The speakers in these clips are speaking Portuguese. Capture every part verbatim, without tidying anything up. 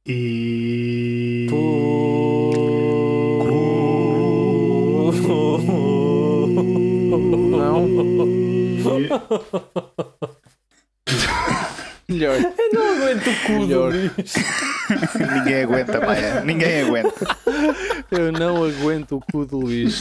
E... Não. Melhor. Eu não aguento o cu Melhor. do bicho. Ninguém aguenta, Maia. Ninguém aguenta. Eu não aguento o cu do Luís.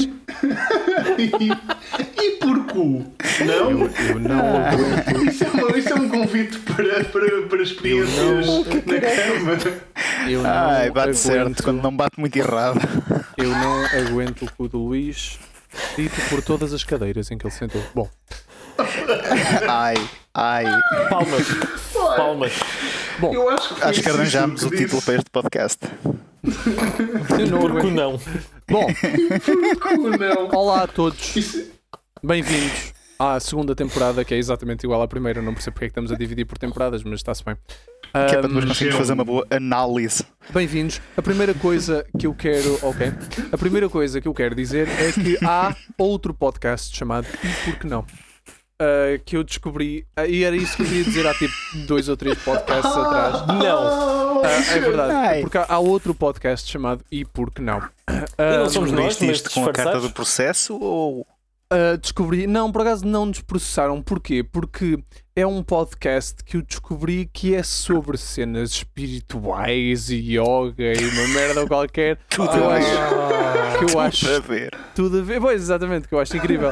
e, e por cu? Não? Eu, eu não aguento. Isso é, uma, isso é um convite para, para, para experiências Eu na cama. Eu não Ai, bate aguento, certo quando não bate muito errado. Eu não aguento o cu do Luís, dito por todas as cadeiras em que ele sentou. Bom, Ai, ai. Palmas. Palmas. bom Eu acho que, foi Acho que isso arranjámos que o título disse. para este podcast. eu não Porque aguento. não? Bom, Como não? olá a todos, Isso- bem-vindos à segunda temporada, que é exatamente igual à primeira. Não percebo porque é que estamos a dividir por temporadas, mas está-se bem. Que é para depois Ahm, conseguirmos fazer uma boa análise. Bem-vindos. A primeira coisa que eu quero, ok? A primeira coisa que eu quero dizer é que há outro podcast chamado E Por Que Não? Uh, que eu descobri, uh, e era isso que eu queria dizer há tipo dois ou três podcasts atrás. Não. Uh, é verdade, Ai. porque há, há outro podcast chamado E Por Que Não? E não Uh, somos nós, Descobriste mas isto com a carta disfarçados. do processo ou... uh, descobri, não, por acaso não nos processaram. Porquê? Porque é um podcast que eu descobri que é sobre cenas espirituais e yoga e uma merda qualquer. Tudo que eu a acho, ver. que eu Tudo acho a ver. tudo a ver. Pois, exatamente, que eu acho incrível.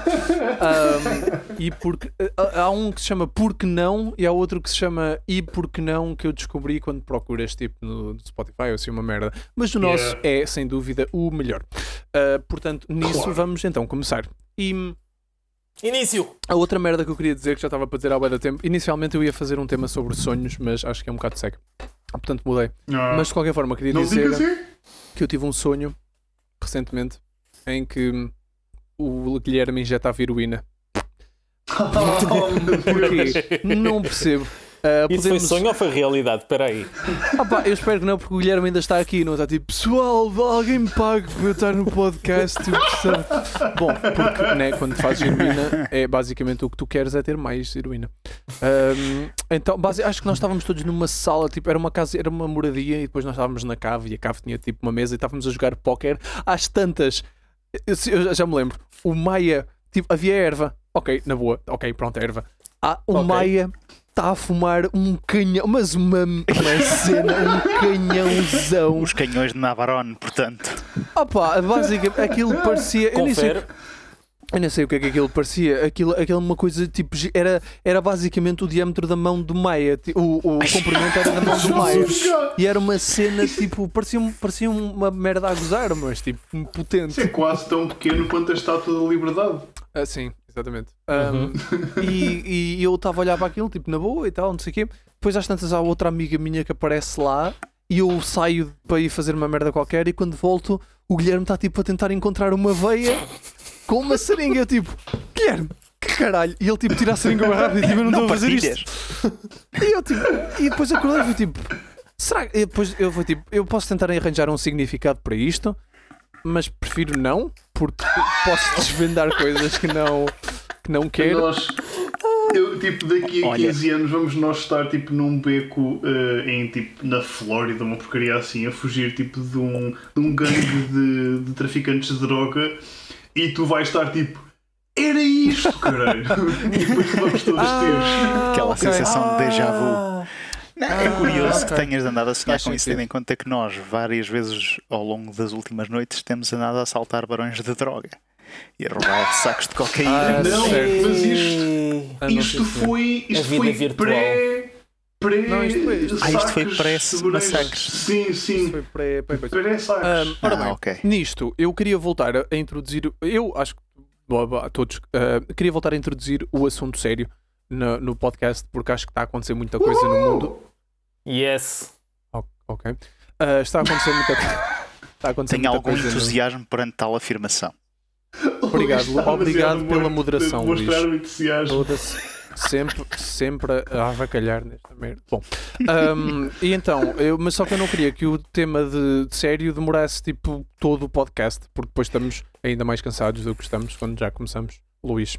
Um, e porque há um que se chama Por Que Não e há outro que se chama E Por Que Não, que eu descobri quando procuras tipo no Spotify ou assim uma merda. Mas o nosso Yeah. é sem dúvida o melhor. Uh, portanto, nisso Claro. vamos então começar. E Início. a outra merda que eu queria dizer, que já estava para dizer há bué da tempo, inicialmente eu ia fazer um tema sobre sonhos, mas acho que é um bocado seco. Portanto, mudei. Ah, Mas de qualquer forma, queria não dizer diga assim? que eu tive um sonho recentemente em que o Guilherme injetava heroína. Oh, meu Deus. Porquê? Não percebo. Uh, Isso foi sonho ou foi realidade? Espera aí. Ah pá, eu espero que não, porque o Guilherme ainda está aqui, não está tipo, pessoal, alguém me pague para eu estar no podcast. Tipo, sabe? Bom, porque né, quando fazes heroína, é basicamente o que tu queres é ter mais heroína. Um, então, base, acho que nós estávamos todos numa sala, tipo, era uma casa, era uma moradia, e depois nós estávamos na cave e a cave tinha tipo uma mesa e estávamos a jogar póquer às tantas. Eu, eu já me lembro, o Maia, tipo, havia erva, ok, na boa, ok, pronto, erva. Ah, o Ok. Maia está a fumar um canhão, mas uma, uma cena, um canhãozão. Os canhões de Navarone, portanto. Opa, basicamente aquilo parecia. Eu nem, sei, Confere. eu nem sei o que é que aquilo parecia. Aquilo, aquilo uma coisa tipo. gi- Era, era basicamente o diâmetro da mão do Maia. ti- O, o comprimento era da mão do Maia. E era uma cena tipo. Parecia, um- parecia uma merda a gozar, mas tipo potente. Isso é quase tão pequeno quanto a Estátua da Liberdade. Ah, sim, exatamente. Um, e, e eu estava a olhar para aquilo, tipo, na boa e tal, não sei o quê. Depois, às tantas, há outra amiga minha que aparece lá e eu saio para ir fazer uma merda qualquer. E quando volto, o Guilherme está tipo a tentar encontrar uma veia com uma seringa. Eu, tipo, Guilherme, que caralho? E ele, tipo, tira a seringa bem rápido e tipo, eu não estou a fazer partilhas. isto. E eu, tipo, e depois acordei e fui tipo, será que. E depois eu fui tipo, eu posso tentar arranjar um significado para isto, mas prefiro não, porque posso desvendar coisas que não, que não quero. Nós, eu, tipo, daqui a Olha. quinze anos vamos nós estar tipo num beco eh, em tipo na Flórida, uma porcaria assim, a fugir tipo de um, de um gangue de, de traficantes de droga e tu vais estar tipo, era isto, caralho! E depois vamos todos ter. Aquela ok. sensação de déjà vu. Ah, Não, é curioso ok. que tenhas andado a sonhar Faz com isso, sentido. tendo em conta que nós, várias vezes ao longo das últimas noites, temos andado a assaltar barões de droga e a roubar sacos de cocaína. Ah, Não, certo. mas isto, Ah, não isto sei se- foi, A isto vida foi virtual. pré. pré Não, isto foi- isto- Ah, isto foi saques pré-massacres. seguranças. Sim, Isso sim. foi pré- pré- coisa. Pré-saques. Um, ora bem, Ah, ok. nisto eu queria voltar a introduzir. Eu acho que boa, boa, a todos uh, queria voltar a introduzir o assunto sério no, no podcast, porque acho que está a acontecer muita coisa no mundo. yes. O- Ok. Uh, está a acontecer muita coisa. Está a acontecer Tenho muita algum coisa no- entusiasmo perante tal afirmação. Obrigado, Estava obrigado demasiado pela muito moderação, de Mostrar Luís. o entusiasmo. Toda-se sempre, sempre a avacalhar nesta merda. Bom, um, e então, eu, mas só que eu não queria que o tema de, de sério demorasse tipo todo o podcast, porque depois estamos ainda mais cansados do que estamos quando já começamos, Luís.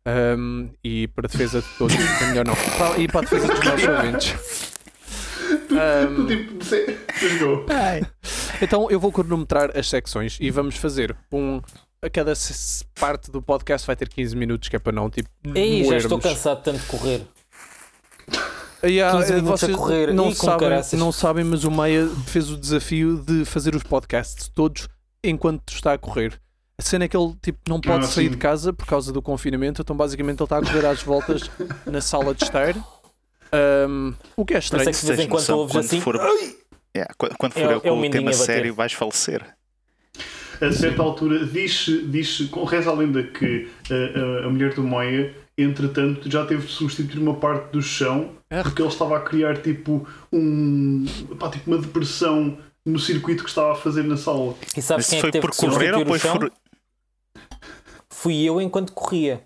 Um, e para a defesa de todos, é melhor não. Para- E para a defesa dos nossos ouvintes. Um, Tipo, let's go. então eu vou cronometrar as secções e vamos fazer um. A cada s- parte do podcast vai ter quinze minutos, que é para não tipo. Ei, já estou moermos. cansado de tanto correr. Yeah, quinze minutos vocês a correr. não Ih, com sabem, caraças. não sabem, mas o Maia fez o desafio de fazer os podcasts todos enquanto está a correr. A cena é que ele tipo, não pode Ah, sair sim. de casa por causa do confinamento, então basicamente ele está a correr às voltas na sala de estar. Um, o que é estranho. Mas é que de vez em quando noção, ouves assim. for, yeah, quando, quando for É- eu é o com o mindinho tema a bater. sério, vais falecer. A certa altura, diz, diz com reza a lenda que a, a, a mulher do Maia, entretanto, já teve de substituir uma parte do chão Ah. porque ele estava a criar tipo, um, pá, tipo uma depressão no circuito que estava a fazer na sala. E sabes Mas quem é foi que teve por que correr ou substituir o foi chão? por. Fui eu enquanto corria.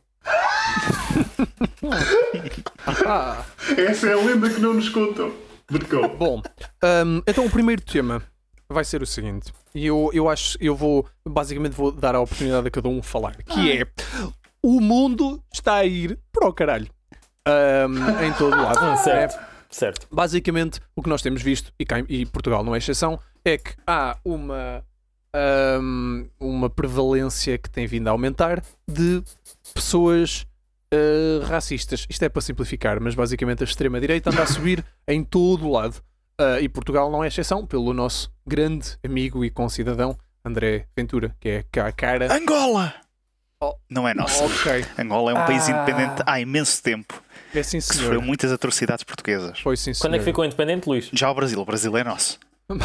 Ah, Essa é a lenda que não nos contam. But go. bom, um, então o primeiro tema vai ser o seguinte. E eu, eu acho, eu vou, basicamente vou dar a oportunidade a cada um falar. Que é, o mundo está a ir para o caralho. Um, em todo lado. Hum, certo. É, Certo. basicamente, o que nós temos visto, e, cá, e Portugal não é exceção, é que há uma, ahm, uma prevalência que tem vindo a aumentar de pessoas ah, racistas. Isto é para simplificar, mas basicamente a extrema-direita anda a subir em todo o lado. Ah, e Portugal não é exceção, pelo nosso grande amigo e concidadão André Ventura, que é cá a cara. Angola! Oh. Não é nossa. Ok, Angola é um país Ah. independente há imenso tempo é sim que sofreu senhor. muitas atrocidades portuguesas. Foi sim senhor. Quando é que ficou independente, Luís? Já o Brasil, o Brasil é nosso.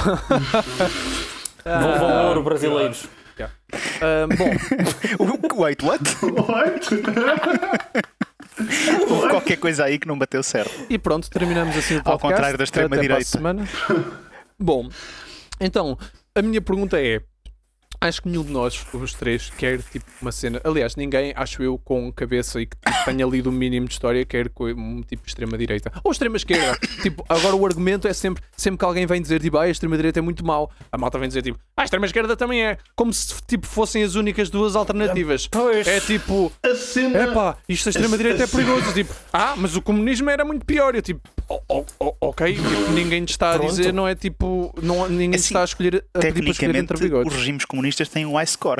Ah, Não vão ouro brasileiros. ah, bom, Wait, what? What? Houve qualquer coisa aí que não bateu certo. e pronto, terminamos assim o Ao podcast. contrário da Até para a extrema-direita. semana. Bom, então, a minha pergunta é: acho que nenhum de nós, os três, quer tipo uma cena. Aliás, ninguém, acho eu, com cabeça e que tipo, tenha lido o mínimo de história, quer com um tipo de extrema-direita. Ou extrema-esquerda. Tipo, agora o argumento é sempre, sempre que alguém vem dizer, tipo, ah, a extrema-direita é muito mau, a malta vem dizer, tipo, ah, a extrema-esquerda também é. Como se tipo, fossem as únicas duas alternativas. Pois. É tipo. A cena. Epá, isto da extrema-direita é perigoso. Tipo, ah, mas o comunismo era muito pior. Eu tipo, oh, oh, oh, ok, tipo, ninguém te está a Pronto. dizer, não é tipo, não, ninguém te Assim, está a escolher a pedir para escolher entre Tecnicamente, bigodes. os regimes comunistas têm um high score.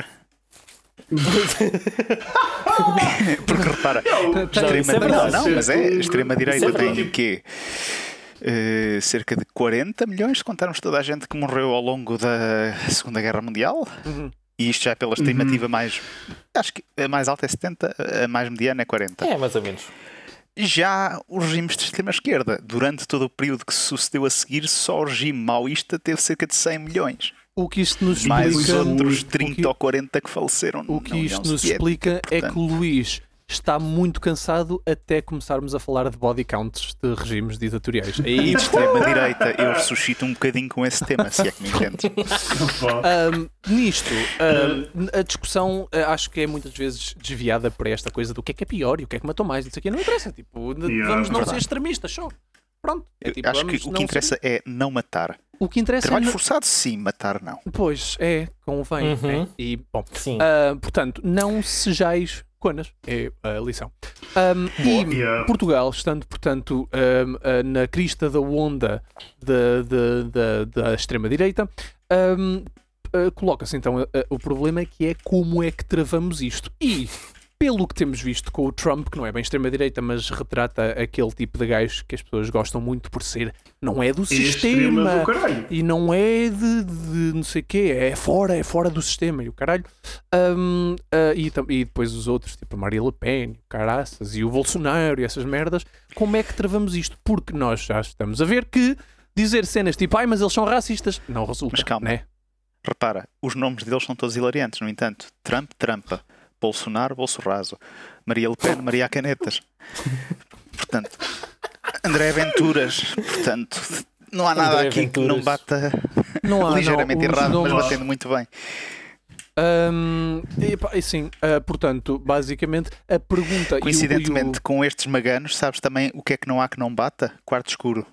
Porque repara, Não, Isso é extrema... verdade. não, não, mas é, a Isso é extrema-direita verdade. tem o quê? Eh, cerca de quarenta milhões, se contarmos toda a gente que morreu ao longo da Segunda Guerra Mundial. Uhum. E isto já é pela estimativa mais. Acho que a mais alta é setenta, a mais mediana é quarenta. É, mais ou menos. Já os regimes de extrema-esquerda, durante todo o período que se sucedeu a seguir, só o regime maoísta teve cerca de cem milhões. O que isto nos Mais os explica, outros o trinta que, ou quarenta que faleceram o na que União isto nos Soviética. explica é que portanto. o Luís está muito cansado até começarmos a falar de body counts de regimes ditatoriais. E Aí, de extrema-direita, eu ressuscito um bocadinho com esse tema, se é que me entendes. Ahm, nisto, ahm, a discussão ah, acho que é muitas vezes desviada para esta coisa do que é que é pior e o que é que matou mais, não sei o que, não interessa, tipo, n- Yeah, vamos não verdade. ser extremistas só. Pronto. É, tipo, Acho vamos que o não que interessa é não matar. ser- o que interessa Trabalho é. forçado, sim, matar não. Pois, é, convém. Uhum. É. E, bom, Sim. ah, portanto, não sejais conas, é a lição. Ahm, e Yeah. Portugal, estando, portanto, ahm, ah, na crista da onda da, da, da, da extrema-direita, ahm, ah, coloca-se então ah, o problema é que é como é que travamos isto. E, pelo que temos visto com o Trump, que não é bem extrema-direita, mas retrata aquele tipo de gajo que as pessoas gostam muito por ser, não é do Extrema sistema. do caralho. E não é de, de não sei o quê, é fora, é fora do sistema e o caralho. Ahm, ah, e, tam- e depois os outros, tipo a Maria Le Pen, o caraças, e o Bolsonaro e essas merdas. Como é que travamos isto? Porque nós já estamos a ver que dizer cenas tipo, ai, mas eles são racistas, não resulta. Mas calma. Né? Repara, os nomes deles são todos hilariantes, no entanto. Trump, Trampa. Bolsonaro, Bolso Raso. Maria Le Pen, Maria Canetas. Portanto, André Venturas. Portanto, não há nada André aqui que não Venturas. bata Não há, ligeiramente não, os errado, mas nomes- batendo muito bem. Ahm, e, pá, e sim, ah, portanto, basicamente, a pergunta. e o- Coincidentemente, e o- com estes maganos, sabes também o que é que não há que não bata? Quarto escuro.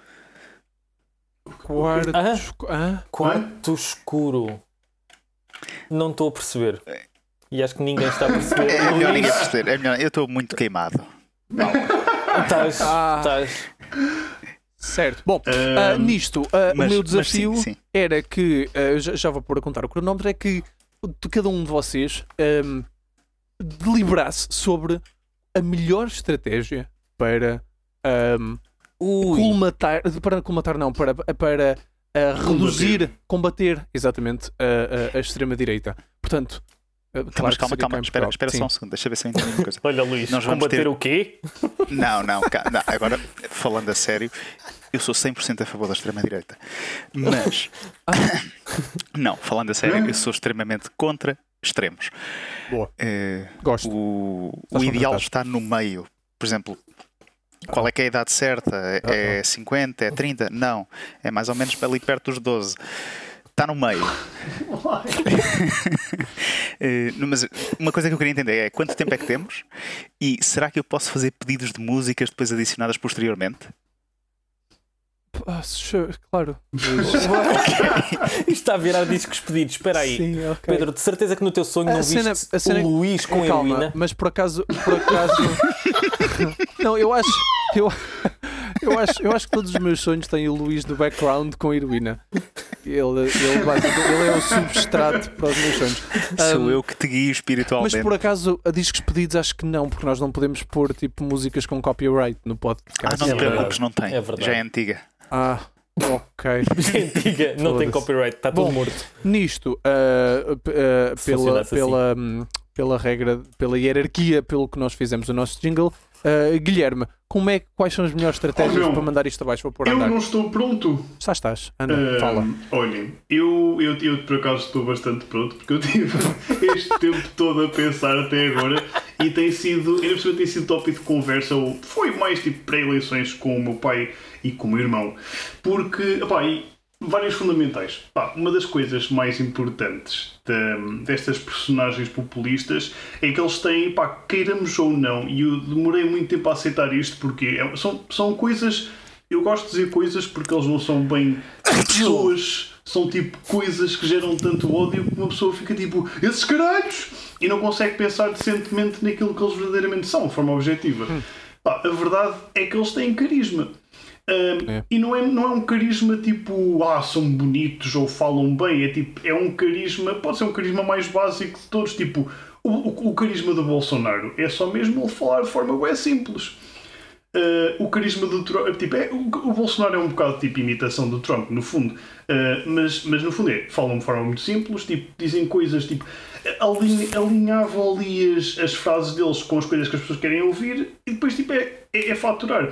quarto. Ah? Hã? Quarto escuro. Não estou a perceber. E acho que ninguém está a perceber. É melhor ninguém Luís, perceber. É melhor. Eu estou muito queimado. Estás. Ah. Estás. Certo. Bom, Um, uh, nisto, uh, mas- o meu mas desafio sim, sim. era que, uh, já, já vou pôr a contar o cronómetro, é que de cada um de vocês um, deliberasse sobre a melhor estratégia para um, Ui, colmatar, para colmatar não, para, para uh, reduzir, combater, exatamente, a, a, a extrema-direita. Portanto, uh, Então, claro mas que calma, seria cá calma, em espera, Portugal. espera Sim. só um segundo, deixa eu ver se eu entendi uma coisa. olha, Luís, Nós vamos combater ter- o quê? Não, não, cá- não, agora falando a sério, eu sou cem por cento a favor da extrema-direita. Mas, não, falando a sério, eu sou extremamente contra extremos. Boa. Eh, Gosto. o Estás o ideal contratado. está no meio. Por exemplo, qual é que é a idade certa? É cinquenta? É trinta? Não, é mais ou menos ali perto dos doze. Está no meio. Eh, mas uma coisa que eu queria entender é quanto tempo é que temos e será que eu posso fazer pedidos de músicas depois adicionadas posteriormente? Ah, sure, claro. Isto está a virar discos pedidos. Espera aí. Sim, ok. Pedro, de certeza que no teu sonho A não cena- viste a cena- o Luís com Calma, heroína? mas por acaso, por acaso, não, eu acho, eu, eu acho, eu acho que todos os meus sonhos têm o Luís no background com heroína. Ele, ele, basicamente, ele é o substrato para os meus sonhos. Sou Um, eu que te guio Mas espiritualmente. por acaso, a discos pedidos acho que não, porque nós não podemos pôr tipo músicas com copyright no podcast. Ah, não É te preocupes, verdade. não tem. É verdade. Já é antiga. Ah, ok. Antiga, não tem Foda-se. copyright, está tudo Bom, morto. Nisto, ah, p- ah, Se pela, funcionasse pela, hum, pela regra, pela hierarquia, pelo que nós fizemos o nosso jingle, ah, Guilherme, como é, que- quais são as melhores estratégias Oh, meu. para mandar isto abaixo? Vou pôr a Eu andar. não estou pronto. Já estás, anda, Ahm, fala. Olhem, eu, eu, eu por acaso estou bastante pronto porque eu tive este tempo todo a pensar até agora e tem sido, ainda por cima tem sido tópico de conversa, ou foi mais tipo pré-eleições com o meu pai e com o meu irmão, porque, opá, e vários fundamentais. Pá, uma das coisas mais importantes de, destas personagens populistas é que eles têm, pá, queiramos ou não, e eu demorei muito tempo a aceitar isto porque é- são, são coisas. Eu gosto de dizer coisas porque eles não são bem pessoas, são tipo coisas que geram tanto ódio que uma pessoa fica tipo, esses caralhos! E não consegue pensar decentemente naquilo que eles verdadeiramente são, de forma objetiva. Pá, a verdade é que eles têm carisma. Um, É. E não é, não é um carisma tipo, ah, são bonitos ou falam bem, é tipo, é um carisma, pode ser um carisma mais básico de todos, tipo, o, o, o carisma do Bolsonaro é só mesmo ele falar de forma bem simples. Uh, o carisma do Trump, tipo, é, o, o Bolsonaro é um bocado tipo imitação do Trump, no fundo, Uh, mas, mas no fundo é, falam de forma muito simples, tipo, dizem coisas, tipo, alinha, alinhavam ali as, as frases deles com as coisas que as pessoas querem ouvir e depois tipo, é, é, é faturar.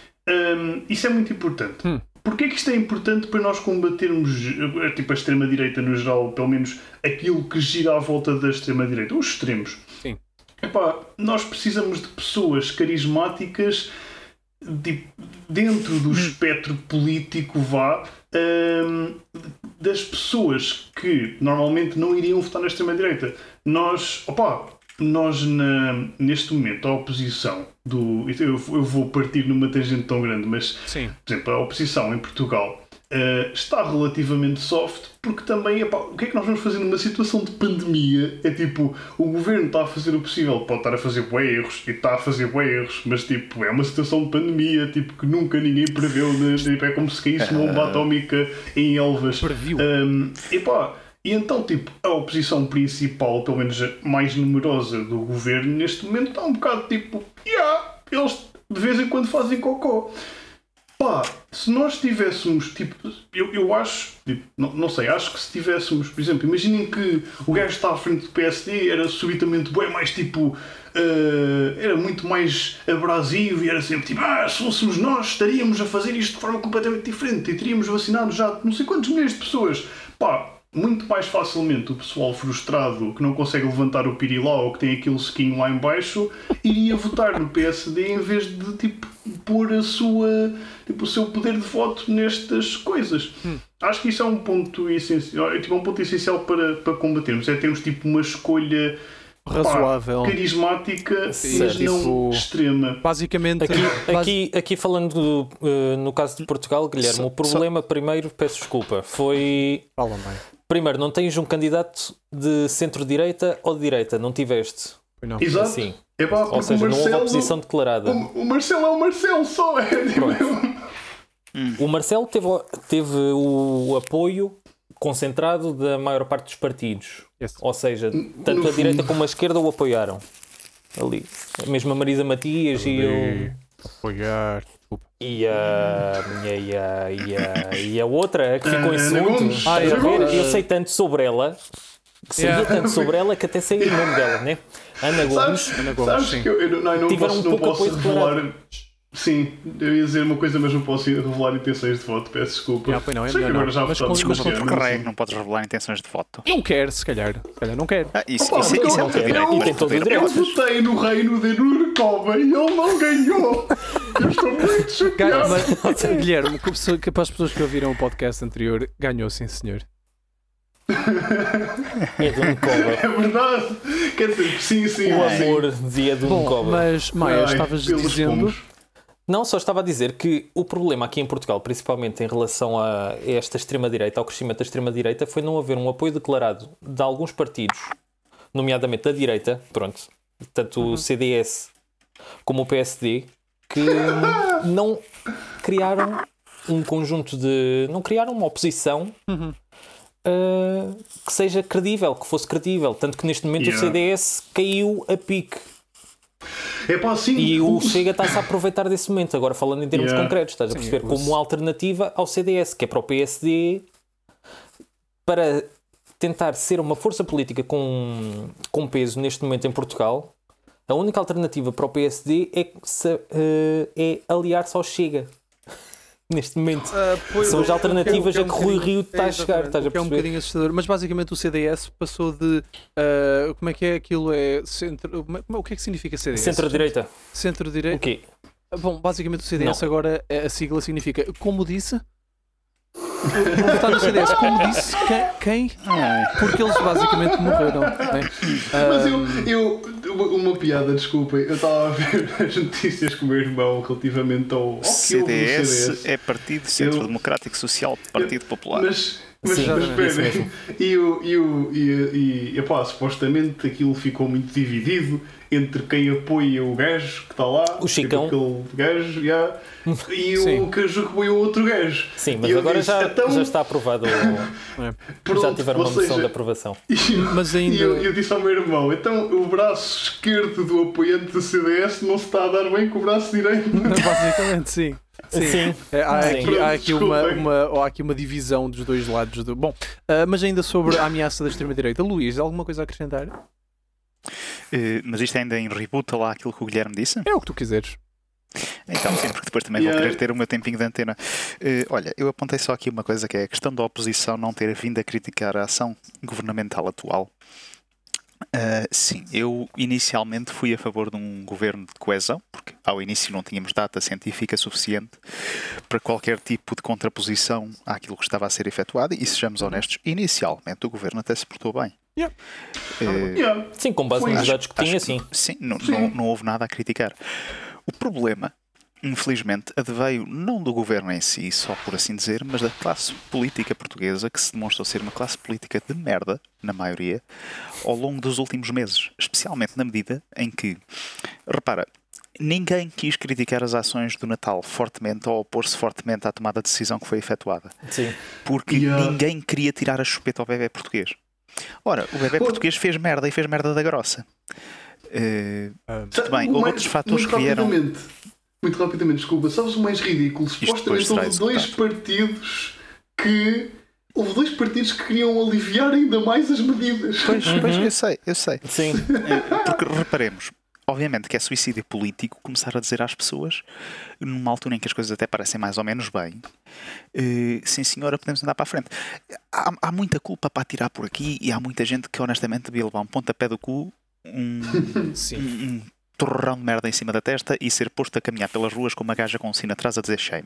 Um, isso é muito importante. Hum. Porquê que isto é importante para nós combatermos eh, tipo, a extrema-direita no geral, pelo menos aquilo que gira à volta da extrema-direita, os extremos? Sim. Epá, nós precisamos de pessoas carismáticas de, dentro do espectro político, vá, hum, das pessoas que normalmente não iriam votar na extrema-direita. Nós, opá, nós na, neste momento, a oposição do. Eu, eu vou partir numa tangente tão grande, mas, Sim. por exemplo, a oposição em Portugal uh, está relativamente soft, porque também, epá, o que é que nós vamos fazer numa situação de pandemia? É tipo, o governo está a fazer o possível, pode estar a fazer bué erros, e está a fazer bué erros, mas tipo, é uma situação de pandemia, tipo, que nunca ninguém preveu, né? Tipo, é como se caísse uma bomba atómica em Elvas. Previu. Um, epá, e então, tipo, a oposição principal, pelo menos a mais numerosa do governo, neste momento está um bocado tipo, yeah, eles de vez em quando fazem cocó. Pá, se nós tivéssemos, tipo, eu, eu acho, tipo, não, não sei, acho que se tivéssemos, por exemplo, imaginem que o gajo que está à frente do P S D era subitamente bem mais tipo, uh, era muito mais abrasivo e era sempre tipo, ah, se fôssemos nós, estaríamos a fazer isto de forma completamente diferente e teríamos vacinado já não sei quantos milhões de pessoas. Pá, muito mais facilmente o pessoal frustrado que não consegue levantar o pirilau ou que tem aquele sequinho lá em baixo iria votar no P S D em vez de tipo pôr a sua, tipo, o seu poder de voto nestas coisas. Hum. Acho que isso é um ponto essencial, é tipo um ponto essencial para, para combatermos, é termos tipo uma escolha Razoável. pá, carismática, Sim, mas tipo, não extrema. Basicamente, Aqui, basi- aqui, aqui falando uh, no caso de Portugal, Guilherme, Só- o problema, primeiro, peço desculpa, foi. Fala, mãe. Primeiro, não tens um candidato de centro-direita ou de direita, não tiveste. Foi não. Exato. Assim. É pá, Ou porque seja, o não houve Marcelo, oposição declarada. o, o Marcelo é o Marcelo só, é tipo, Pronto. Hum. O Marcelo teve, o- teve o apoio concentrado da maior parte dos partidos. Yes. Ou seja, No tanto a fundo. direita como a esquerda o apoiaram. Ali. A mesma Marisa Matias e o. Apoiar. Desculpa. E a, e, a, e, a, e a outra a que ficou em Ana segundo. Gomes. Estás a Ah, ver? é. Eu sei tanto sobre ela, sabia Yeah. tanto sobre ela que até sei o nome dela, né? Ana Gomes. Sabes, Ana Gomes, sabes sim. que eu, eu não, não Tiveram posso, um não pouco posso apoio declarado. revelar. Sim, eu ia dizer uma coisa, mas não posso revelar intenções de voto, peço desculpa. Yeah, pois não, é Sei que melhor agora não. já Mas votámos com- como mas se com- ama, Porque não reg sei. não podes revelar intenções de voto. Não quer, se calhar. Se calhar não quer. Ah, isso, Opa, isso, porque isso é eu- o teu eu- direito. e mas tem todo o poder- direito. Eu votei no reino de Nurkova e ele não ganhou. Eu estou muito Ganha, chateado. mas, Guilherme, que pessoa- que para as pessoas que ouviram o podcast anterior, ganhou, sim senhor. É de um cobra. É verdade. Quer dizer, sim, sim. O sim. amor dizia de um Bom, cobra. mas Maia, Ai, estavas pelos dizendo. pomos. Não, só estava a dizer que o problema aqui em Portugal, principalmente em relação a esta extrema-direita, ao crescimento da extrema-direita, foi não haver um apoio declarado de alguns partidos, nomeadamente da direita, pronto, tanto o C D S como o P S D, que não criaram um conjunto de... não criaram uma oposição Uhum. uh, que seja credível, que fosse credível. Tanto que neste momento Yeah. o C D S caiu a pique. É pá, sim. E o Chega está-se a aproveitar desse momento, agora falando em termos Yeah. concretos, estás a Sim, perceber? o- Como alternativa ao C D S, que é para o P S D, para tentar ser uma força política com, com peso neste momento em Portugal. A única alternativa para o P S D é, se- eh, é aliar-se ao Chega. Neste momento. São as alternativas a que Rui Rio está a chegar, estás a É um perceber? bocadinho assustador, mas basicamente o C D S passou de. ah, como é que é aquilo? É centro. como é- O que é que significa C D S? Centro-direita. O Centro-direita. quê? Bom, basicamente o C D S Não. agora, é- a sigla significa como disse. Vou votar no C D S, como disse quem? quem? Ai. Porque eles basicamente morreram. Né? Mas Ah, eu, eu uma, uma piada, desculpem, eu estava a ver as notícias com o meu irmão relativamente ao, ao que C houve no D S C D S. é Partido Centro Eu- Democrático Social Partido Popular. Mas, mas, Sim, mas isso esperem, mesmo. e, o, e, o, e, e epá, supostamente aquilo ficou muito dividido entre quem apoia o gajo que está lá, O Chicão. aquele gajo, yeah, e Sim. o que apoia o outro gajo. Sim, E mas eu agora disse, já, então, já está aprovado. pronto, já tiveram ou uma moção seja, de aprovação. E, Mas e ainda- eu, eu disse ao meu irmão, então o braço esquerdo do apoiante do C D S não se está a dar bem com o braço direito. basicamente, sim. Sim. Sim. É, há, Sim. aqui, há, aqui uma, Desculpem. uma, há aqui uma divisão dos dois lados. Do... Bom, ah, mas ainda sobre a ameaça da extrema-direita. Luís, alguma coisa a acrescentar? Eh, mas isto ainda em rebuta lá aquilo que o Guilherme disse? É o que tu quiseres. Então, sim, porque depois também Yeah. vou querer ter o meu tempinho de antena. Eh, olha, eu apontei só aqui uma coisa que é a questão da oposição não ter vindo a criticar a ação governamental atual. Uh, sim, eu inicialmente fui a favor de um governo de coesão, porque ao início não tínhamos data científica suficiente para qualquer tipo de contraposição àquilo que estava a ser efetuado, e sejamos honestos, inicialmente o governo até se portou bem. Yeah. Uh, Yeah. Sim, com base Foi, nos acho- dados que tinha, Acho que- sim. Sim, não, Sim. Não, não houve nada a criticar. O problema, infelizmente, adveio não do governo em si, só por assim dizer, mas da classe política portuguesa, que se demonstrou ser uma classe política de merda, na maioria, ao longo dos últimos meses. Especialmente na medida em que, repara, ninguém quis criticar as ações do Natal fortemente ou opor-se fortemente à tomada de decisão que foi efetuada. Sim. Porque Yeah. ninguém queria tirar a chupeta ao bebé português. Ora, o bebé Pô. português fez merda e fez merda da grossa. Eh, Ah, Muito bem, O houve mais- outros fatores muito que vieram. rapidamente, Muito rapidamente, desculpa, sabes o mais ridículo? depois Supostamente será houve dois executado. partidos que. Houve dois partidos que queriam aliviar ainda mais as medidas. Pois, pois, eu sei, eu sei. Sim. Eh, Porque reparemos, obviamente que é suicídio político começar a dizer às pessoas, numa altura em que as coisas até parecem mais ou menos bem, eh, sim senhora, podemos andar para a frente. Há, há muita culpa para tirar por aqui e há muita gente que honestamente devia levar um pontapé do cu, um, sim. um, um torrão de merda em cima da testa e ser posto a caminhar pelas ruas com uma gaja com um sino atrás a dizer shame.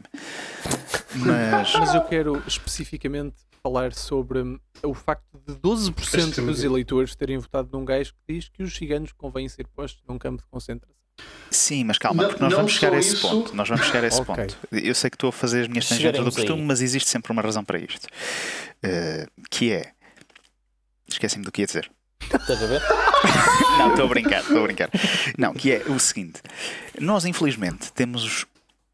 Mas, Mas eu quero especificamente falar sobre hum, o facto de doze por cento Este dos tema. eleitores terem votado num gajo que diz que os ciganos convém ser postos num campo de concentração. sim, mas calma, Não- porque nós não vamos chegar só a esse isso- ponto. Nós vamos chegar a esse Ok. ponto. Eu sei que estou a fazer as minhas tangentes do Chegaremos aí. costume, mas existe sempre uma razão para isto. Eh, que é. Esqueci-me do que ia dizer. Estás a ver? Não, estou a brincar, estou a brincar. Não, que é o seguinte: nós, infelizmente, temos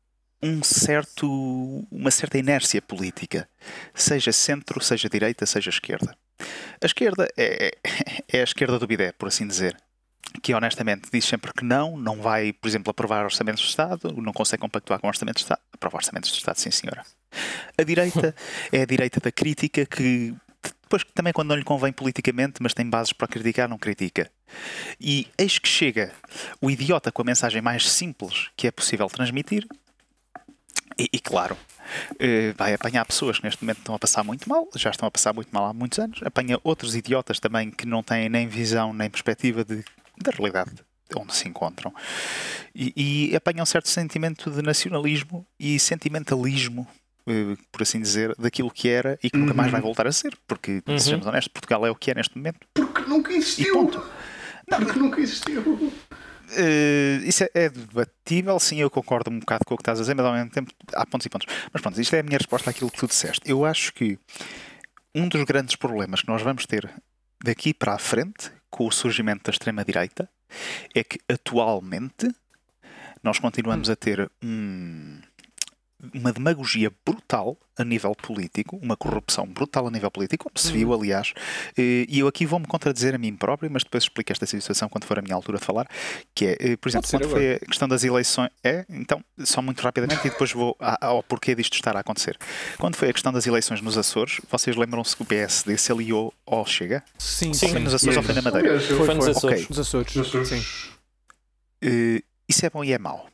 um certo, uma certa inércia política, seja centro, seja direita, seja esquerda. A esquerda é, é a esquerda do bidé, por assim dizer, que honestamente diz sempre que não, não vai, por exemplo, aprovar orçamentos de Estado, não consegue compactuar com orçamentos de Estado, aprova orçamentos de Estado, sim senhora. A direita é a direita da crítica que depois também quando não lhe convém politicamente, mas tem bases para criticar, não critica. E eis que chega o idiota com a mensagem mais simples que é possível transmitir e, e claro, vai apanhar pessoas que neste momento estão a passar muito mal, já estão a passar muito mal há muitos anos, apanha outros idiotas também que não têm nem visão nem perspectiva de, da realidade onde se encontram e, e apanha um certo sentimento de nacionalismo e sentimentalismo, por assim dizer, daquilo que era e que nunca mais vai voltar a ser, porque, uhum. sejamos honestos, Portugal é o que é neste momento. Porque nunca existiu. Não, porque nunca existiu. Uh, isso é, é debatível, sim, eu concordo um bocado com o que estás a dizer, mas ao mesmo tempo há pontos e pontos. Mas pronto, isto é a minha resposta àquilo que tu disseste. Eu acho que um dos grandes problemas que nós vamos ter daqui para a frente com o surgimento da extrema-direita é que atualmente nós continuamos a ter um... uma demagogia brutal a nível político, uma corrupção brutal a nível político, como se viu, aliás, e eu aqui vou-me contradizer a mim próprio, mas depois explico esta situação quando for a minha altura de falar, que é, por exemplo, quando foi a questão das eleições... É? Então, só muito rapidamente e depois vou ao porquê disto estar a acontecer. Quando foi a questão das eleições nos Açores, vocês lembram-se que o P S D se aliou ao Chega? Sim, sim. Foi nos Açores sim. ou foi na Madeira? Foi, foi, foi nos Açores. Okay. Nos Açores. Nos Açores. Sim. Uh, isso é bom e é mau.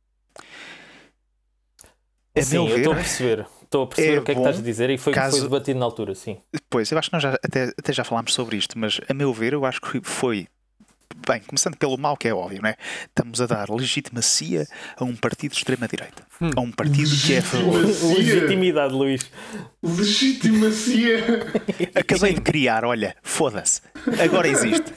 A sim, eu estou a perceber. Estou a perceber é o que é que estás a dizer e foi o caso... que foi debatido na altura, sim. Pois, eu acho que nós já, até, até já falámos sobre isto, mas a meu ver, eu acho que foi... Bem, começando pelo mal, que é óbvio, não é? Estamos a dar legitimacia a um partido de extrema-direita. Hum. A um partido que é a favor... Legitimidade, Luís. Legitimacia. Acabei de criar, olha, foda-se. Agora existe.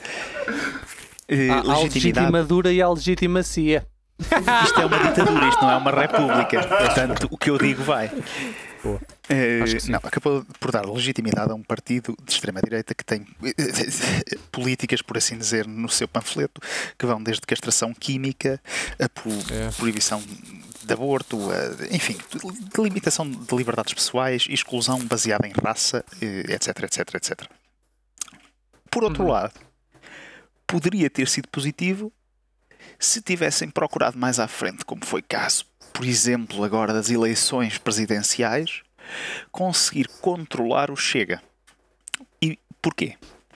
Uh, há, há a legitimadura e a legitimacia. Isto é uma ditadura, isto não é uma república. Portanto, o que eu digo vai. Uh, não, acabou por dar legitimidade a um partido de extrema-direita que tem políticas, por assim dizer, no seu panfleto, que vão desde castração química, a pro- proibição de aborto, a, enfim, de limitação de liberdades pessoais, exclusão baseada em raça, etc, etc, etcétera. Por outro uhum. lado, poderia ter sido positivo se tivessem procurado mais à frente, como foi caso, por exemplo, agora das eleições presidenciais, conseguir controlar o Chega. E porquê?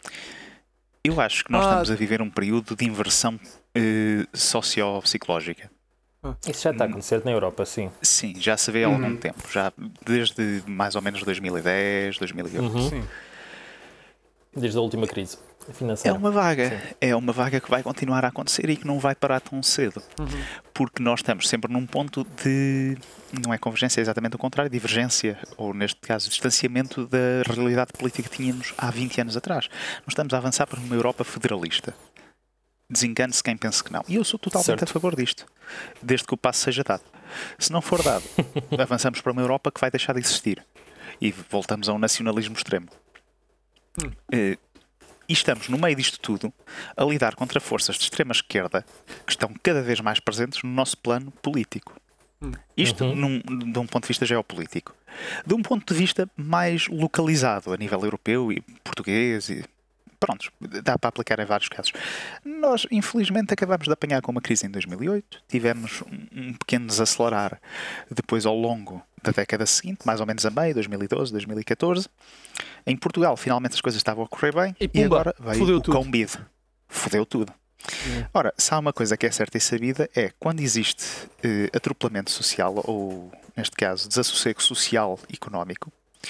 Eu acho que nós ah. estamos a viver um período de inversão eh, sociopsicológica. Isso já está a acontecer na Europa, sim. Sim, já se vê há algum uhum. tempo, já desde mais ou menos dois mil e dez, dois mil e oito. Uhum. Sim. Desde a última crise financeira. É uma vaga, sim. é uma vaga que vai continuar a acontecer e que não vai parar tão cedo. Uhum. Porque nós estamos sempre num ponto de, não é convergência, é exatamente o contrário, divergência, ou neste caso, distanciamento da realidade política que tínhamos há vinte anos atrás. Nós estamos a avançar para uma Europa federalista. Desengane-se quem pense que não. E eu sou totalmente certo. a favor disto, desde que o passo seja dado. Se não for dado, avançamos para uma Europa que vai deixar de existir. E voltamos a um nacionalismo extremo. Hum. Uh, e estamos no meio disto tudo a lidar contra forças de extrema esquerda que estão cada vez mais presentes no nosso plano político. Hum. Isto uhum. num, de um ponto de vista geopolítico. De um ponto de vista mais localizado a nível europeu e português e pronto, dá para aplicar em vários casos. Nós, infelizmente, acabamos de apanhar com uma crise em dois mil e oito, tivemos um, um pequeno desacelerar depois ao longo da década seguinte, mais ou menos a meio, dois mil e doze, dois mil e catorze. Em Portugal, finalmente as coisas estavam a correr bem e, pumba, e agora veio o Covid. Fodeu tudo. Hum. Ora, se há uma coisa que é certa e sabida é quando existe eh, atropelamento social, ou neste caso, desassossego social e económico,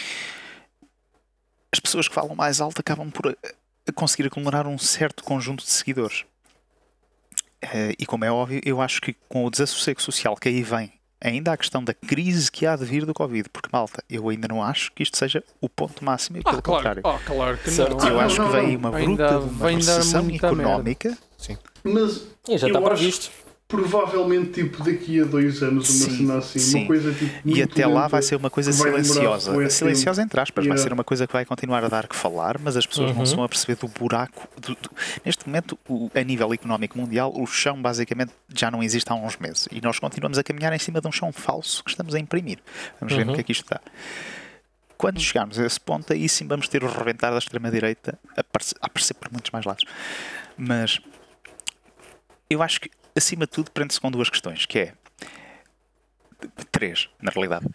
as pessoas que falam mais alto acabam por a conseguir acumular um certo conjunto de seguidores. Uh, e como é óbvio, eu acho que com o desassossego social que aí vem, ainda há a questão da crise que há de vir do Covid, porque, malta, eu ainda não acho que isto seja o ponto máximo, e pelo ah, contrário. Claro, oh, claro que não. Eu ah, acho não, que não, vem uma bruta de uma recessão económica. Sim. Mas e já está acho, previsto. provavelmente tipo daqui a dois anos uma Sim, cena assim, sim. uma coisa tipo E muito até lá lenta, vai ser uma coisa que vai demorar silenciosa. bué Silenciosa entre aspas, vai Yeah. ser uma coisa que vai continuar a dar que falar, mas as pessoas Uhum. não se vão a perceber do buraco. do- do- Neste momento, o- a nível económico mundial, o chão basicamente já não existe há uns meses. E nós continuamos a caminhar em cima de um chão falso que estamos a imprimir. Vamos ver no Uhum. que é que isto dá. Quando chegarmos a esse ponto, aí sim vamos ter o reventar da extrema-direita a aparecer, a aparecer por muitos mais lados. Mas eu acho que, acima de tudo, prende-se com duas questões, que é três, na realidade.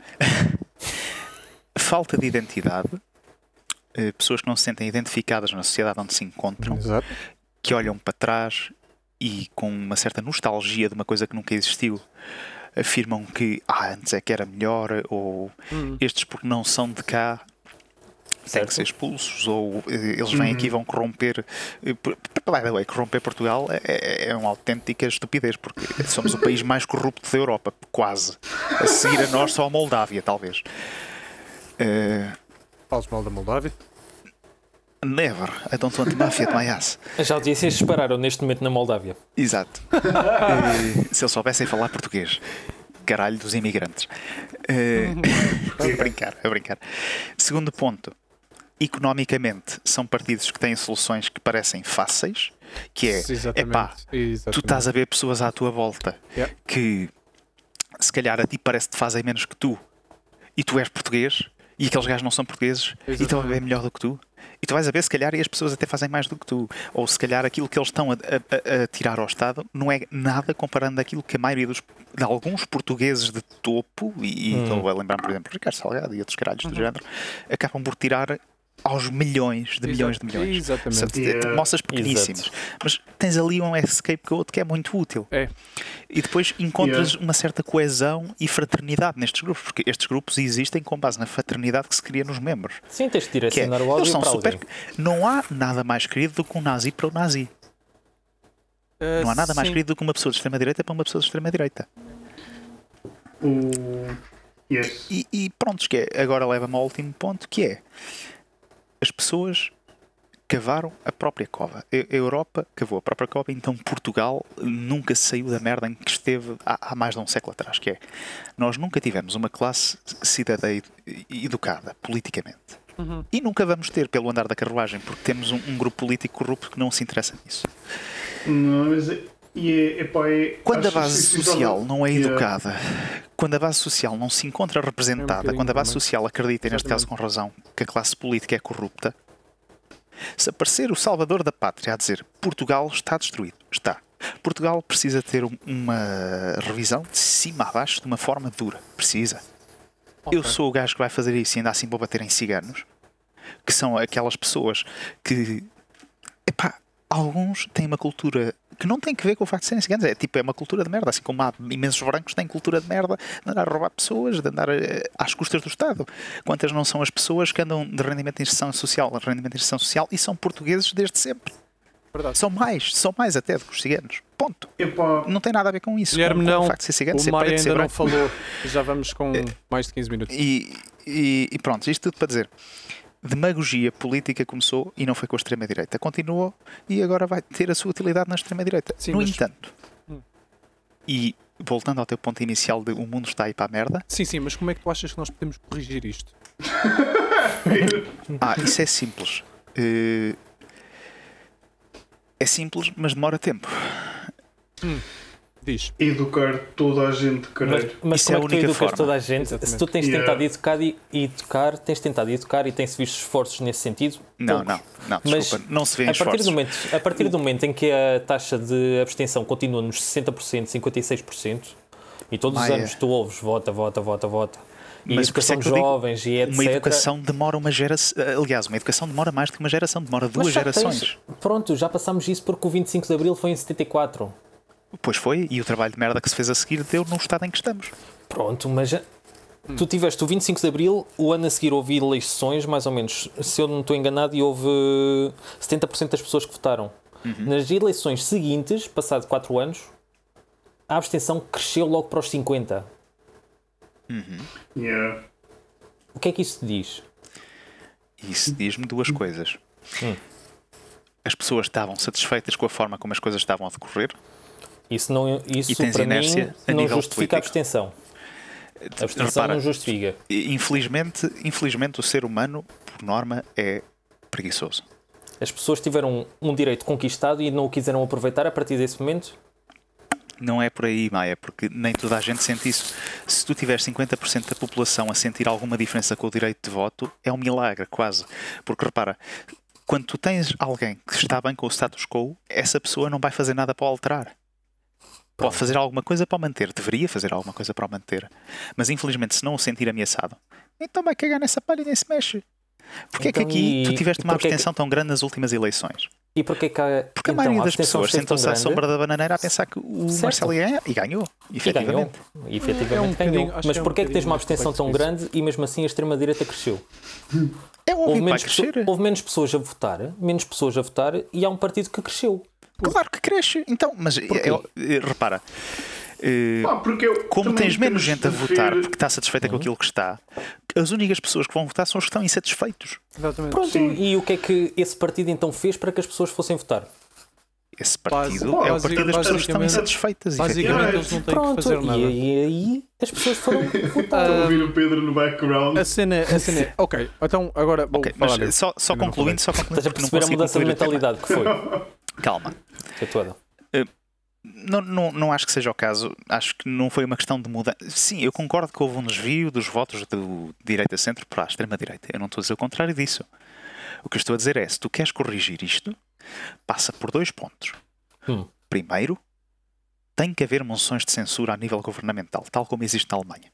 Falta de identidade, eh, pessoas que não se sentem identificadas na sociedade onde se encontram, Exato. que olham para trás e com uma certa nostalgia de uma coisa que nunca existiu, afirmam que ah, antes é que era melhor, ou Hum. estes porque não são de cá têm Certo. que ser expulsos, ou eh, eles vêm aqui e vão corromper. eh, por- By the way, corromper Portugal é, é- é uma autêntica estupidez, porque somos o país mais corrupto da Europa, quase. A seguir a nós, só a Moldávia, talvez. Eh, Falas mal da Moldávia? never. I don't want mafia at my ass. As audiências dispararam neste momento na Moldávia. Exato. Eh, se eles soubessem falar português. Caralho dos imigrantes. Eh, a brincar, a brincar. Segundo ponto. Economicamente, são partidos que têm soluções que parecem fáceis, que é, Exatamente. epá, Exatamente. tu estás a ver pessoas à tua volta Yeah. que se calhar a ti parece que te fazem menos que tu e tu és português e aqueles gajos não são portugueses e estão a ver melhor do que tu. E tu vais a ver, se calhar, e as pessoas até fazem mais do que tu. Ou se calhar aquilo que eles estão a, a- a tirar ao Estado não é nada comparando aquilo que a maioria dos, de alguns portugueses de topo, e e estou a lembrar, por exemplo, Ricardo Salgado e outros caralhos do género, acabam por tirar aos milhões de milhões de milhões. Exatamente. Portanto, Yeah. moças pequeníssimas. Exato. Mas tens ali um scapegoat que é muito útil. É. E depois encontras uma certa coesão e fraternidade nestes grupos, porque estes grupos existem com base na fraternidade que se cria nos membros. Sim, tens de Que é, direcionar o eles áudio são para super. alguém. Não há nada mais querido do que um nazi para o nazi. Uh, Não há nada mais sim. querido do que uma pessoa de extrema-direita para uma pessoa de extrema-direita. O... Yes. E, e pronto, que é, agora leva-me ao último ponto, que é as pessoas cavaram a própria cova. A a Europa cavou a própria cova, então Portugal nunca saiu da merda em que esteve há, há mais de um século atrás, que é, nós nunca tivemos uma classe cidadã ed- educada politicamente. Uhum. E nunca vamos ter pelo andar da carruagem, porque temos um, um grupo político corrupto que não se interessa nisso. Não, mas é, e é, epá, é, Quando a acho que base isso social não é Yeah. educada, quando a base social não se encontra representada, É um bocadinho quando a base também. social acredita, e neste caso com razão, que a classe política é corrupta, se aparecer o salvador da pátria a dizer Portugal está destruído, está. Portugal precisa ter um- uma revisão de cima a baixo de uma forma dura. Precisa. Eu sou o gajo que vai fazer isso e ainda assim vou bater em ciganos, que são aquelas pessoas que, epá, alguns têm uma cultura que não tem que ver com o facto de serem ciganos, é tipo, é uma cultura de merda, assim como há imensos brancos que têm cultura de merda de andar a roubar pessoas, de andar eh, às custas do Estado. Quantas não são as pessoas que andam de rendimento de inserção social, de rendimento de inserção social e são portugueses desde sempre. Verdade. São mais, são mais até do que os ciganos. Ponto. Epá, Não tem nada a ver com isso. Guilherme, com, com não. o facto de ser cigano, O ser Maia preto, ainda ser não branco. falou. Já vamos com mais de quinze minutos. E, e, e pronto, isto tudo para dizer. Demagogia política começou e não foi com a extrema-direita. Continuou e agora vai ter a sua utilidade na extrema-direita. Sim, No mas- entanto, Hum. e voltando ao teu ponto inicial de o mundo está aí para a merda, Sim, sim, mas como é que tu achas que nós podemos corrigir isto? ah, isso é simples. Eh, É simples, mas demora tempo. Diz. educar toda a gente, Mas, caralho. mas Isso como é é, a que tu única educas forma. toda a gente? Exatamente. Se tu tens Yeah. tentado educar e, e educar, tens tentado educar e tem-se visto esforços nesse sentido? Não, poucos. não, não, Mas desculpa, não se vê A partir, esforços. do momento, a partir do momento em que a taxa de abstenção continua nos sessenta por cento, cinquenta e seis por cento, e todos os Maia. anos tu ouves vota, vota, vota, vota, e Mas por isso é educação que de eu digo, jovens e etcétera. Uma educação demora uma geração. Aliás, uma educação demora mais do que uma geração, demora Mas duas já gerações. tens- pronto, já passámos isso porque o vinte e cinco de Abril foi em setenta e quatro. Pois foi, e o trabalho de merda que se fez a seguir deu no estado em que estamos. Pronto, mas já- tu tiveste o vinte e cinco de Abril, o ano a seguir houve eleições, mais ou menos, se eu não estou enganado, e houve setenta por cento das pessoas que votaram. Nas eleições seguintes, passado quatro anos, a abstenção cresceu logo para os cinquenta. Yeah. O que é que isso te diz? Isso diz-me duas coisas. Hum. As pessoas estavam satisfeitas com a forma como as coisas estavam a decorrer, Isso, não, isso E tens para inércia mim a não nível justifica a político. abstenção. A abstenção Repara, não justifica. Infelizmente, infelizmente, o ser humano, por norma, é preguiçoso. As pessoas tiveram um direito conquistado e não o quiseram aproveitar a partir desse momento. Não é por aí, Maia, porque nem toda a gente sente isso. Se tu tiveres cinquenta por cento da população a sentir alguma diferença com o direito de voto, é um milagre, quase. Porque repara, quando tu tens alguém que está bem com o status quo, essa pessoa não vai fazer nada para o alterar. Pode fazer alguma coisa para o manter, deveria fazer alguma coisa para o manter. Mas infelizmente, se não o sentir ameaçado, então vai cagar nessa palha e nem se mexe. Porquê Então, é que aqui e- tu tiveste e uma porquê é que- abstenção tão grande nas últimas eleições? E porquê que há, Porque a então, maioria a das abstenção pessoas esteve tão sentou-se à grande sombra da bananeira a pensar que o Certo. Marcelo ia ganhar e ganhou, e ganhou. efetivamente. E efetivamente É um bocadinho- ganhou. acho Mas que é um porquê é que tens bocadinho uma mais abstenção tão complexo que grande e mesmo assim a extrema-direita cresceu? É Houve óbvio que vai menos, pessoa- crescer. houve menos pessoas a votar, menos pessoas a votar e há um partido que cresceu. Claro que cresce. Então, mas é- é- é- repara, eh, Ah, porque eu como também tens menos temos gente a de votar ver- porque está satisfeita com aquilo que está, as únicas pessoas que vão votar são os que estão insatisfeitos. Exatamente. Pronto, Sim. e o que é que esse partido então fez para que as pessoas fossem votar? Esse Basi- partido é o basi- partido das pessoas que estão basicamente- insatisfeitas. Basicamente efetivamente. eles não têm que Pronto, fazer nada. e aí as pessoas foram votar. Estou a ouvir o Pedro no background. A cena, a cena é. Ok, então agora vou Ok, falar. mas eu. só, só Ainda não concluindo, só concluindo, Estás a porque não perceber a consigo mudança de concluir o tema. mentalidade que foi? Calma. É toda. Não, não, não acho que seja o caso. Acho que não foi uma questão de mudança. Sim, eu concordo que houve um desvio dos votos do direita-centro para a extrema-direita. Eu não estou a dizer o contrário disso. O que eu estou a dizer é, se tu queres corrigir isto, passa por dois pontos. Hum. Primeiro, tem que haver moções de censura a nível governamental, tal como existe na Alemanha.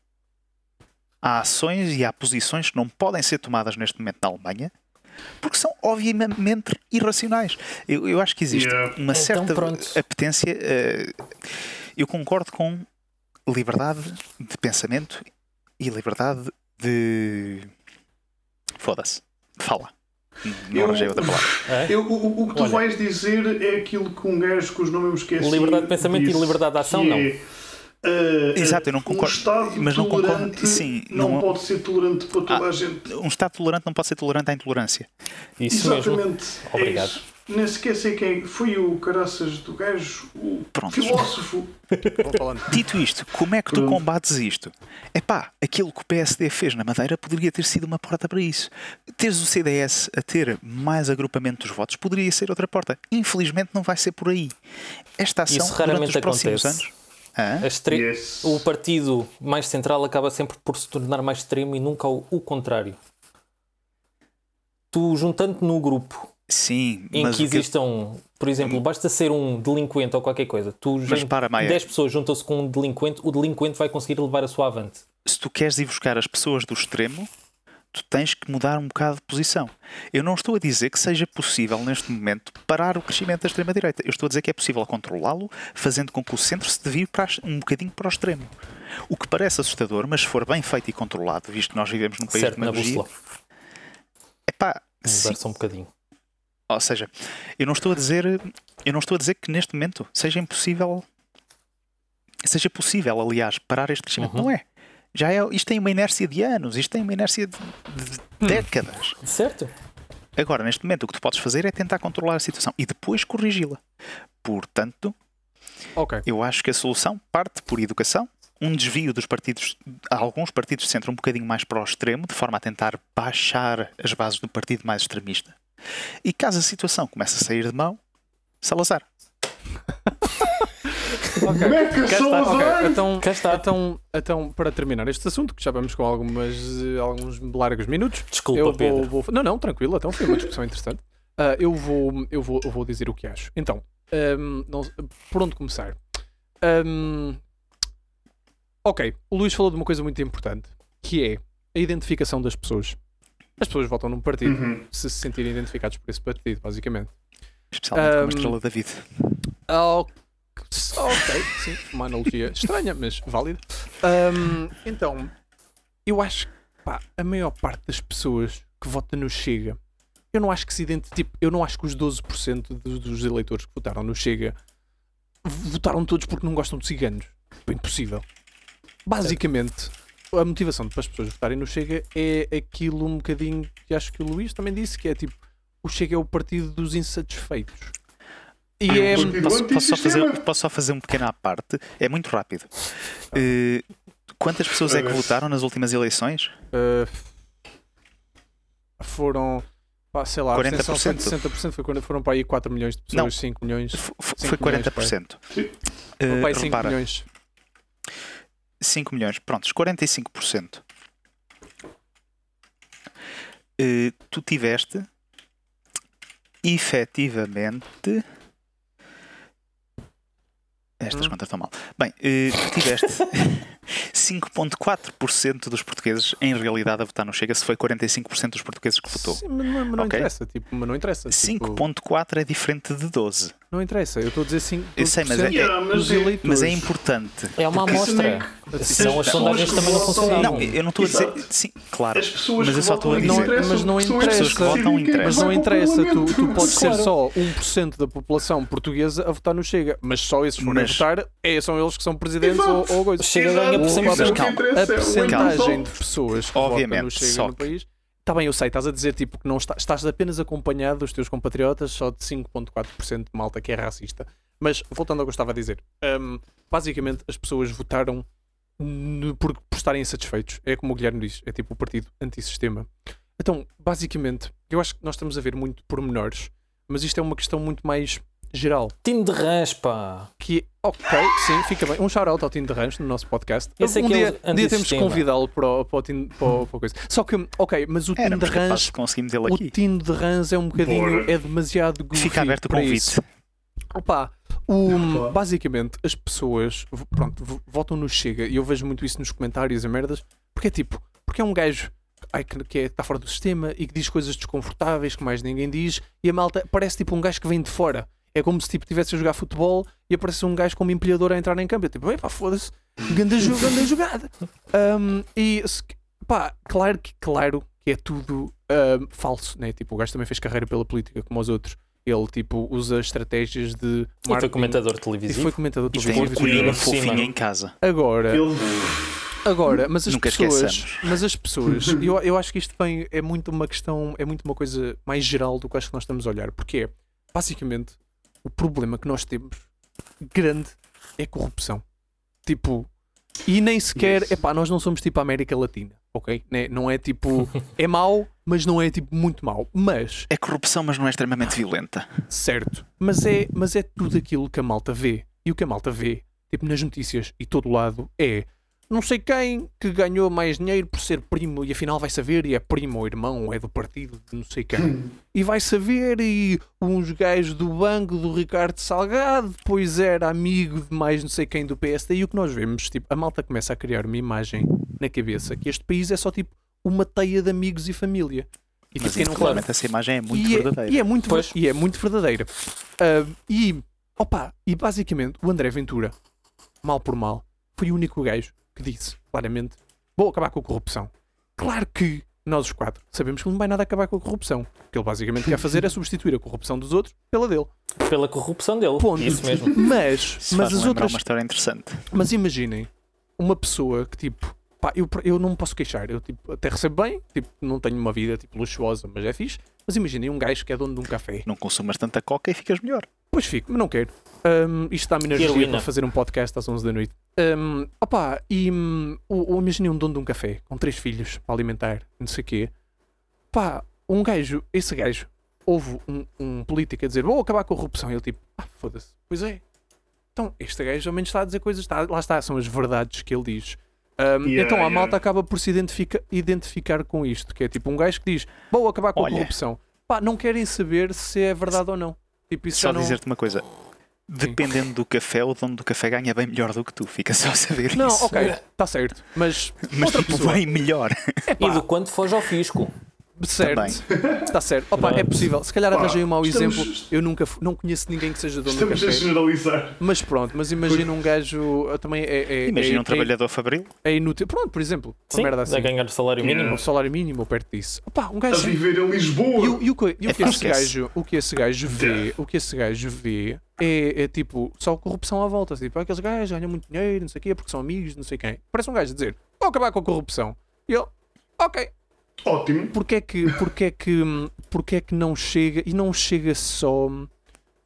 Há ações e há posições que não podem ser tomadas neste momento na Alemanha porque são obviamente irracionais. Eu, eu acho que existe Yeah. uma Então, certa pronto. apetência. eh, eu concordo com liberdade de pensamento e liberdade de. Foda-se. Fala. Não Eu- arranjei outra palavra. É? Eu- o, o que tu Olha. vais dizer é aquilo que um gajo cujo nome eu me esqueci. Liberdade de pensamento e disse, liberdade de ação, que não. é, eh, Exato, eu não um concordo, Estado mas não concordo- tolerante sim, não, não- pode ser tolerante para toda Ah, a gente. Um Estado tolerante não pode ser tolerante à intolerância. Isso mesmo. Exatamente. é Obrigado. isso. Nem sequer sei quem foi o caraças do gajo, o Pronto. filósofo. Vou falando. Dito isto, como é que tu Pronto. combates isto? Epá, aquilo que o P S D fez na Madeira poderia ter sido uma porta para isso. Teres o C D S a ter mais agrupamento dos votos poderia ser outra porta. Infelizmente não vai ser por aí. Esta ação Isso durante raramente os próximos acontece. anos... Hã? A estre- Yes. O partido mais central acaba sempre por se tornar mais extremo e nunca o, o contrário. Tu juntando no grupo Sim, em mas que o que- existam, por exemplo, basta ser um delinquente ou qualquer coisa, tu Mas jun- para, Maia. dez pessoas juntam-se com um delinquente, o delinquente vai conseguir levar a sua avante. se tu queres ir buscar as pessoas do extremo, tu tens que mudar um bocado de posição. Eu não estou a dizer que seja possível, neste momento, parar o crescimento da extrema-direita. Eu estou a dizer que é possível controlá-lo, fazendo com que o centro se devie para as- um bocadinho para o extremo. O que parece assustador, mas se for bem feito e controlado, visto que nós vivemos num país Certo, de na demagogia... bússola. Epá, sim. Mudar-se um bocadinho. Ou seja, eu não estou a dizer, eu não estou a dizer que neste momento seja impossível, seja possível, aliás, parar este crescimento. Uhum. Não é. Já é. Isto tem uma inércia de anos, isto tem uma inércia de, de Hum. décadas. Certo? Agora, neste momento, o que tu podes fazer é tentar controlar a situação e depois corrigi-la. Portanto, Ok. eu acho que a solução parte por educação, um desvio dos partidos, alguns partidos de centro um bocadinho mais para o extremo, de forma a tentar baixar as bases do partido mais extremista. E caso a situação comece a sair de mão, Salazar. Ok. Meca está, Salazar! Ok, então, Cá está. então, então, para terminar este assunto, que já vamos com algumas, eh, alguns largos minutos, Desculpa, eu Pedro. vou, vou- Não, não, tranquilo, então foi uma discussão interessante. Ah, eu, vou, eu, vou, eu vou dizer o que acho. Então, ahm, não- por onde começar? Ahm, ok, o Luís falou de uma coisa muito importante, que é a identificação das pessoas. As pessoas votam num partido Uhum. se se sentirem identificados por esse partido, basicamente. Especialmente com Um, a estrela da vida. Ah, ok, ok, sim, uma analogia estranha, mas válida. Ahm, então, eu acho que pá, a maior parte das pessoas que vota no Chega, eu não acho que se identifique, tipo, eu não acho que os doze por cento dos, dos eleitores que votaram no Chega votaram todos porque não gostam de ciganos. É impossível. Basicamente, a motivação para as pessoas votarem no Chega é aquilo um bocadinho que acho que o Luís também disse, que é tipo, o Chega é o partido dos insatisfeitos. E é. Posso, posso, só fazer, posso só fazer um pequeno à parte? É muito rápido. Uh, quantas pessoas é que votaram nas últimas eleições? Uh, foram, pá, sei lá, a quarenta por abstenção cento. foi de sessenta por cento, foi quando foram para aí quatro milhões de pessoas, Não. cinco milhões. F- cinco foi quarenta por cento. Milhões, pai. Uh, Pai, cinco repara, milhões. cinco milhões. Prontos, quarenta e cinco por cento. Uh, tu tiveste efetivamente. Estas Hum. contas estão mal. Bem, uh, tu tiveste cinco vírgula quatro por cento dos portugueses em realidade a votar no Chega, se foi quarenta e cinco por cento dos portugueses que votou. Sim, mas não, mas não Ok. interessa, tipo, mas não interessa. cinco Tipo, vírgula quatro é diferente de doze. não interessa, eu estou a dizer cinco Eu sei, mas é- Yeah, mas dos é- eleitores. Mas é importante. É uma Porque isso amostra. nem- Senão as As sondagens pessoas também não que votam- funcionavam. Não, eu não estou a dizer. Exato. Sim, claro. As pessoas Mas que eu só estou a votam Não, dizer. interessam, mas não são as interessa. pessoas que decidem quem Mas Mas vai não para o interessa, tu, Parlamento. tu podes ser Claro. só um por cento da população portuguesa a votar no Chega, mas só esses forem Mas- votar, é, são eles que são presidentes Exato. ou, ou coisa. Chega Exato. ganha por cem por cento. Isso é o que Calma. interessa, A é o percentagem end de pessoas que Obviamente, votam no Chega só no que- país. Está bem, eu sei, estás a dizer tipo, que não está, estás apenas acompanhado dos teus compatriotas só de cinco vírgula quatro por cento de malta que é racista. Mas, voltando ao que eu estava a dizer, hum, basicamente as pessoas votaram no- por, por estarem insatisfeitos. É como o Guilherme diz, é tipo o partido antissistema. Então, basicamente, eu acho que nós estamos a ver muito pormenores, mas isto é uma questão muito mais geral. Time de raspa. Que é, ok, sim, fica bem. Um shout-out ao Tino de Rancho no nosso podcast. Esse é um que é dia, o um dia temos de antissistema. convidá-lo para, o- para, o Tino- para, o- para a coisa. Só que, ok, mas o Tino de Éramos capazes Rancho, de conseguirmos ele o aqui. Tino de Rãs é um bocadinho, Bora. é demasiado goofy Fica aberto o para convite. isso. Opa, o- Opa. basicamente as pessoas v- pronto, v- votam no Chega e eu vejo muito isso nos comentários e merdas, porque é tipo, porque é um gajo ai, que, que é- está fora do sistema e que diz coisas desconfortáveis que mais ninguém diz e a malta parece tipo um gajo que vem de fora. É como se tipo estivesse a jogar futebol e aparece um gajo com uma empilhadora a entrar em campo. Eu tipo, epá, foda-se, ganda jogo, ganda jogada. Um, e se- pá, claro que, claro que é tudo um, falso, né? Tipo, o gajo também fez carreira pela política como os outros. Ele tipo usa estratégias de E foi marketing. comentador E televisivo. foi comentador E tem televisivo. um coelhinho por cima. fofinho em casa. Agora, Ele- agora, mas as Nunca pessoas, esqueçamos. mas as pessoas, eu, eu acho que isto vem, é muito uma questão, é muito uma coisa mais geral do que acho que nós estamos a olhar, porque é, basicamente, o problema que nós temos grande é corrupção. Tipo, e nem sequer, Yes. epá, nós não somos tipo a América Latina, ok? Né? Não é tipo, é mau, mas não é tipo muito mau. Mas, É corrupção, mas não é extremamente violenta. certo, mas é, mas é tudo aquilo que a malta vê. E o que a malta vê, tipo nas notícias e todo lado, é não sei quem que ganhou mais dinheiro por ser primo e afinal vai saber e é primo ou irmão ou é do partido de não sei quem. E vai saber e uns gajos do banco do Ricardo Salgado depois era amigo de mais não sei quem do P S D. E o que nós vemos, tipo, a malta começa a criar uma imagem na cabeça que este país é só tipo uma teia de amigos e família. E Mas tipo, quem não infelizmente essa imagem é muito e é- verdadeira. E é muito, Pois. e é muito verdadeira. Ah, e, opa, e basicamente o André Ventura, mal por mal, foi o único gajo que disse claramente: vou acabar com a corrupção. Claro que nós os quatro sabemos que não vai nada acabar com a corrupção. O que ele basicamente quer fazer é substituir a corrupção dos outros pela dele. Pela corrupção dele. Ponto. Isso mesmo. Mas, Isso mas faz-me as lembrar outras. uma história interessante. Mas imaginem uma pessoa que tipo, pá, eu, eu não me posso queixar, eu tipo, até recebo bem, tipo, não tenho uma vida tipo, luxuosa, mas é fixe. Mas imaginem um gajo que é dono de um café. Não consumas tanta coca e ficas melhor. Pois fico, mas não quero. Um, isto dá-me energia Heroína. para fazer um podcast às onze da noite. Um, opa, e um, o, o, imaginem um dono de um café com três filhos para alimentar, não sei o quê. Pá, um gajo, esse gajo, houve um, um político a dizer: vou acabar com a corrupção. E ele tipo: ah, foda-se. Pois é. Então, este gajo ao menos está a dizer coisas, está, lá está, são as verdades que ele diz. Um, Yeah, então a yeah. malta acaba por se identifica, identificar com isto, que é tipo um gajo que diz: vou acabar com Olha. a corrupção. Pá, não querem saber se é verdade ou não. Tipo, isso Só já não... dizer-te uma coisa. Dependendo do café, o dono do café ganha bem melhor do que tu. Fica só a saber Não, isso. ok, está certo. Mas, Mas outra tipo, pessoa, bem melhor. E do quanto foge ao fisco. certo, está certo. Opa, Não. é possível. Se calhar Pá, arranjei um mau estamos- exemplo. Eu nunca fu- não conheço ninguém que seja dono do Estamos a café. generalizar. Mas pronto, mas imagina um gajo uh, também é, é, Imagina é, um trabalhador fabril. é, é inútil. Pronto, por exemplo, uma Sim, merda assim. a ganhar o salário Yeah. mínimo. Um salário mínimo ou perto disso. Opa, um A gajo. viver em Lisboa. E, o- e o que, e o que Epá, esse esquece. gajo, o que esse gajo vê, o que esse gajo vê é, é tipo só corrupção à volta. Tipo, aqueles gajos ganham muito dinheiro, não sei o quê, porque são amigos, não sei quem. Parece um gajo a dizer: vou acabar com a corrupção. E ele, ok. Ótimo. Porque é que, porque é que, porque é que não chega, e não chega só,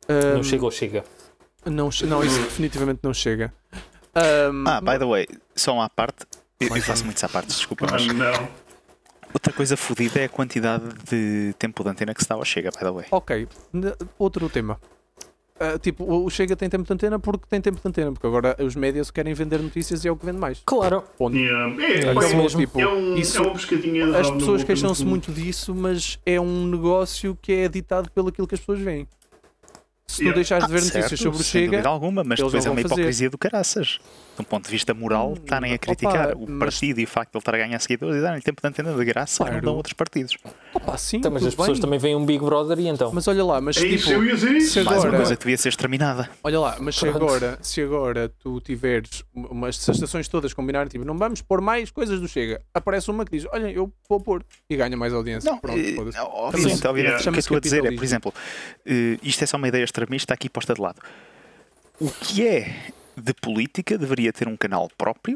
Um, Não chega ou chega? Não, che- não, isso definitivamente não chega. Um, Ah, by the way, só uma à parte. Eu, eu faço muitos à parte, desculpa, Ah, mas não. outra coisa fodida é a quantidade de tempo de antena que se dá ao Chega, by the way. Ok, N- outro tema. Ah, tipo, o o Chega tem tempo de antena porque tem tempo de antena, porque agora os médias querem vender notícias e é o que vende mais. Claro. Ponto. Yeah. É, É pá, isso é, mesmo. Tipo, é, um, isso- é uma pescadinha de As rabo na pessoas boca, queixam-se no fundo. muito disso, mas é um negócio que é ditado pelo aquilo que as pessoas veem. Se tu Yeah. deixares de ver Ah, notícias certo, sobre o sem Chega, dúvida alguma, mas eles depois é não uma vão fazer. hipocrisia do caraças. De um ponto de vista moral, Hum, estarem a opa, criticar o mas- partido e o facto de ele estar a ganhar seguidores e darem tempo de antena de graça que não Claro. dão outros partidos. opa, sim, Então, mas tudo as pessoas bem. também veem um Big Brother e então? Mas olha lá, mas É isso, eu tipo, ia dizer isso. se Mais uma agora, coisa que devia ser exterminada. olha lá, mas se Pronto. agora, se agora tu tiveres umas se as estações todas combinarem, tipo, não vamos pôr mais coisas do Chega, aparece uma que diz, olha, eu vou pôr e ganha mais audiência. Não, Pronto, eh, foda-se. obviamente, Chama-se- obviamente yeah. o que eu chama-se estou a dizer é, por capitalismo. exemplo, eh, isto é só uma ideia extremista aqui posta de lado. O que é de política deveria ter um canal próprio,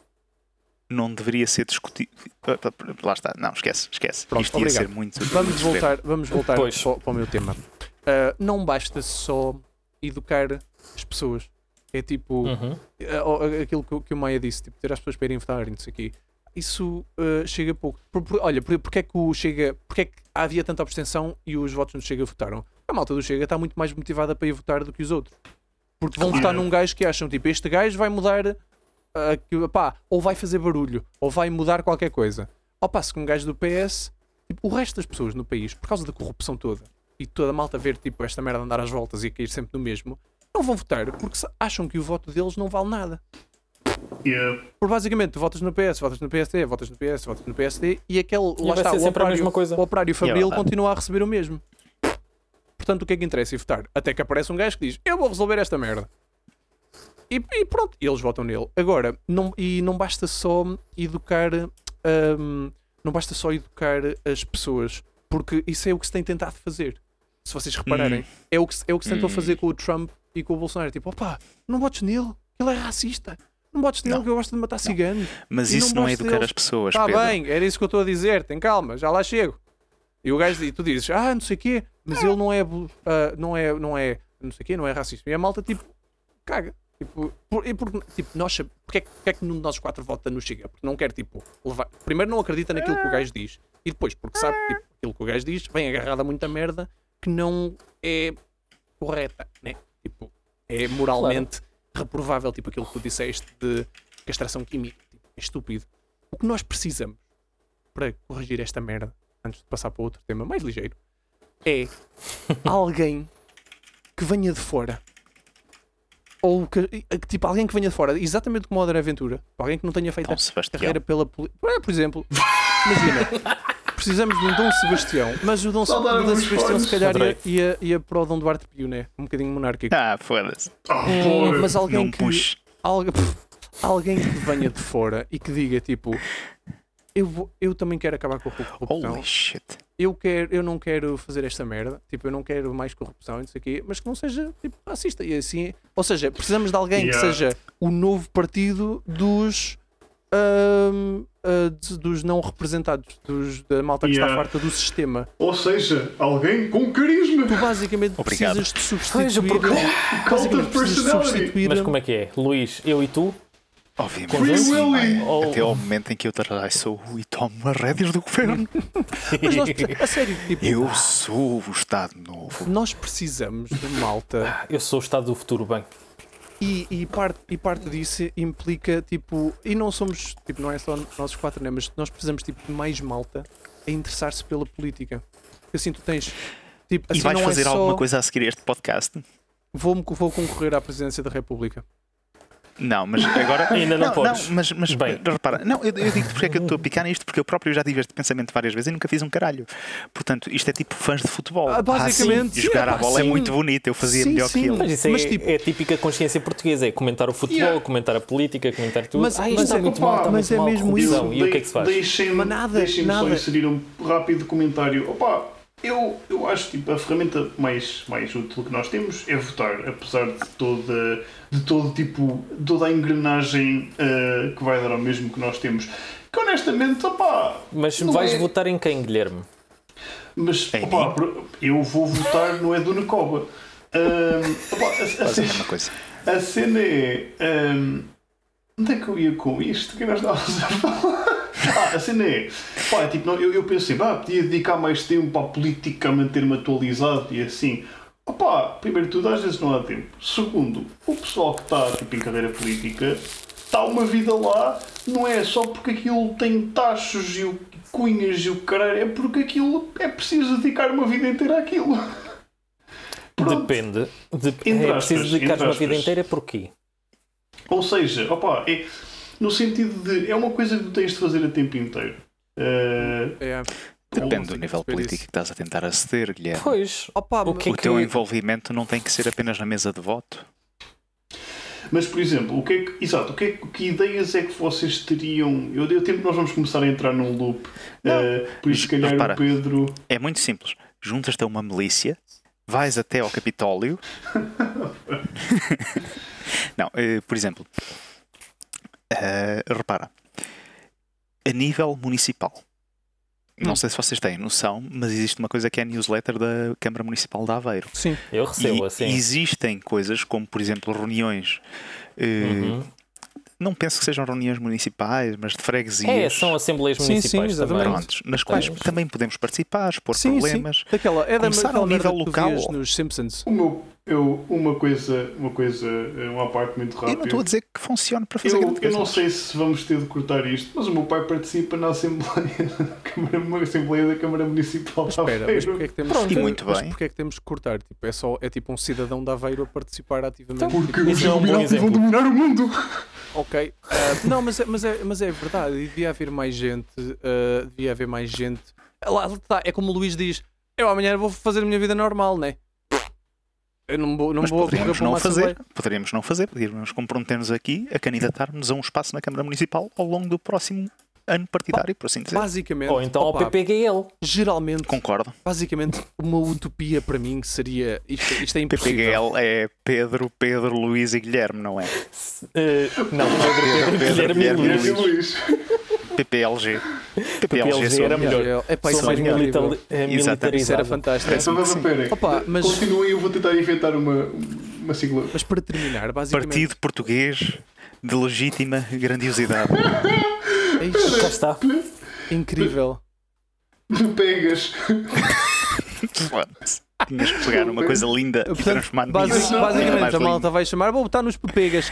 não deveria ser discutido. Lá está, não, esquece, esquece. Pronto, Isto ia obrigado. ser muito. Vamos muito voltar, vamos voltar Pois. para, o- para o meu tema. Ah, não basta só educar as pessoas. É tipo, Uhum. ah, aquilo que, o- que o Maia disse, tipo, ter as pessoas para irem votar e não sei o quê. Isso ah, chega pouco. Por- por- olha, por- porque é que o Chega, porque é que havia tanta abstenção e os votos no Chega votaram? A malta do Chega está muito mais motivada para ir votar do que os outros. Porque vão Claro. votar num gajo que acham, tipo, este gajo vai mudar, ah, que, pá, ou vai fazer barulho, ou vai mudar qualquer coisa. Ao passo que um gajo do P S, tipo, o resto das pessoas no país, por causa da corrupção toda, e toda a malta ver, tipo, esta merda andar às voltas e cair sempre no mesmo, não vão votar porque se- acham que o voto deles não vale nada. Yeah. Por basicamente, tu votas no P S, votas no P S D, votas no P S, votas no P S D e aquele, lá vai está, ser o sempre a operário, mesma coisa. o operário fabril verdade. continua a receber o mesmo. Portanto, o que é que interessa ir votar? Até que aparece um gajo que diz, eu vou resolver esta merda. E, e pronto, e eles votam nele. Agora, não, e não basta só educar, hum, não basta só educar as pessoas, porque isso é o que se tem tentado fazer. Se vocês repararem, Hum. é, o que, se- é o que se tentou Hum. fazer com o Trump e com o Bolsonaro. Tipo, opá, não votes nele, ele é racista. Não votes nele Não. que eu gosto de matar ciganos. Mas E isso não não é gosto educar deles. as pessoas, Está Pedro. bem, era isso que eu estou a dizer, tem calma, já lá chego. E o gajo, e tu dizes, ah, não sei o quê, mas ele não é, bu- ah, não é, não é, não sei o quê, não é racista. E a malta, tipo, caga. Tipo, por, e porque, tipo, nós sabemos, porque é, que- porque é que nenhum de nós quatro vota no Chega? Porque não quer, tipo, levar. Primeiro, não acredita naquilo que o gajo diz. E depois, porque sabe, tipo, aquilo que o gajo diz vem agarrado a muita merda que não é correta, né? Tipo, é moralmente reprovável, tipo aquilo que tu disseste de castração química. Tipo, é estúpido. O que nós precisamos para corrigir esta merda, antes de passar para outro tema mais ligeiro, é alguém que venha de fora. Ou que, que, tipo, alguém que venha de fora, exatamente como o André Aventura, alguém que não tenha feito Dom a Sebastião. carreira pela política. Por exemplo, imagina, precisamos de um Dom Sebastião, mas o Dom, Se- Saudar o Dom os Sebastião fones. se calhar ia, Adorei. ia, ia para o Dom Duarte Pio, né? Um bocadinho monárquico. Ah, foda-se. Ah, Hum, porra. mas alguém Não que, puxe. algu- pff, alguém que venha de fora e que diga tipo eu, vou- eu também quero acabar com a corrupção, Holy shit. eu, quero, eu não quero fazer esta merda, tipo, eu não quero mais corrupção e não sei o quê, mas que não seja tipo racista e assim, ou seja, precisamos de alguém Yeah. que seja o novo partido dos ahm, ah, de- dos não representados, dos, da malta que Yeah. está farta do sistema. Ou seja, alguém com carisma. Tu basicamente Obrigado. precisas de substituir porque- basicamente of precisas de personality. substituir Mas como é que é? Luís, eu e tu? Obviamente. Free sim, Willy. mãe. Ou- Até ao momento em que eu traiço e tomo as rédeas do governo. mas nós, a sério, tipo, Eu sou o Estado Novo. nós precisamos de malta Eu sou o Estado do Futuro, bem. e, e, parte, e parte disso implica tipo, e não somos, tipo, não é só nós quatro, né? Mas nós precisamos tipo, de mais malta a interessar-se pela política. Porque assim tu tens tipo, assim E vais não fazer é só, alguma coisa a seguir este podcast? Vou, vou concorrer à presidência da República. Não, mas agora. Ainda não podes. mas, mas Bem. repara, não, eu, eu digo porque é que eu estou a picar nisto, porque eu próprio já tive este pensamento várias vezes e nunca fiz um caralho. Portanto, isto é tipo fãs de futebol. Ah, basicamente, sim, jogar sim, a bola sim. é muito bonito, eu fazia Sim, melhor sim. que ele. Mas isso é, Mas, tipo- é a típica consciência portuguesa, é comentar o futebol, Yeah. comentar a política, comentar tudo. Mas- ah, isto mas está é- muito opa, mal, está mas muito é mal, mesmo corrupção. isso. E o que é que se faz? Deixem-me Mas nada, deixem-me só nada. inserir um rápido comentário. Opa, eu, eu acho tipo a ferramenta mais, mais útil que nós temos é votar, apesar de toda, de todo tipo, toda a engrenagem eh, que vai dar ao mesmo que nós temos. Que honestamente, opa, Mas não vais é- votar em quem, Guilherme? mas Em opa, mim? eu vou votar no Edu Nacoba. Um, opa, a, a, Faz a mesma coisa. a cena é. Um, onde é que eu ia com isto? O que é que nós estávamos a falar? Ah, a cena é. Pá, é tipo, não, eu, eu pensei, ah, podia dedicar mais tempo à política, a manter-me atualizado e assim. Opa, primeiro de tudo, às vezes não há tempo. Segundo, o pessoal que está tipo, em carreira política está uma vida lá, não é só porque aquilo tem tachos e o cunhas e o caralho, é porque aquilo é preciso dedicar uma vida inteira àquilo. Pronto. Depende. De, Entre é preciso aspas, dedicar entre uma vida aspas. inteira porquê? Ou seja, opa, é no sentido de é uma coisa que tu tens de fazer a tempo inteiro. Uh, É. Depende do Ou- nível perceber político isso. que estás a tentar aceder, Guilherme. Pois. Opa, O que é O teu envolvimento não tem que ser apenas na mesa de voto. mas, por exemplo, o que é que, exato, o que, é, que- que ideias é que vocês teriam? Eu dei o tempo que nós vamos começar a entrar num loop. Uh, por isso, se calhar, repara. o Pedro. É muito simples. Juntas-te a uma milícia, vais até ao Capitólio. Não, eh, por exemplo, eh, repara, a nível municipal, não sei se vocês têm noção, mas existe uma coisa que é a newsletter da Câmara Municipal de Aveiro. Sim. Eu recebo E assim. existem coisas como, por exemplo, reuniões. eh, Uhum. Não penso que sejam reuniões municipais, mas de freguesias. É, são assembleias Sim, sim, municipais exatamente. também. Prontos, nas quais Temos. também podemos participar, expor Sim, problemas. sim. Daquela, é da Começar daquela ao nível merda que tu local. vias nos Simpsons. O meu, eu, uma coisa, uma coisa, uma parte muito Eu não rápida. estou a dizer que funcione para fazer Eu, grande eu coisa. não sei se vamos ter de cortar isto, mas o meu pai participa na Assembleia da Câmara, uma Assembleia da Câmara Municipal de Espera, mas Aveiro. porquê é que temos, Pronto. E muito mas bem. porquê é que temos que cortar? Tipo, é, só, é tipo um cidadão de Aveiro a participar ativamente. Então, Porque Isso os é um bom Illuminati vão exemplo. dominar o mundo. Ok. Ah, não, mas é, mas, é, mas é verdade. E devia haver mais gente. ah, devia haver mais gente. Ah, Lá está. É como o Luís diz: eu amanhã vou fazer a minha vida normal, né? Eu não vou, não Mas vou correr poderíamos para não uma fazer, assembleia. poderíamos não fazer, poderíamos comprometer-nos aqui a candidatar-nos a um espaço na Câmara Municipal ao longo do próximo ano partidário, por assim dizer. Basicamente. Ou então opa, ao P P G L. Geralmente, Concordo. basicamente, uma utopia para mim seria. Isto, isto é P P G impossível. L é Pedro, Pedro, Luís e Guilherme, não é? Eh, não, Pedro, Pedro, Pedro, Guilherme e Guilherme Luís. E Luís. P P L G. P P L G P P L G sou era melhor. É, pá, Sou isso mais era milita- incrível. eh, Exatamente. Isso era militarizado. fantástico. Então, mas esperem. Opa, mas- Continuem, eu vou tentar inventar uma, uma sigla. Mas para terminar, basicamente. Partido Português de Legítima Grandiosidade. É isto, Cá está. incrível. Pegas. Foda-se. Tinhas que pegar numa coisa linda e Portanto, transformar nisso. basic- Isso. Ainda mais basicamente, a lindo. malta vai chamar, vou botar nos pepegas.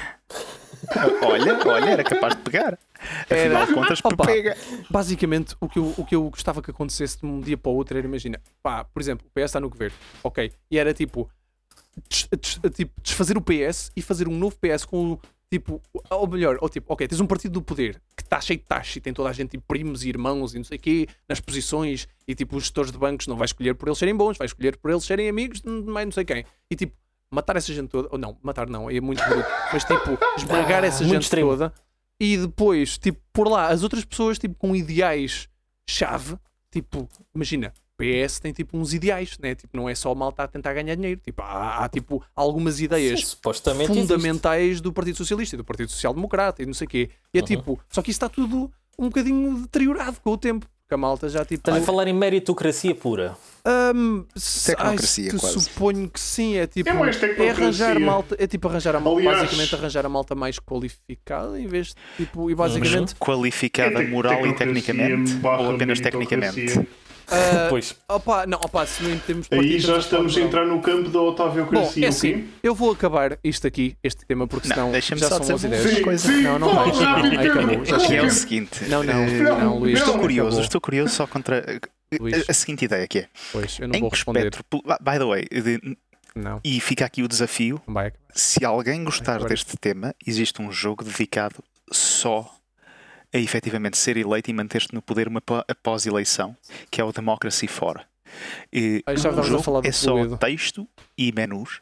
Olha, olha, era capaz de pegar. Afinal Era. de contas, Opa. pega. Basicamente, o que, eu, o que eu gostava que acontecesse de um dia para o outro era, imagina, pá, por exemplo, o P S está no governo, ok, e era tipo, des- des- tipo, desfazer o P S e fazer um novo P S com, tipo, ou melhor, ou tipo, ok, tens um partido do poder que está cheio de taxa e tem toda a gente, tipo, primos e irmãos e não sei o quê, nas posições, e tipo, os gestores de bancos não vai escolher por eles serem bons, vai escolher por eles serem amigos de mais não sei quem, e tipo, matar essa gente toda, ou não, matar não, é muito bruto, mas tipo, esmagar essa Muito gente extremo. toda e depois, tipo, por lá as outras pessoas, tipo, com ideais-chave, tipo, imagina, P S tem tipo uns ideais, né? Tipo, não é só malta a tentar ganhar dinheiro, tipo, há, há tipo algumas ideias Sim, supostamente fundamentais do Partido Socialista e do Partido Social Democrata e não sei o quê. E é Uhum. tipo, só que isso está tudo um bocadinho deteriorado com o tempo, porque a malta já tipo. Estás a falar em meritocracia pura. Hum, se- Tecnocracia, ai, se- quase. Suponho que sim, é tipo. É mais tecnocracia. arranjar malta, é tipo arranjar a malta, Aliás- basicamente arranjar a malta mais qualificada em vez de tipo, e Uhum. basicamente. Qualificada É tec- moral e tecnocracia tecnicamente, barra ou apenas meritocracia. tecnicamente. ah, Pois. opa, não, opa, se não temos Aí partido, já estamos a não. entrar no campo da Bom, otaviocracia, é ok? assim, eu vou acabar isto aqui, este tema, porque Não, senão deixa-me já só são dizer as uma ideias. Sim, coisa. sim, Não, não fala vais. rápido, Não, aí Pedro. acabou, já Que é chega. o seguinte. Não, não, eh, não, Luís. Estou Não, curioso, acabou. estou curioso só contra Luís. a, a seguinte ideia que é. Pois, eu não Em vou que responder. espectro, by the way, de- Não, e fica aqui o desafio, não vai acabar. se alguém gostar Agora- deste tema, existe um jogo dedicado só a efetivamente ser eleito e manter-te no poder uma po- após eleição, que é o Democracy Fora. E Ah, já o estávamos a jogo falar do é só fluido. texto e menus,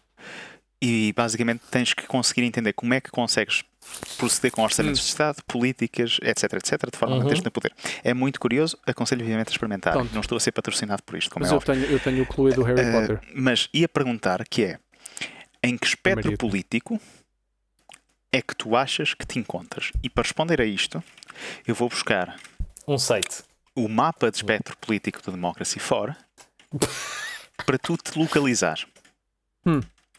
e basicamente tens que conseguir entender como é que consegues proceder com orçamentos Hum. de Estado, políticas, etc, etc, de forma a Uhum. manter-te no poder. É muito curioso, aconselho vivamente a experimentar. Pronto. Não estou a ser patrocinado por isto, como Mas é eu óbvio. tenho, eu tenho o clue do Harry Uh, Potter. mas ia perguntar que é, em que espectro Marido. político é que tu achas que te encontras? E para responder a isto, eu vou buscar Um site. o mapa de espectro político do Democracy Fora para tu te localizar. Hum.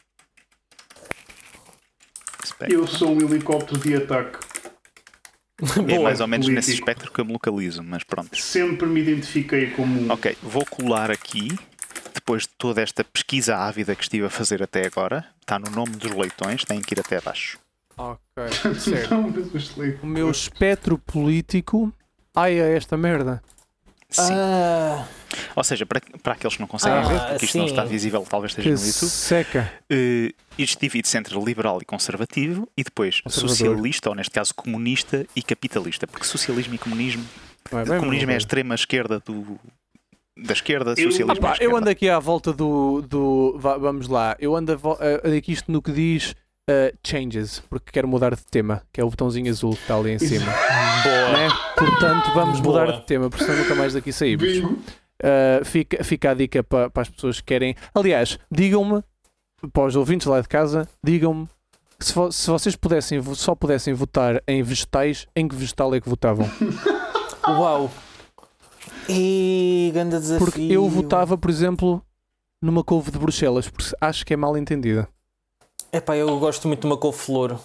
espectro. Eu sou um helicóptero de ataque. É mais ou menos político. nesse espectro que eu me localizo, mas pronto. Sempre me identifiquei como. Ok, vou colar aqui, depois de toda esta pesquisa ávida que estive a fazer até agora. Está no nome dos leitões, têm que ir até abaixo. Ok, certo. Não, mas eu explico. O meu espectro político. Ai, é esta merda. Sim. Ah, Ou seja, para, para aqueles que não conseguem Ah, ver, porque isto não sim. está visível, talvez esteja Que no YouTube. seca. Uh, isto divide-se entre liberal e conservativo e depois Conservador. socialista, ou neste caso comunista e capitalista. Porque socialismo e comunismo. Não é O bem, comunismo é a mas- extrema esquerda do, da esquerda, Eu- socialismo é a Pá, esquerda. eu ando aqui à volta do. do vá- vamos lá. Eu ando a vo- a- aqui isto no que diz uh, changes, porque quero mudar de tema, que é o botãozinho azul que está ali em cima. boa. Né? Portanto, vamos Boa. mudar de tema, porque senão nunca mais daqui saímos. Bingo. Uh, fica, fica a dica para as pessoas que querem. Aliás, digam-me, para os ouvintes lá de casa, digam-me se, vo- se vocês pudessem, vo- só pudessem votar em vegetais, em que vegetal é que votavam? Uau! E grande desafio. Porque eu votava, por exemplo, numa couve de Bruxelas, porque acho que é mal entendida. Epá, eu gosto muito de uma couve-flor.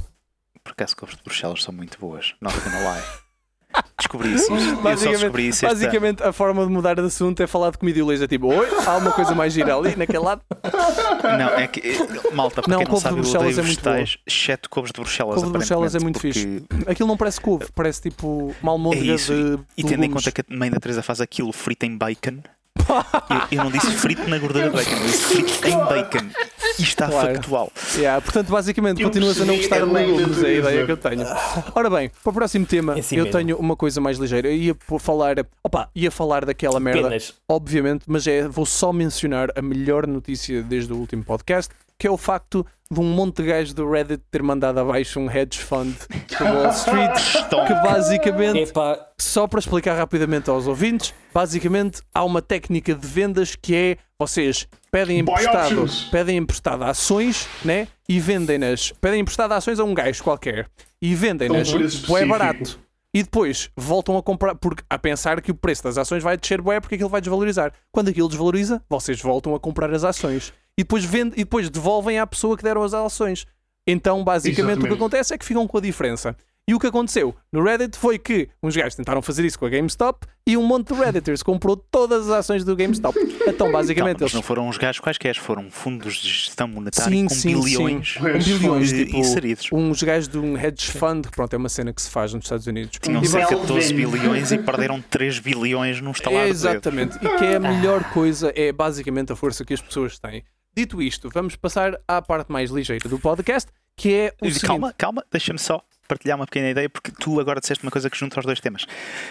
Por acaso, couves de Bruxelas são muito boas. Not gonna lie. Descobri isso. Eu só descobri isso este ano. basicamente a forma de mudar de assunto é falar de comida inglesa. É tipo, oi, há uma coisa mais gira ali, naquele lado. Não, é que, eh, malta, para Não, quem não couve de sabe, eu Bruxelas odeio é muito vegetais, exceto couves de Bruxelas. Couve de Bruxelas é muito aparentemente, porque- Aquilo não parece couve, parece tipo uma É almôndega isso, de e tendo em legumes. conta que a mãe da Teresa faz aquilo frito em bacon, eu, eu não disse frito na gordura de bacon, eu disse frito em bacon. Isto está Claro. factual. Yeah, portanto, basicamente, Eu continuas a não percebi gostar a de lei da legumes, é a natureza. ideia que eu tenho. Ora bem, para o próximo tema, É assim eu mesmo. tenho uma coisa mais ligeira. Eu ia pô- falar, opa, ia falar daquela merda, Apenas. obviamente, mas é, vou só mencionar a melhor notícia desde o último podcast, que é o facto de um monte de gajos do Reddit ter mandado abaixo um hedge fund de Wall Street, Estão que basicamente, Epá, só para explicar rapidamente aos ouvintes, basicamente há uma técnica de vendas que é vocês pedem Buy emprestado, options. pedem emprestado ações, né? E vendem-nas, pedem emprestado ações a um gajo qualquer e vendem-nas A um preço bué específico. barato. E depois voltam a comprar, porque a pensar que o preço das ações vai descer bué porque aquilo vai desvalorizar. Quando aquilo desvaloriza, vocês voltam a comprar as ações. E depois, vende, e depois devolvem à pessoa que deram as ações. Então, basicamente, o que Exatamente. acontece é que ficam com a diferença. E o que aconteceu no Reddit foi que uns gajos tentaram fazer isso com a GameStop e um monte de Redditors comprou todas as ações do GameStop. Então, basicamente, Calma, mas eles... não foram uns gajos quaisquer, foram fundos de gestão monetária Sim, com sim, bilhões sim. Com bilhões, eh, tipo, inseridos. uns gajos de um hedge fund, pronto, é uma cena que se faz nos Estados Unidos. Tinham E cerca de Melvin. doze bilhões e perderam três bilhões num estalar de dedos. Exatamente. E que é a melhor coisa, é basicamente a força que as pessoas têm. Dito isto, vamos passar à parte mais ligeira do podcast, que é o seguinte. Calma, calma, deixa-me só partilhar uma pequena ideia, porque tu agora disseste uma coisa que junta os dois temas.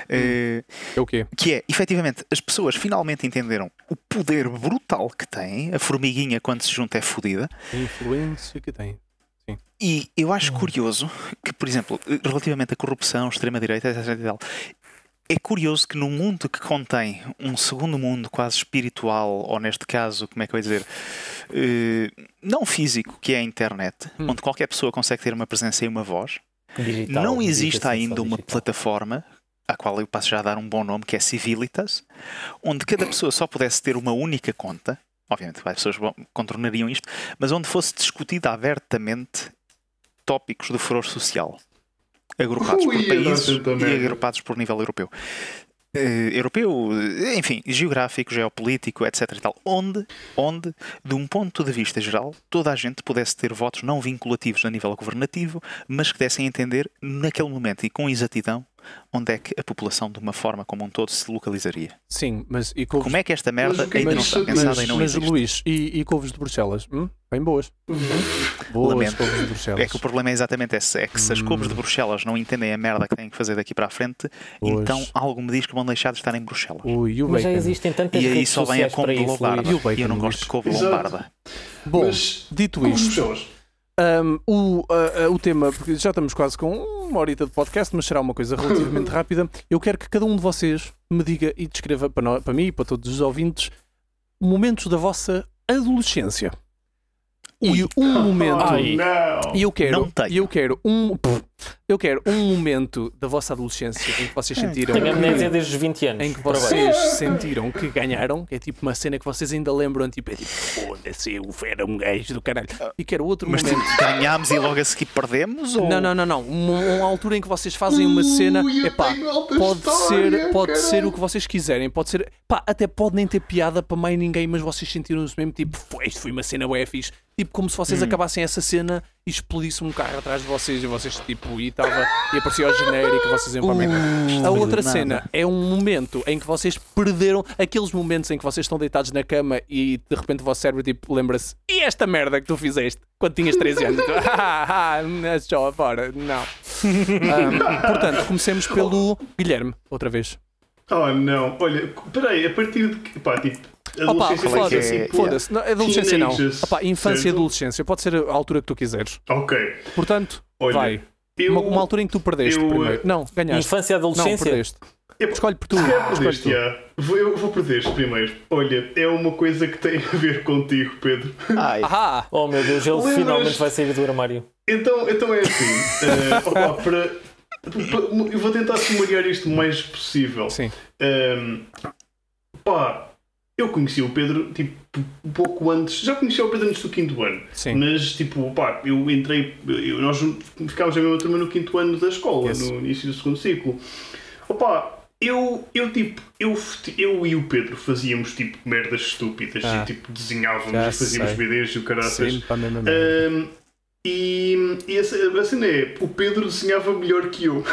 Eh, É o quê? que é, efetivamente, as pessoas finalmente entenderam o poder brutal que têm. A formiguinha, quando se junta, é fodida. A influência que tem. E eu acho curioso que, por exemplo, relativamente à corrupção, extrema-direita, etcétera e tal, é curioso que num mundo que contém um segundo mundo quase espiritual, ou neste caso, como é que eu ia dizer, eh, não físico, que é a internet, Hum. onde qualquer pessoa consegue ter uma presença e uma voz, digital, não existe digitação ainda uma digital. plataforma, à qual eu passo já a dar um bom nome, que é Civilitas, onde cada pessoa só pudesse ter uma única conta. Obviamente, as pessoas vão- contornariam isto, mas onde fosse discutida abertamente tópicos de furor social, agrupados por Ui, países eu não sei e também. agrupados por nível europeu. Eh, europeu, eh, enfim, geográfico, geopolítico, etcétera e tal, onde, onde, de um ponto de vista geral, toda a gente pudesse ter votos não vinculativos a nível governativo, mas que dessem a entender, naquele momento e com exatidão, onde é que a população, de uma forma como um todo, se localizaria. Sim, mas e couves, Como é que esta merda Mas o que é ainda que não isso está diz? pensada mas, e não mas existe? Luís, e, e couves de Bruxelas? Hum? Bem boas. Boas Lamento. couves de Bruxelas. É que o problema é exatamente esse, é que se as couves de Bruxelas não entendem a merda que têm que fazer daqui para a frente, Pois. então algo me diz que vão deixar de estar em Bruxelas. Ui, e o Mas já bacon? existem tantas E aí redes só vem a sociais para couve de isso, lombarda. E o Luís. bacon, E eu não Luís? gosto de couve de Exato. lombarda. Bom, Mas, dito como isto, pessoas. Um, o, a- a- o tema, porque já estamos quase com uma horita de podcast, mas será uma coisa relativamente rápida. Eu quero que cada um de vocês me diga e descreva para, nós, para mim e para todos os ouvintes momentos da vossa adolescência. E Ui. um momento. Ai. Não. E eu quero, Não tenho. e eu quero um, Eu quero um momento da vossa adolescência em que vocês sentiram Tenho amnésia que, desde os vinte anos. em que Parabéns. vocês sentiram que ganharam, que é tipo uma cena que vocês ainda lembram, tipo, é tipo, foda-se, eu era um gajo do caralho. E quero outro Mas momento. tipo, ganhámos e logo a seguir perdemos? Ou... Não, não, não, não. Uma, uma altura em que vocês fazem uma cena. Ui, eu Epá, tenho alta pode história, ser, pode caralho. ser o que vocês quiserem. Pode ser. Pá, até pode nem ter piada para mais ninguém, mas vocês sentiram-se mesmo tipo, foi, isto foi uma cena bué fixe. Tipo, como se vocês Hum. acabassem essa cena e explodisse um carro atrás de vocês e vocês, tipo, e estava. E aparecia o genérico e vocês iam para a merda. A outra nada. cena é um momento em que vocês perderam aqueles momentos em que vocês estão deitados na cama e de repente o vosso cérebro tipo, lembra-se: e esta merda que tu fizeste quando tinhas treze anos? E tu, ah, ah, só fora. Não. Um, portanto, comecemos pelo Guilherme, outra vez. Oh não, olha, peraí, a partir de que. Pá, tipo. Opa, Adolescência qual é que foda-se, é? foda-se. Não, adolescência não. Teenagers, Opa, infância e certo? adolescência. Pode ser a altura que tu quiseres. Ok. Portanto, Olha, vai. Eu, Uma, uma altura em que tu perdeste eu, primeiro. Não, ganhaste. Infância e Não, adolescência? perdeste. eu, Escolhe por tu. se calhar Escolhe perdeste, tu. já. Vou, eu vou perder este primeiro. Olha, é uma coisa que tem a ver contigo, Pedro. Ai, Ah, Oh meu Deus, ele Lembras- finalmente vai sair do armário. Então, então é assim. eh, opa, para, para- eu vou tentar sumariar isto o mais possível. sim. Ahm, pá, eu conheci o Pedro tipo um pouco antes. Já conhecia o Pedro antes do quinto ano. Sim. Mas tipo, pá, eu entrei. Eu, nós ficámos na mesma turma no quinto ano da escola, Yes. no início do segundo ciclo. Opa, eu, eu tipo, eu, eu e o Pedro fazíamos tipo merdas estúpidas Ah. e tipo desenhávamos Já e fazíamos sei. vídeos e o caraças. Sim, para a mesma merda. Ahm, e e essa, a cena é, o Pedro desenhava melhor que eu.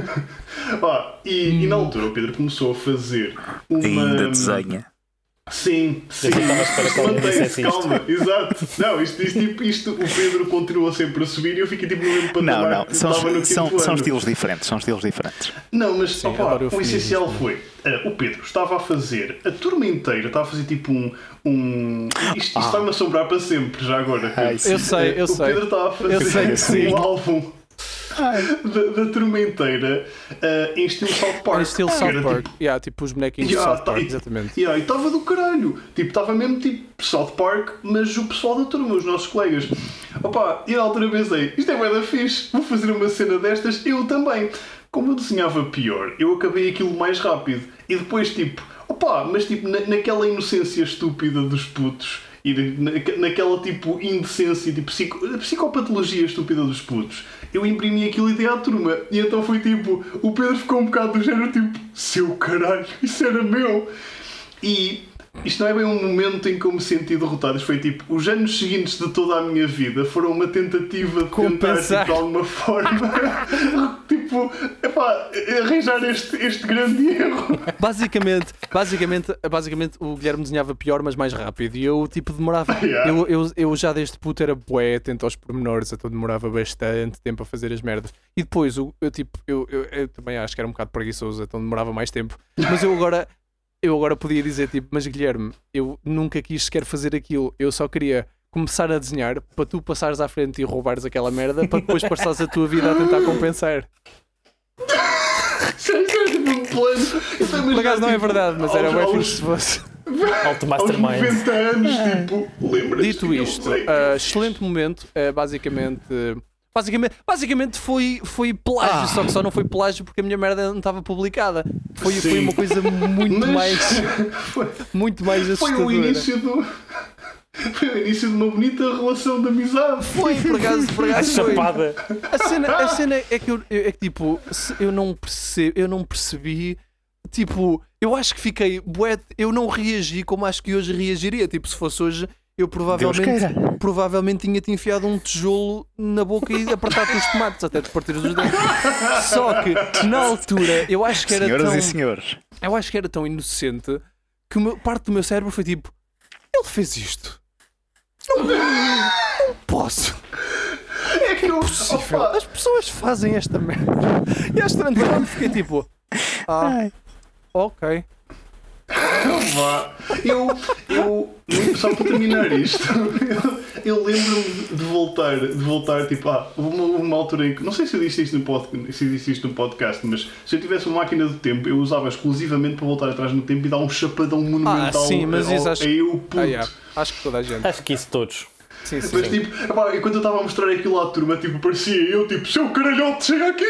Ah, e, e na altura o Pedro começou a fazer uma. ainda desenha. Sim, sim. Eu estava à espera que alguém Mantém-se, dissesse isto. calma, exato. Não, isto, isto, tipo, isto, o Pedro continua sempre a subir e eu fiquei tipo no mesmo Não, patamar não, que são, estava no quinto são, são ano. estilos diferentes, são estilos diferentes. Não, mas Sim, opa, adoro o eufemismos essencial também. foi uh, o Pedro estava a fazer, a turma inteira estava a fazer tipo um. um isto isto vai-me assombrar para sempre, já agora. Pedro. Ai, sim. Eu sei, eu o sei. Pedro estava a fazer Eu sei que sim. um álbum da, da turma inteira uh, em estilo South Park. Em estilo Que South era, Park. tipo, Yeah, tipo os bonequinhos Yeah, de South Park, tá- exatamente. Yeah, e estava do caralho. Tipo, estava mesmo tipo South Park, mas o pessoal da turma, os nossos colegas. Opa, e na altura pensei, isto é bué da fixe, vou fazer uma cena destas, eu também. Como eu desenhava pior, eu acabei aquilo mais rápido. E depois tipo, opa, mas tipo, na, naquela inocência estúpida dos putos e na, naquela tipo indecência, tipo psico, psicopatologia estúpida dos putos, eu imprimi aquilo e dei à turma. E então foi tipo, o Pedro ficou um bocado do género tipo, seu caralho, isso era meu. E isto não é bem um momento em que eu me senti derrotado. Isto foi tipo, os anos seguintes de toda a minha vida foram uma tentativa de Compensar. tentar, tipo, de alguma forma, tipo, epá, arranjar este, este grande erro. Basicamente, basicamente, basicamente o Guilherme desenhava pior, mas mais rápido. E eu tipo demorava. Yeah. Eu, eu, eu já desde puto era bué atento aos pormenores, então demorava bastante tempo a fazer as merdas. E depois eu, eu tipo, eu, eu, eu também acho que era um bocado preguiçoso, então demorava mais tempo. Mas eu agora. Eu agora podia dizer tipo, mas Guilherme, eu nunca quis sequer fazer aquilo, eu só queria começar a desenhar para tu passares à frente e roubares aquela merda para depois passares a tua vida a tentar compensar. Isso é tipo um plano. Por acaso não é verdade, mas era aos, bem aos, fixe se fosse. Alto aos Mastermind. noventa anos, tipo, lembras-te Dito que eu isto, sei que- uh, excelente momento, uh, basicamente. uh, Basicamente, basicamente foi, foi plágio, Ah. só que só não foi plágio porque a minha merda não estava publicada. Foi, Sim. foi uma coisa muito Mas mais, foi, muito mais foi assustadora. o início do. Foi o início de uma bonita relação de amizade. Foi, por acaso, por A acaso foi. chapada. A cena, a cena é que eu, eu- é que tipo, se eu não percebo, eu não percebi, tipo, eu acho que fiquei bué, eu não reagi como acho que hoje reagiria, tipo, se fosse hoje, eu provavelmente, queira. provavelmente tinha-te enfiado um tijolo na boca e apertar-te os tomates até te partir os dentes. Só que na altura eu acho que era Senhoras tão, e senhores. eu acho que era tão inocente que o meu- parte do meu cérebro foi tipo, ele fez isto. Não, não posso. É que eu. Possível. Opa, As pessoas fazem esta merda. E às tantas eu fiquei tipo, ah, Ai. ok. vá. Eu, eu, só para terminar isto, eu, eu lembro-me de voltar, de voltar, tipo, ah, uma, uma altura em que, não sei se eu disse isto no podcast, se eu disse isto no podcast, mas se eu tivesse uma máquina do tempo, eu usava exclusivamente para voltar atrás no tempo e dar um chapadão monumental sim, mas ao, isso acho- a eu puto. Ah, yeah. Acho que toda a gente. Acho que isso todos. Sim, sim, Mas sim. tipo, epá, enquanto eu estava a mostrar aquilo à turma, tipo, parecia eu, tipo, seu caralhote, chega aqui!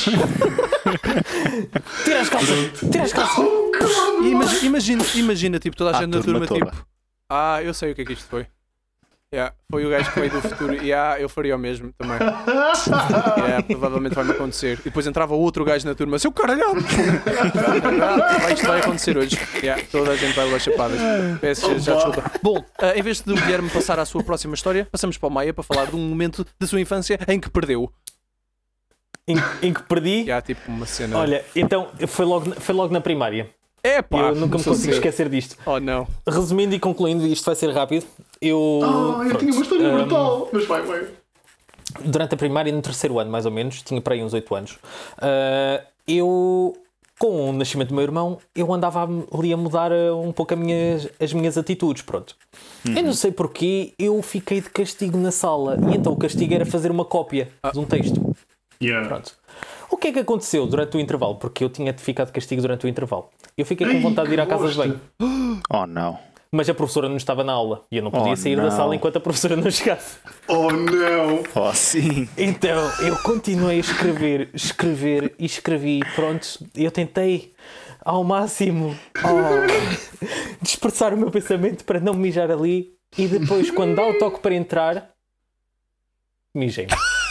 Tira as calças! Tira as calças! Oh, caralho! E imagina, imagina, imagina, tipo, toda a À gente na turma turma, toda. tipo, ah, eu sei o que é que isto foi. Yeah, foi o gajo que veio do futuro. E yeah, eu faria o mesmo também. Yeah, provavelmente vai-me acontecer. E depois entrava outro gajo na turma, seu caralhado! Ah, isto vai acontecer hoje. Yeah, toda a gente vai levar chapadas. Peço já desculpa. Bom, uh, em vez de o Guilherme passar à sua próxima história, passamos para o Maia para falar de um momento da sua infância em que perdeu. Em, em que perdi. Yeah, tipo uma cena. Olha, então foi logo, foi logo na primária. É pá, Eu nunca me consigo esquecer disto. Oh não. Resumindo e concluindo, isto vai ser rápido. Eu. Ah, eu pronto, tinha uma história hum, brutal! Mas vai, vai. Durante a primária, no terceiro ano, mais ou menos, tinha para aí uns oito anos. Uh, eu, com o nascimento do meu irmão, eu andava ali a mudar uh, um pouco a minhas, as minhas atitudes. Pronto. Uhum. Eu não sei porquê, eu fiquei de castigo na sala. E então o castigo era fazer uma cópia de um texto. Yeah. Pronto. O que é que aconteceu durante o intervalo? Porque eu tinha ficado de castigo durante o intervalo. Eu fiquei com Ai, vontade de ir à que casa de bosta. banho. Oh não. Mas a professora não estava na aula. E eu não podia Oh, sair da não. sala enquanto a professora não chegasse. Oh não! Oh sim. Então eu continuei a escrever, escrever e escrevi. Pronto, eu tentei ao máximo oh, dispersar o meu pensamento para não mijar ali. E depois, quando dá o toque para entrar, mijei-me.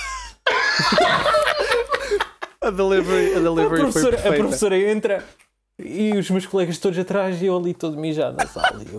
A delivery, a A delivery foi professora, a perfeita. professora entra e os meus colegas todos atrás e eu ali todo mijado na sala. E eu,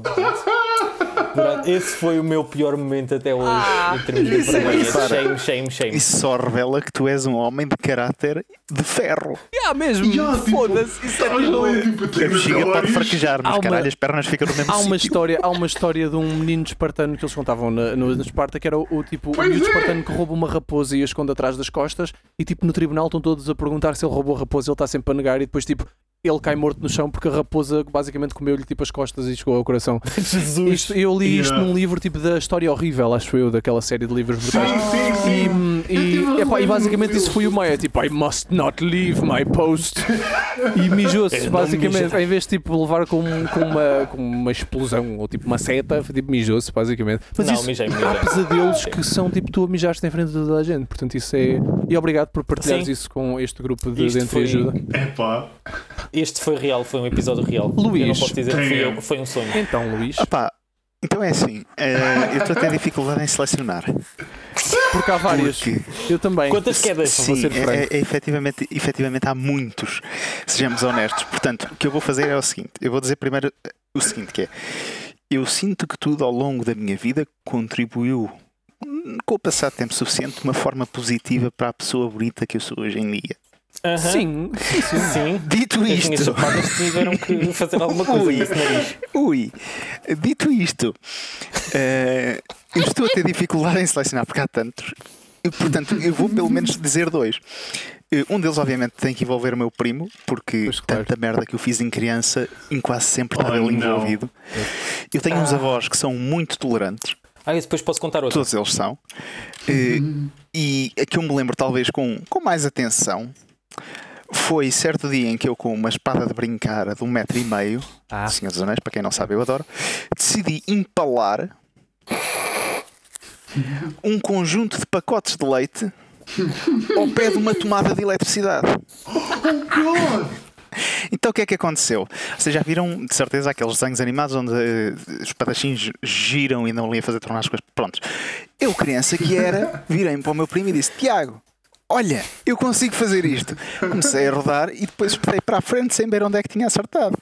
durante- esse foi o meu pior momento até hoje em termos de isso é vergonha. isso. Shame, shame, shame. Isso só revela que tu és um homem de caráter de ferro. Yeah, mesmo, Yeah, tipo, foda-se. Isso é estavas tipo... ali, tipo, A tens bexiga pode vários- fraquejar, mas Há uma- caralho, as pernas ficam no mesmo Há uma, sítio. história, há uma história de um menino espartano que eles contavam na, no, na Esparta, que era o, o tipo o Pois menino é. espartano que rouba uma raposa e a esconde atrás das costas, e tipo no tribunal estão todos a perguntar se ele roubou a raposa, ele está sempre a negar, e depois tipo ele cai morto no chão porque a raposa basicamente comeu-lhe tipo as costas e chegou ao coração. Jesus! Isto, eu li isto Yeah. num livro tipo da História Horrível, acho eu, daquela série de livros brutais. Sim, sim, sim. E, Eu e, tive a epá, e ler basicamente no isso foi o Maia, tipo, I must not leave my post. E mijou-se, Eu não basicamente, mijo. em vez de tipo, levar com, com, uma, com uma explosão ou tipo uma seta, foi, tipo, mijou-se, basicamente. Mas Não, isso, mijei-me, há mijei-me. pesadelos que são tipo tu a mijaste em frente de toda a gente, portanto isso é. E obrigado por partilhares Sim. isso com este grupo de, Isto de foi- entreajuda. Epá. Este foi real, foi um episódio real. Luís, eu não posso dizer que fui damn. eu, foi um sonho. Então, Luís, Opá, então é assim, eh, eu estou a ter dificuldade em selecionar. porque há várias. Porque, Eu também. Quantas quedas? Sim. vou sim, ser franco. é, é, efetivamente, efetivamente há muitos, sejamos honestos. Portanto, o que eu vou fazer é o seguinte, eu vou dizer primeiro o seguinte, que é, eu sinto que tudo ao longo da minha vida contribuiu, hum, com o passar de tempo suficiente, de uma forma positiva para a pessoa bonita que eu sou hoje em dia. Aham. Sim, sim, sim. Sim. Dito As minhas isto, chapadas tiveram que fazer alguma coisa Ui. com esse nariz. ui, dito isto, eh, eu estou a ter dificuldade em selecionar porque há tantos. E, portanto, eu vou pelo menos dizer dois. Eh, Um deles, obviamente, tem que envolver o meu primo, porque Pois, claro. tanta merda que eu fiz em criança, em quase sempre estava Oh, ele não. envolvido. Eu tenho uns avós que são muito tolerantes, Ah, e depois posso contar outro. todos eles são. Eh, E a que eu me lembro, talvez, com, com mais atenção, foi certo dia em que eu, com uma espada de brincar de um metro e meio, Ah. Senhor dos Anéis, para quem não sabe, eu adoro, decidi empalar um conjunto de pacotes de leite ao pé de uma tomada de eletricidade. Então o que é que aconteceu? Vocês já viram, de certeza, aqueles desenhos animados onde eh, os espadachins giram e andam ali a fazer tornar as coisas. Prontos. Eu, criança que era, virei-me para o meu primo e disse: Tiago, olha, eu consigo fazer isto. Comecei a rodar e depois espetei para a frente sem ver onde é que tinha acertado.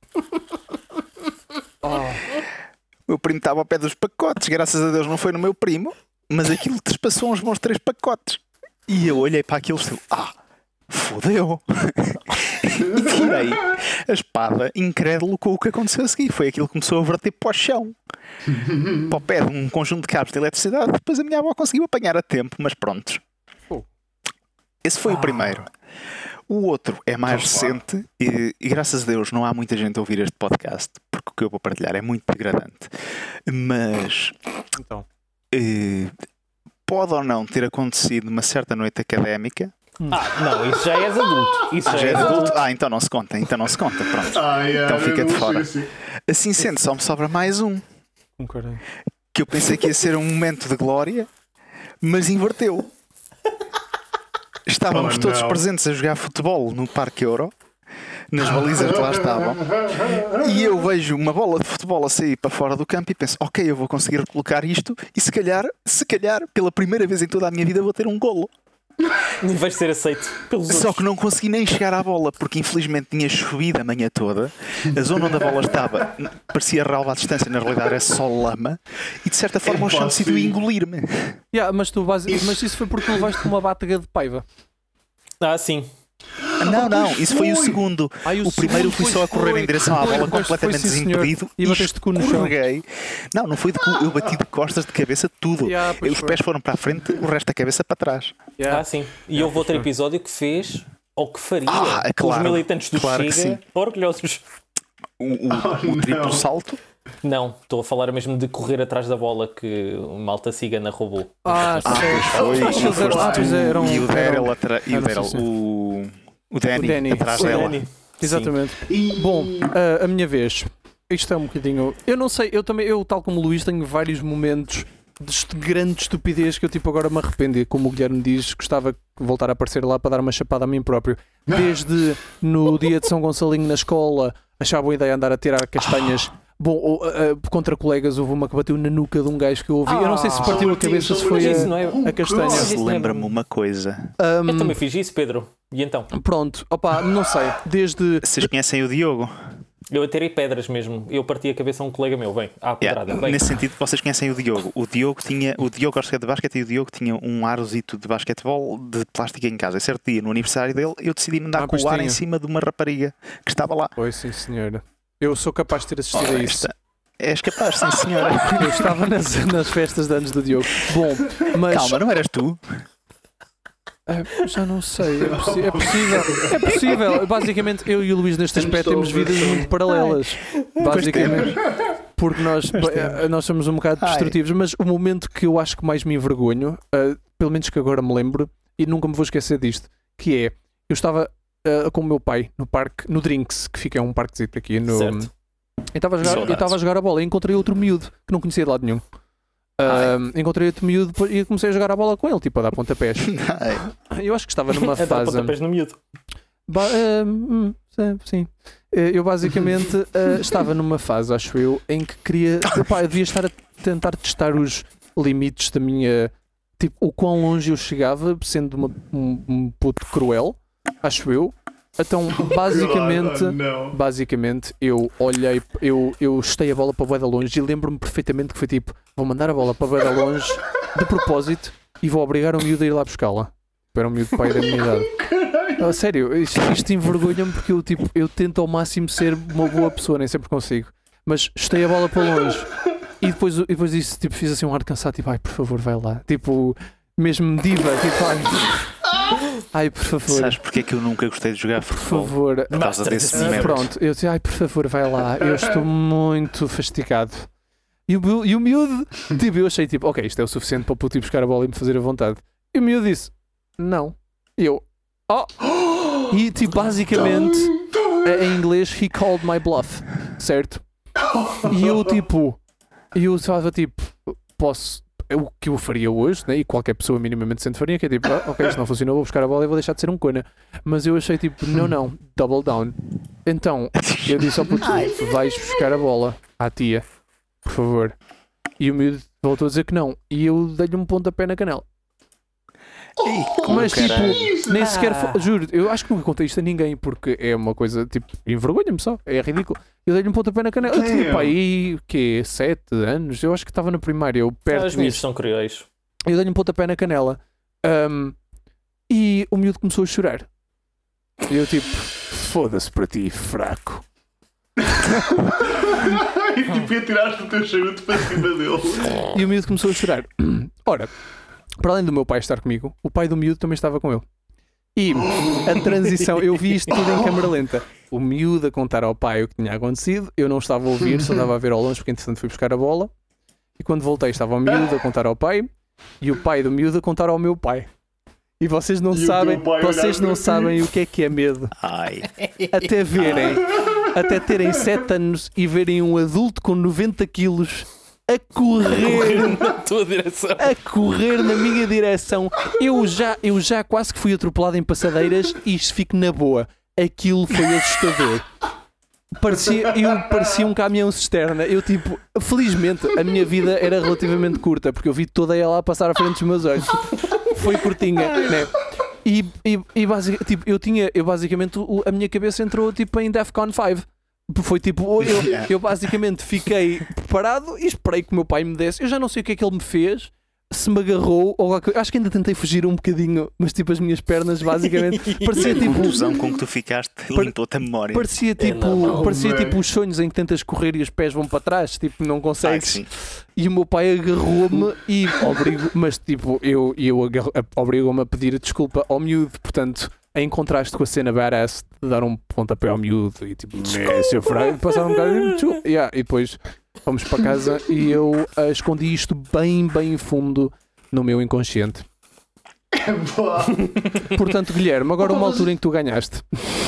O meu primo estava ao pé dos pacotes, graças a Deus não foi no meu primo, mas aquilo trespassou uns bons três pacotes. E eu olhei para aquilo e disse: ah, fodeu! E tirei a espada incrédulo com o que aconteceu a seguir. Foi aquilo que começou a verter para o chão, para o pé de um conjunto de cabos de eletricidade. Depois a minha avó conseguiu apanhar a tempo, mas prontos. Esse foi o primeiro. O outro é mais recente e, e graças a Deus não há muita gente a ouvir este podcast, porque o que eu vou partilhar é muito degradante. Mas Então. eh, pode ou não ter acontecido numa certa noite académica. Ah, não, isso já és adulto. Isso já, Já é és de adulto. adulto? Ah, então não se conta, então não se conta, pronto. Ah, yeah, Então fica eu de não fora. sei assim. Assim sendo, só me sobra mais um. Um caralho. que eu pensei que ia ser um momento de glória, mas inverteu. Estávamos Oh, todos não. presentes a jogar futebol no Parque Euro, nas balizas que lá estavam, e eu vejo uma bola de futebol a sair para fora do campo e penso, ok, eu vou conseguir colocar isto e se calhar, se calhar, pela primeira vez em toda a minha vida vou ter um golo. E vais ser aceito pelos Só outros. que não consegui nem chegar à bola, porque infelizmente tinha chovido a manhã toda, a zona onde a bola estava parecia relva à distância, na realidade era só lama, e de certa forma o chão decidiu engolir-me. Yeah, mas, tu base... mas isso foi porque tu levaste uma batega de paiva. Ah, sim. Não, não, isso foi o segundo. Ai, O primeiro fui só a correr em direção à Foi, bola foi, completamente foi, sim, senhor. desimpedido E bateste de cu no chão. escorreguei. Não, não foi de cu, eu bati de costas, de cabeça, tudo. Yeah, pois Os foi. pés foram para a frente, o resto da cabeça para trás. Yeah. Ah, sim. E houve outro episódio que fez, ou que faria, Ah, é claro. os militantes do Claro que Chega sim. orgulhosos. O, o- Oh, o triplo não. salto. Não, estou a falar mesmo de correr atrás da bola que o malta cigana roubou. Ah, Ah, sei. pois foi. Acho que eles eram- ah, pois é, eram- E o Daryl eram- atra- e Ah, o não Daryl, sei se- o, o Danny, O Danny. atrás O dela. Danny. Exatamente. E- Bom, a, a minha vez. Isto é um bocadinho. Eu não sei, eu também, eu, tal como o Luís, tenho vários momentos de est- grande estupidez que eu tipo agora me arrependo. E como o Guilherme diz, gostava de voltar a aparecer lá para dar uma chapada a mim próprio. Desde no dia de São Gonçalinho na escola, achava boa ideia andar a tirar castanhas. Bom, ou, uh, uh, contra colegas, houve uma que bateu na nuca de um gajo que eu ouvi. eu não sei se partiu a cabeça, se foi Mas isso a, não é. a castanha. Mas isso não é- Lembra-me uma coisa. Um, Eu também fiz isso, Pedro. E então? Pronto, opá, não sei. Desde. Vocês conhecem o Diogo? Eu atirei pedras mesmo. Eu parti a cabeça a um colega meu. Vem, à Yeah, pedrada. Vem. Nesse sentido, vocês conhecem o Diogo. O Diogo tinha, o Diogo gosta de basquete e o Diogo tinha um arozito de basquetebol de plástico em casa. E certo dia, no aniversário dele, eu decidi me dar Ah, pois com o ar tinha. em cima de uma rapariga que estava lá. Pois sim, senhora. Eu sou capaz de ter assistido Ora, a isso. esta- És capaz, sim senhora. Eu estava nas, nas festas de anos do Diogo. Bom, mas. Calma, não eras tu? É, já não sei. É, possi- é possível. É possível. Basicamente, eu e o Luís, neste aspecto, temos Estamos vidas muito paralelas. Basicamente. Porque nós, Pois eh, nós somos um bocado Ai. destrutivos. Mas o momento que eu acho que mais me envergonho, eh, pelo menos que agora me lembro, e nunca me vou esquecer disto, que é: eu estava eh, com o meu pai no parque, no Drinks, que fica um parquezito aqui no. Certo. Eu estava a jogar, eu Saudades. estava a jogar a bola e encontrei outro miúdo que não conhecia de lado nenhum. Ahm, encontrei outro miúdo e comecei a jogar a bola com ele, tipo a dar pontapés. Ai, Eu acho que estava numa A dar fase. pontapés no miúdo. Ba- ahm, hum, sim, sim. Eh, Eu basicamente ah, estava numa fase, acho eu, em que queria. Epá, eu devia estar a tentar testar os limites da minha. Tipo, o quão longe eu chegava, sendo uma- um, um puto cruel, acho eu. Então, basicamente. Ah, não. Basicamente, eu olhei, eu, eu chutei a bola para bué de longe e lembro-me perfeitamente que foi tipo: vou mandar a bola para bué de longe de propósito e vou obrigar o miúdo a ir lá buscá-la. Era um miúdo pai da minha idade. Ah, sério, isto, isto envergonha-me porque eu, tipo, eu tento ao máximo ser uma boa pessoa, nem sempre consigo. Mas chutei a bola para longe e depois, e depois disso, tipo, fiz assim um ar de cansado, tipo, ai, por favor, vai lá. Tipo, mesmo diva, tipo, ai, ai por favor. sabes porque é que eu nunca gostei de jogar Por futebol? favor. Por causa Masters desse of Ah, momento. pronto, eu disse, ai por favor, vai lá, eu estou muito fastigado. E o, miú- e o miúdo, tipo, eu achei tipo, ok, isto é o suficiente para o puto ir buscar a bola e me fazer a vontade. E o miúdo disse, não. E eu, oh! E tipo, basicamente, em inglês, he called my bluff, certo? E eu tipo, eu estava tipo, posso. O que eu faria hoje, né? E qualquer pessoa minimamente decente faria, que é tipo, ah, ok, isto não funcionou, vou buscar a bola e vou deixar de ser um cona. Mas eu achei tipo, não, não, double down. Então, eu disse ao puto, vais buscar a bola à tia, por favor. E o miúdo voltou a dizer que não. E eu dei-lhe um pontapé na canela. Ei, como Mas caralho. tipo, nem sequer, Ah. fo- juro, eu acho que nunca contei isto a ninguém, porque é uma coisa, tipo, envergonha-me só, é ridículo. Eu dei-lhe um pontapé na canela. Eu tinha Damn. pá, aí, o quê, sete anos? Eu acho que estava na primária, eu Ah, perto os miúdos disso. são cruéis. Eu dei-lhe um pontapé na canela. Ahm, e o miúdo começou a chorar. E eu tipo, foda-se para ti, fraco. E tipo, ia tiraste o teu charuto para cima dele. E o miúdo começou a chorar. Ora, para além do meu pai estar comigo, o pai do miúdo também estava com ele. E a transição, eu vi isto tudo em câmara lenta. O miúdo a contar ao pai o que tinha acontecido, eu não estava a ouvir, só estava a ver ao longe, porque entretanto fui buscar a bola. E quando voltei, estava o miúdo a contar ao pai e o pai do miúdo a contar ao meu pai. E vocês não E o sabem, teu pai vocês olhar não para ti. sabem o que é que é medo. Ai, Até verem, até terem sete anos e verem um adulto com noventa quilos a correr, Na tua direção. a correr na minha direção. Eu já, eu já quase que fui atropelado em passadeiras e isto fico na boa. Aquilo foi assustador. Parecia, eu parecia um caminhão cisterna. Eu, tipo, felizmente a minha vida era relativamente curta, porque eu vi toda ela a passar à frente dos meus olhos. Foi curtinha, né? E, e, e basic, tipo, eu tinha, eu basicamente, o- a minha cabeça entrou tipo em DEFCON cinco. Foi tipo, eu, eu basicamente fiquei parado e esperei que o meu pai me desse. Eu já não sei o que é que ele me fez, se me agarrou ou qualquer- acho que ainda tentei fugir um bocadinho, mas tipo as minhas pernas basicamente parecia A tipo. conclusão com que tu ficaste limpou-te a memória. Parecia tipo, normal, parecia velho. tipo os sonhos em que tentas correr e os pés vão para trás, tipo, não Ah, consegues. sim. E o meu pai agarrou-me e obrigou, mas tipo, eu, eu agarro- obrigou-me a pedir desculpa ao miúdo, portanto, em contraste com a cena badass de dar um pontapé ao miúdo e tipo, né, seu frango, passaram um bocado desculpa. Yeah, e depois fomos para casa e eu ah, escondi isto bem, bem fundo no meu inconsciente. Pá. Portanto, Guilherme, agora Opa, uma mas- altura em que tu ganhaste.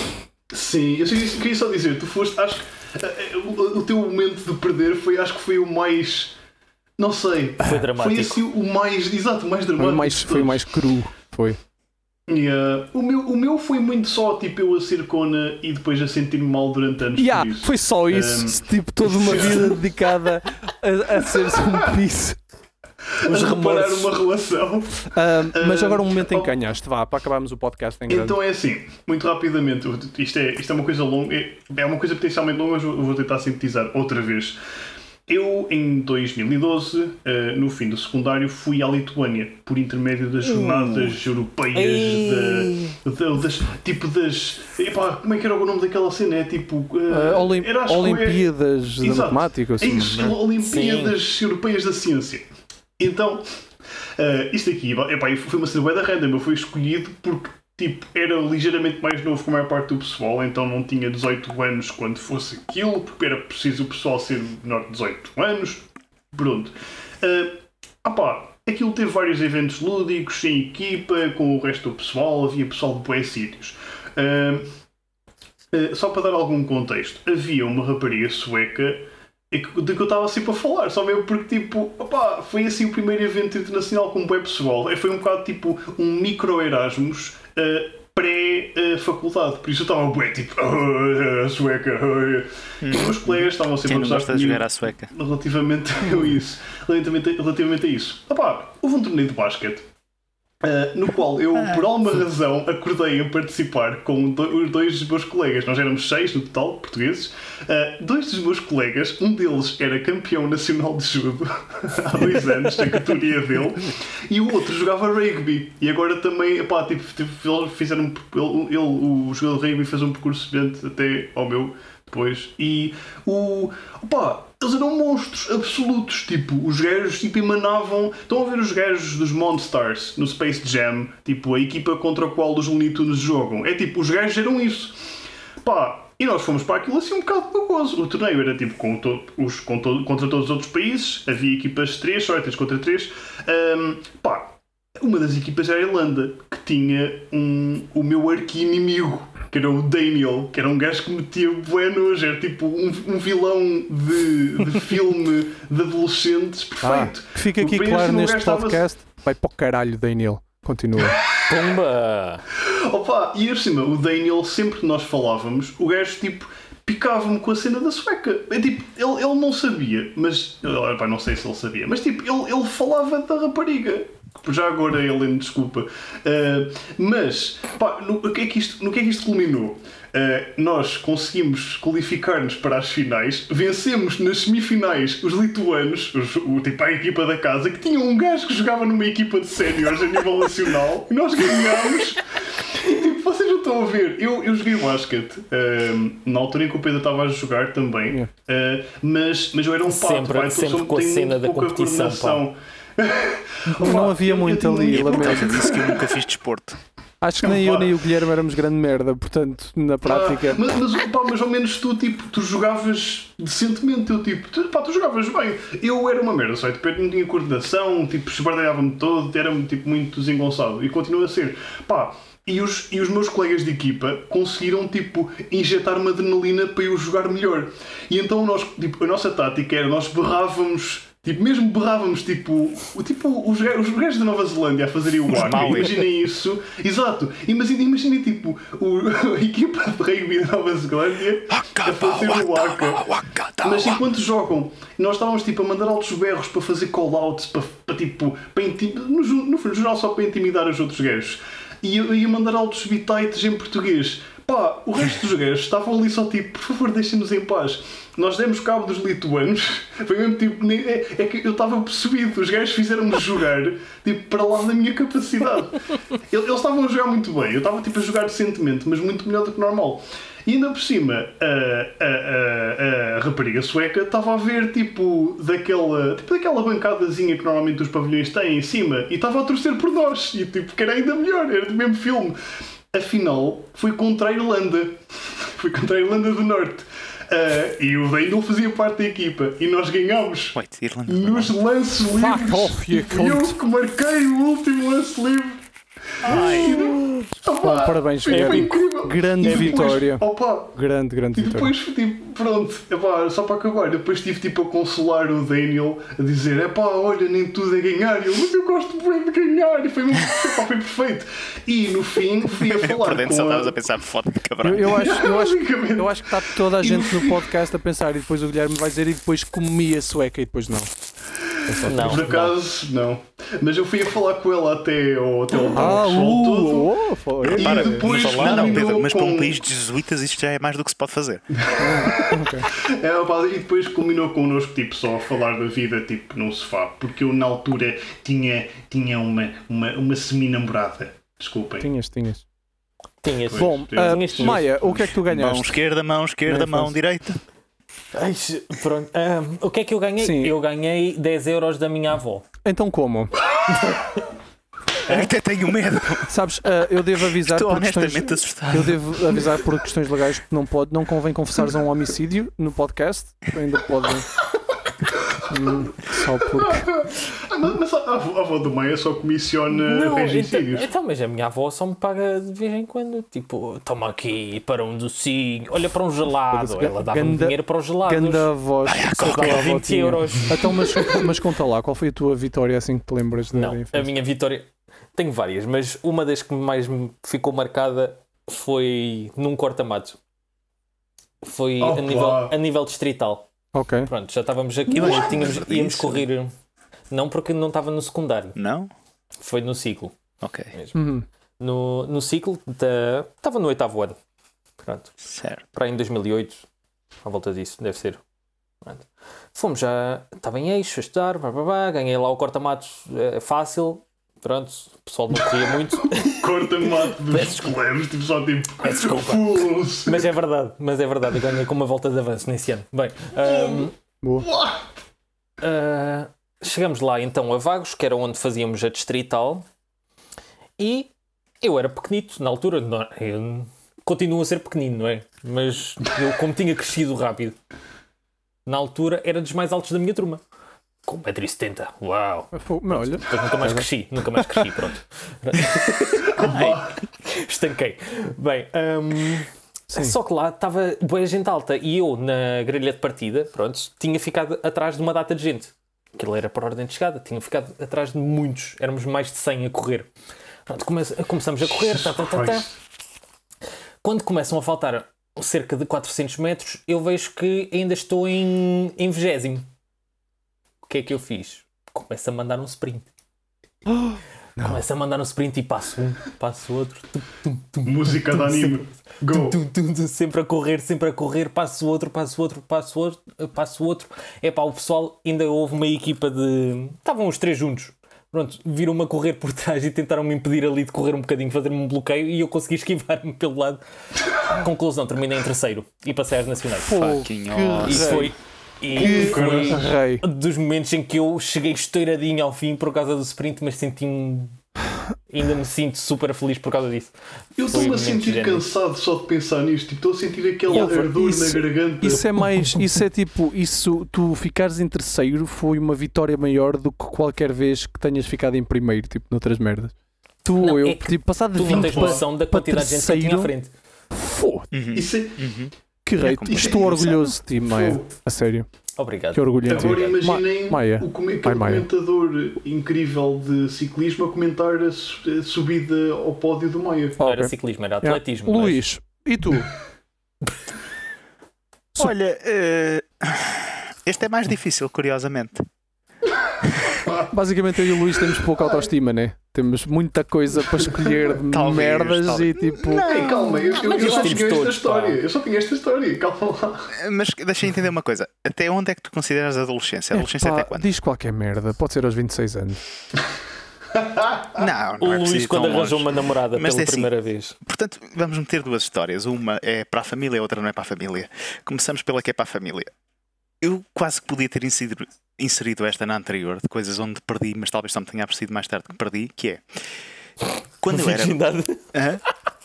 Sim, eu só- queria só dizer, tu foste, acho que eh, eh, o, o teu momento de perder foi, acho que foi o mais, não sei, Foi dramático. foi assim o mais, exato, o mais Foi dramático. mais, de foi todos. mais cru. Foi. Yeah. O, meu, o meu foi muito só, tipo, eu a ser cona e depois a sentir-me mal durante anos Yeah, por isso. foi só isso. Um, Tipo, toda uma vida dedicada a, a ser-se um piso. Os a reparar remorsos. uma relação. Um, mas Um, agora um momento em oh. que ganhaste, vá, para acabarmos o podcast em grande. Então é assim, muito rapidamente, isto é, isto é uma coisa longa, é, é uma coisa potencialmente longa, mas eu vou tentar sintetizar outra vez. Eu, em dois mil e doze, eh, no fim do secundário, fui à Lituânia, por intermédio das jornadas europeias, Ei. da, da- das, tipo das... Epá, como é que era o nome daquela cena? É tipo... eh, Uh, Olim- era, acho que é- Olimpíadas de Exato. Matemática, É assim. isso, né? Olimpíadas Europeias da Ciência. Então, eh, isto aqui, epá, foi uma cena bué da random, eu fui escolhido porque tipo, era ligeiramente mais novo que a maior parte do pessoal, então não tinha dezoito anos quando fosse aquilo, porque era preciso o pessoal ser menor de dezoito anos. Pronto. Uh, opá, aquilo teve vários eventos lúdicos, em equipa, com o resto do pessoal, havia pessoal de bué sítios. Uh, uh, só para dar algum contexto, havia uma rapariga sueca de que eu estava sempre a falar, só mesmo porque tipo, opá, foi assim o primeiro evento internacional com bué pessoal. Foi um bocado tipo um micro Erasmus uh, pré-faculdade, por isso eu estava bué tipo, oh, a sueca, oh. Os meus colegas estavam sempre Quem a não gostar gosta de comigo jogar à sueca? relativamente a isso. Relativamente a, relativamente a isso. Opá, houve um torneio de basquete. Uh, no qual eu, por alguma razão, acordei a participar com do- os dois dos meus colegas. Nós éramos seis no total, portugueses. Uh, dois dos meus colegas, um deles era campeão nacional de judo há dois anos, na categoria dele, e o outro jogava rugby. E agora também, epá, tipo, tipo, fizeram, ele, ele, o jogador de rugby fez um percurso semelhante até ao meu depois. E o. Opá, eles eram monstros absolutos, tipo, os gajos tipo, emanavam. Estão a ver os gajos dos Monstars no Space Jam, tipo, a equipa contra a qual os Looney Tunes jogam. É tipo, os gajos eram isso. Pá, e nós fomos para aquilo assim um bocado bagoso. O torneio era tipo com to- os, com to- contra todos os outros países, havia equipas de três, só três contra três. Um, pá, uma das equipas era a Irlanda, que tinha um, o meu arqui-inimigo, que era o Daniel, que era um gajo que metia bué nojo, era tipo um, um vilão de, de filme de adolescentes, Ah, perfeito. que fica aqui O preço claro no neste gajo estava- podcast. Vai para o caralho, Daniel. Continua. Pumba! Opa, e por cima, o Daniel, sempre que nós falávamos, o gajo tipo picava-me com a cena da sueca. É tipo, ele, ele não sabia, mas opa, não sei se ele sabia, mas tipo, ele, ele falava da rapariga. Já agora ele desculpa. Uh, mas pá, no, o que é que isto, no que é que isto culminou? Uh, nós conseguimos qualificar-nos para as finais, vencemos nas semifinais os lituanos, os, o, tipo a equipa da casa, que tinha um gajo que jogava numa equipa de séniores a nível nacional, e nós ganhámos. E tipo, vocês não estão a ver, eu, eu joguei basquete uh, na altura em que o Pedro estava a jogar também, uh, mas, mas eu era um pato, Sempre- pá, então sempre só com a tenho cena muito da pouca competição, pá. coordenação. Não havia eu- eu muito tinha ali, muito- lamento. Por causa disso que eu nunca fiz desporto. Acho que nem eu nem o Guilherme éramos grande merda, portanto, na prática. Ah, mas, mas, pá, mas ao menos tu, tipo, tu jogavas decentemente, eu, tipo, tu, pá, tu jogavas bem. Eu era uma merda, só, tipo, eu não tinha coordenação, tipo, esbardalhava-me todo, era-me, tipo, muito desengonçado. E continua a ser. Pá, e os, e os meus colegas de equipa conseguiram, tipo, injetar-me adrenalina para eu jogar melhor. E então, nós, tipo, a nossa tática era, nós berrávamos... Tipo, mesmo berrávamos, tipo, o, tipo os, os gajos da Nova Zelândia a fazerem o Waka. Imaginem isso. Exato. Imaginem, imaginem tipo, o, a equipa de rugby da Nova Zelândia a fazer o Waka. Mas enquanto jogam, nós estávamos tipo a mandar altos berros para fazer call-outs, para, para tipo, para intim... no, no, no geral só para intimidar os outros gajos. E eu ia mandar altos bitites em português. Pá, o resto dos gajos estavam ali só tipo, por favor, deixem-nos em paz. Nós demos cabo dos lituanos. Foi mesmo tipo, é, é que eu estava possuído. Os gajos fizeram-me jogar tipo, para lá da minha capacidade. Eles estavam a jogar muito bem. Eu estava tipo, a jogar decentemente, mas muito melhor do que normal. E ainda por cima, a, a, a, a rapariga sueca estava a ver tipo daquela, tipo daquela bancadazinha que normalmente os pavilhões têm em cima e estava a torcer por nós. E tipo, que era ainda melhor, era do mesmo filme. Afinal, foi contra a Irlanda. Foi contra a Irlanda do Norte. Uh, e o Daniel fazia parte da equipa. E nós ganhámos Wait, Irlanda nos lances livres. off, you E eu que marquei o último lance livre. Ai. Opa, parabéns, foi, Gary. foi incrível. Grande E depois, vitória. Opa, Grande, grande e vitória. depois, tipo, pronto, epá, só para acabar, depois estive tipo a consolar o Daniel, a dizer, epá, olha, nem tudo é ganhar, e eu, mas eu gosto bem de ganhar, e foi, muito, epá, foi perfeito. E no fim, fui a falar Por dentro com só a... estavas a pensar, foda-me, cabrão. Eu, eu, acho, eu, acho, Basicamente. eu acho que está toda a gente no podcast a pensar e depois o Guilherme vai dizer e depois comia sueca e depois não. Não, Por acaso, não. Mas eu fui a falar com ela até ao, até ao Ah, show todo. uh, oh, foi. E Para, depois mas, não, não, Pedro, mas para um com- país de jesuítas isto já é mais do que se pode fazer. É, pá, e depois culminou connosco tipo, só a falar da vida tipo, no sofá, porque eu na altura tinha, tinha uma, uma, uma semi-namorada. Desculpem. Tinhas, tinhas. tinhas. Bom, Pois, ah, tinhas, tinhas. Maia, o que é que tu Mão ganhaste? esquerda, mão esquerda, Não é mão fácil. direita. Ai, pronto. Ah, o que é que eu ganhei? Sim. Eu ganhei dez euros da minha avó. Então como? Até tenho medo. Sabes, ah, eu devo avisar Estou por questões... honestamente assustado. Eu devo avisar por questões legais que não pode, não convém confessares a um homicídio no podcast. Ainda podem. Hum, só porque. Ah, mas, mas a, avó, a avó do Maia só comissiona Não, regicídios. então, então, mas a minha avó só me paga de vez em quando. Tipo, toma aqui para um docinho, olha para um gelado. Foda-se, Ela dava-me ganda- dinheiro para os gelados. Ganda voz. Ai, que a tua dava avó vinte tinha. euros. Então, mas, mas conta lá, qual foi a tua vitória assim que te lembras da Não, infância? a minha vitória. Tenho várias, mas uma das que mais me ficou marcada foi num corta-mato. Foi Opa. a nível, a nível distrital. Ok. Pronto, já estávamos aqui, Mas mas tínhamos, lembro íamos disso. correr. Não, porque não estava no secundário, Não? foi no ciclo. Ok, Uhum. No, no ciclo, da, estava no oitavo ano. Pronto, certo. para aí em dois mil e oito, à volta disso, deve ser. Pronto. Fomos já, estava em eixo a estudar, blá, blá, blá, ganhei lá o corta-mato é, fácil. Pronto, o pessoal não corria muito. Corta-me mato Peço dos plebes, tipo só tipo. Peço desculpa. Fools. Mas é verdade, mas é verdade, eu ganhei com uma volta de avanço nesse ano. Bem, ahm, Boa. ah, chegamos lá então a Vagos, que era onde fazíamos a distrital, e eu era pequenito na altura, não, eu continuo a ser pequenino, não é? Mas eu, como tinha crescido rápido, na altura era dos mais altos da minha turma. Com um metro e setenta, uau! Pô, mas olha, Depois nunca mais cresci, nunca mais cresci, pronto. Estanquei. Bem, hum, Sim. só que lá estava boa gente alta e eu, na grelha de partida, pronto, tinha ficado atrás de uma data de gente. Aquilo era por ordem de chegada, tinha ficado atrás de muitos, éramos mais de cem a correr. Pronto, come- começamos a correr, tá, tá, tá, tá. Quando começam a faltar cerca de quatrocentos metros, eu vejo que ainda estou em, em vigésimo. O que é que eu fiz? Começo a mandar um sprint. Começo a mandar um sprint e passo um, passo outro. Tum, tum, tum, Música de anime. Go. tum, tum, tum, sempre a correr, sempre a correr. Passo outro, passo outro, passo outro, passo outro. É pá, o pessoal, ainda houve uma equipa de... Estavam os três juntos. Pronto, viram-me a correr por trás e tentaram-me impedir ali de correr um bocadinho, fazer-me um bloqueio e eu consegui esquivar-me pelo lado. Conclusão, terminei em terceiro e passei às nacionais. pô, Fucking que awesome. Isso rei. foi... E Que foi rei. dos momentos em que eu cheguei estouradinho ao fim por causa do sprint, mas senti-me... Ainda me sinto super feliz por causa disso. Eu Foi estou-me a um momento sentir género. cansado só de pensar nisto. Tipo, estou a sentir aquele Yeah, ardor isso- na garganta. Isso é mais, isso é tipo, isso, tu ficares em terceiro foi uma vitória maior do que qualquer vez que tenhas ficado em primeiro, tipo, noutras merdas. Tu Não, ou eu, é que tipo, passar de Tu não vinte tens para, noção da para quantidade de gente que eu tinha à terceiro. frente. Foda. Uhum. Isso é... Uhum. Que rei, como estou é, orgulhoso de ti, Maia. A sério. Obrigado. Que orgulho em ti. Agora imaginem Maia. o come- Vai, aquele Maia. comentador incrível de ciclismo a comentar a, su- a subida ao pódio do Maia. Não era Ok. ciclismo, era Yeah. atletismo. mas- Luís, e tu? Su- Olha, eh, este é mais difícil, curiosamente. Basicamente eu e o Luís temos pouca autoestima, né? Temos muita coisa para escolher de Talvez, merdas talvez. e tipo. Ei, calma, eu, eu, Mas eu só existimos tinha esta todos, história. pá. Eu só tinha esta história. Calma lá. Mas deixa eu entender uma coisa. Até onde é que tu consideras a adolescência? A adolescência Epá, até quando? diz qualquer merda, pode ser aos vinte e seis anos. Não, O não é Luís, preciso ir quando tão arranjou longe. uma namorada Mas pela é assim, primeira vez. Portanto, vamos meter duas histórias. Uma é para a família, a outra não é para a família. Começamos pela que é para a família. Eu quase que podia ter inserido, inserido esta na anterior, de coisas onde perdi, mas talvez só me tenha percebido mais tarde que perdi, que é... Quando eu era... Virgindade. Hã?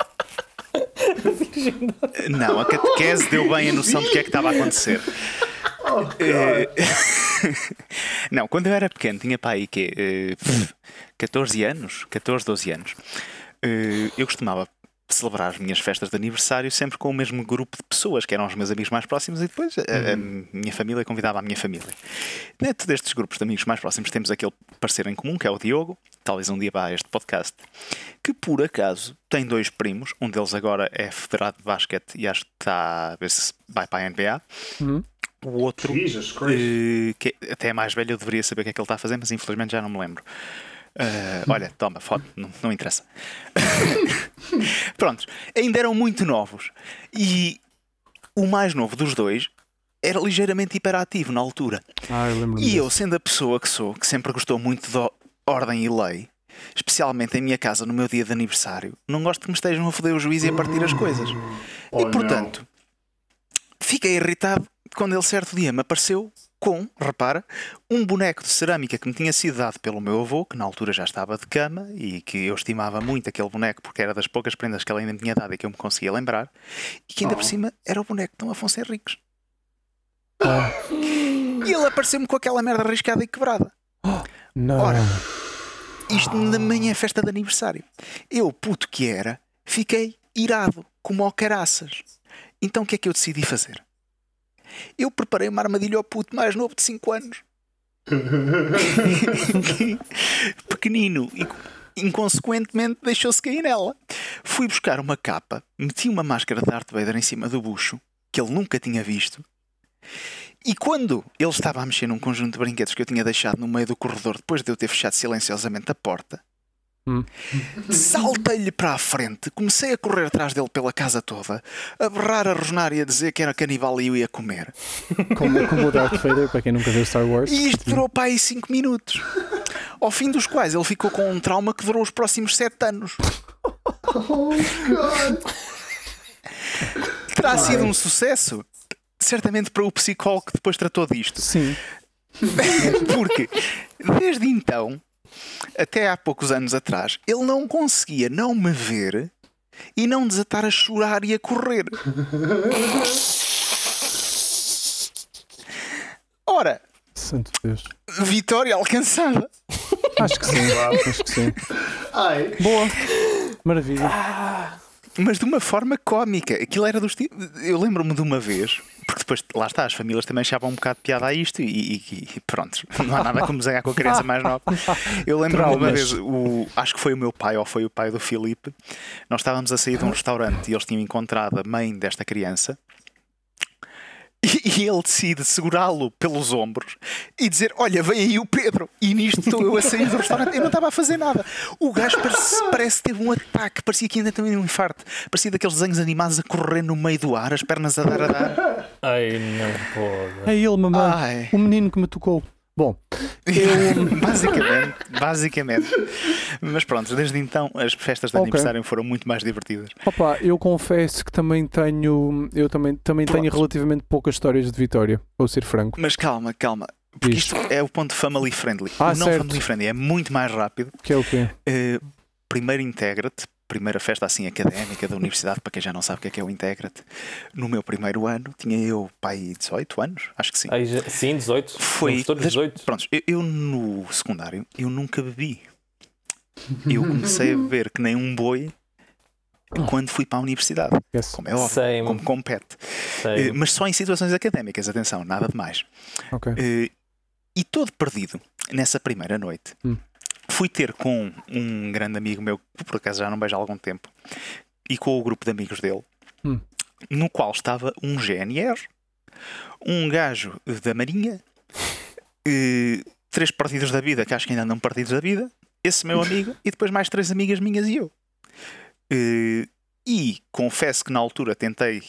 Não, a catequese deu bem a noção do que é que estava a acontecer. Oh, Eh, cara. Não, quando eu era pequeno, tinha para aí que eh, catorze anos, catorze, doze anos, eh, eu costumava celebrar as minhas festas de aniversário sempre com o mesmo grupo de pessoas, que eram os meus amigos mais próximos, e depois a, a minha família convidava a minha família. Dentro destes grupos de amigos mais próximos temos aquele parceiro em comum, que é o Diogo, talvez um dia vá a este podcast, que por acaso tem dois primos, um deles agora é federado de basquete e acho que está a ver se vai para a N B A. Uhum. O outro, Jesus Christ. eh, que até é mais velho, eu deveria saber o que é que ele está a fazer, mas infelizmente já não me lembro. Eh, olha, toma, foto, não, não interessa. Prontos, ainda eram muito novos e o mais novo dos dois era ligeiramente hiperativo na altura. Ah, eu lembro-me E eu, disso. sendo a pessoa que sou, que sempre gostou muito de ordem e lei, especialmente em minha casa no meu dia de aniversário, não gosto que me estejam a foder o juízo e a partir as coisas. Oh, E portanto, fiquei irritado quando ele certo dia me apareceu com, repara, um boneco de cerâmica que me tinha sido dado pelo meu avô, que na altura já estava de cama e que eu estimava muito aquele boneco porque era das poucas prendas que ele ainda me tinha dado e que eu me conseguia lembrar, e que ainda Oh. por cima era o boneco de Dom Afonso Henriques. Ah, E ele apareceu-me com aquela merda arriscada e quebrada. não. Ora, isto na minha festa de aniversário. Eu, puto que era, fiquei irado, como ao caraças. Então o que é que eu decidi fazer? Eu preparei uma armadilha ao puto mais novo de cinco anos. Pequenino e inconsequentemente deixou-se cair nela. Fui buscar uma capa, meti uma máscara de Darth Vader em cima do bucho, que ele nunca tinha visto. E quando ele estava a mexer num conjunto de brinquedos que eu tinha deixado no meio do corredor depois de eu ter fechado silenciosamente a porta, Hum. saltei-lhe para a frente, comecei a correr atrás dele pela casa toda, a berrar, a rosnar e a dizer que era canibal e eu ia comer. Como, como o Darth Vader, para quem nunca viu Star Wars. E isto durou para aí cinco minutos. Ao fim dos quais ele ficou com um trauma que durou os próximos sete anos. Oh, God. Terá sido um sucesso? Certamente para o psicólogo que depois tratou disto. Sim. Porque desde então, até há poucos anos atrás, ele não conseguia não me ver e não desatar a chorar e a correr. Ora, Santo Deus. vitória alcançada. Acho que sim. Acho que sim. Ai. Boa. Maravilha. Mas de uma forma cómica. Aquilo era dos tipos. Eu lembro-me de uma vez, porque depois, lá está, as famílias também achavam um bocado de piada a isto e, e, e pronto, não há nada como zangar com a criança mais nova. Eu lembro-me de uma Traumas. vez, o, acho que foi o meu pai ou foi o pai do Filipe, nós estávamos a sair de um restaurante e eles tinham encontrado a mãe desta criança. E ele decide segurá-lo pelos ombros e dizer: olha, vem aí o Pedro. E nisto estou eu a sair do restaurante. Eu não estava a fazer nada. O gajo parece, parece que teve um ataque. Parecia que ainda tinha um infarto. Parecia daqueles desenhos animados a correr no meio do ar, as pernas a dar a dar. Ai, não pode. É ele, mamãe. Ai. O menino que me tocou. Bom, eu. Basicamente, basicamente. Mas pronto, desde então as festas de Ok. aniversário foram muito mais divertidas. Opa, eu confesso que também tenho. Eu também, também tenho Pronto. relativamente poucas histórias de Vitória, vou ser franco. Mas calma, calma. Porque Diz. isto é o ponto family friendly. Ah, não certo. family friendly, é muito mais rápido. Que é o quê? Uh, primeiro integra-te, primeira festa assim académica da universidade, para quem já não sabe o que é que é o integra-te. No meu primeiro ano, tinha eu, pai, dezoito anos, acho que sim. Ai, já- sim, dezoito. Foi Somos todos das- dezoito. Pronto, eu, eu no secundário, eu nunca bebi. Eu comecei a beber que nem um boi quando fui para a universidade. Yes. Como é óbvio, Same. como compete. Sei. Uh, mas só em situações académicas, atenção, nada de mais. Ok. Uh, e todo perdido, nessa primeira noite, Hum. fui ter com um grande amigo meu, que por acaso já não vejo há algum tempo, e com o grupo de amigos dele, Hum. no qual estava um G N R, um gajo da Marinha, uh, três partidos da vida, que acho que ainda andam partidos da vida, esse meu amigo, e depois mais três amigas minhas e eu. Uh, e confesso que na altura tentei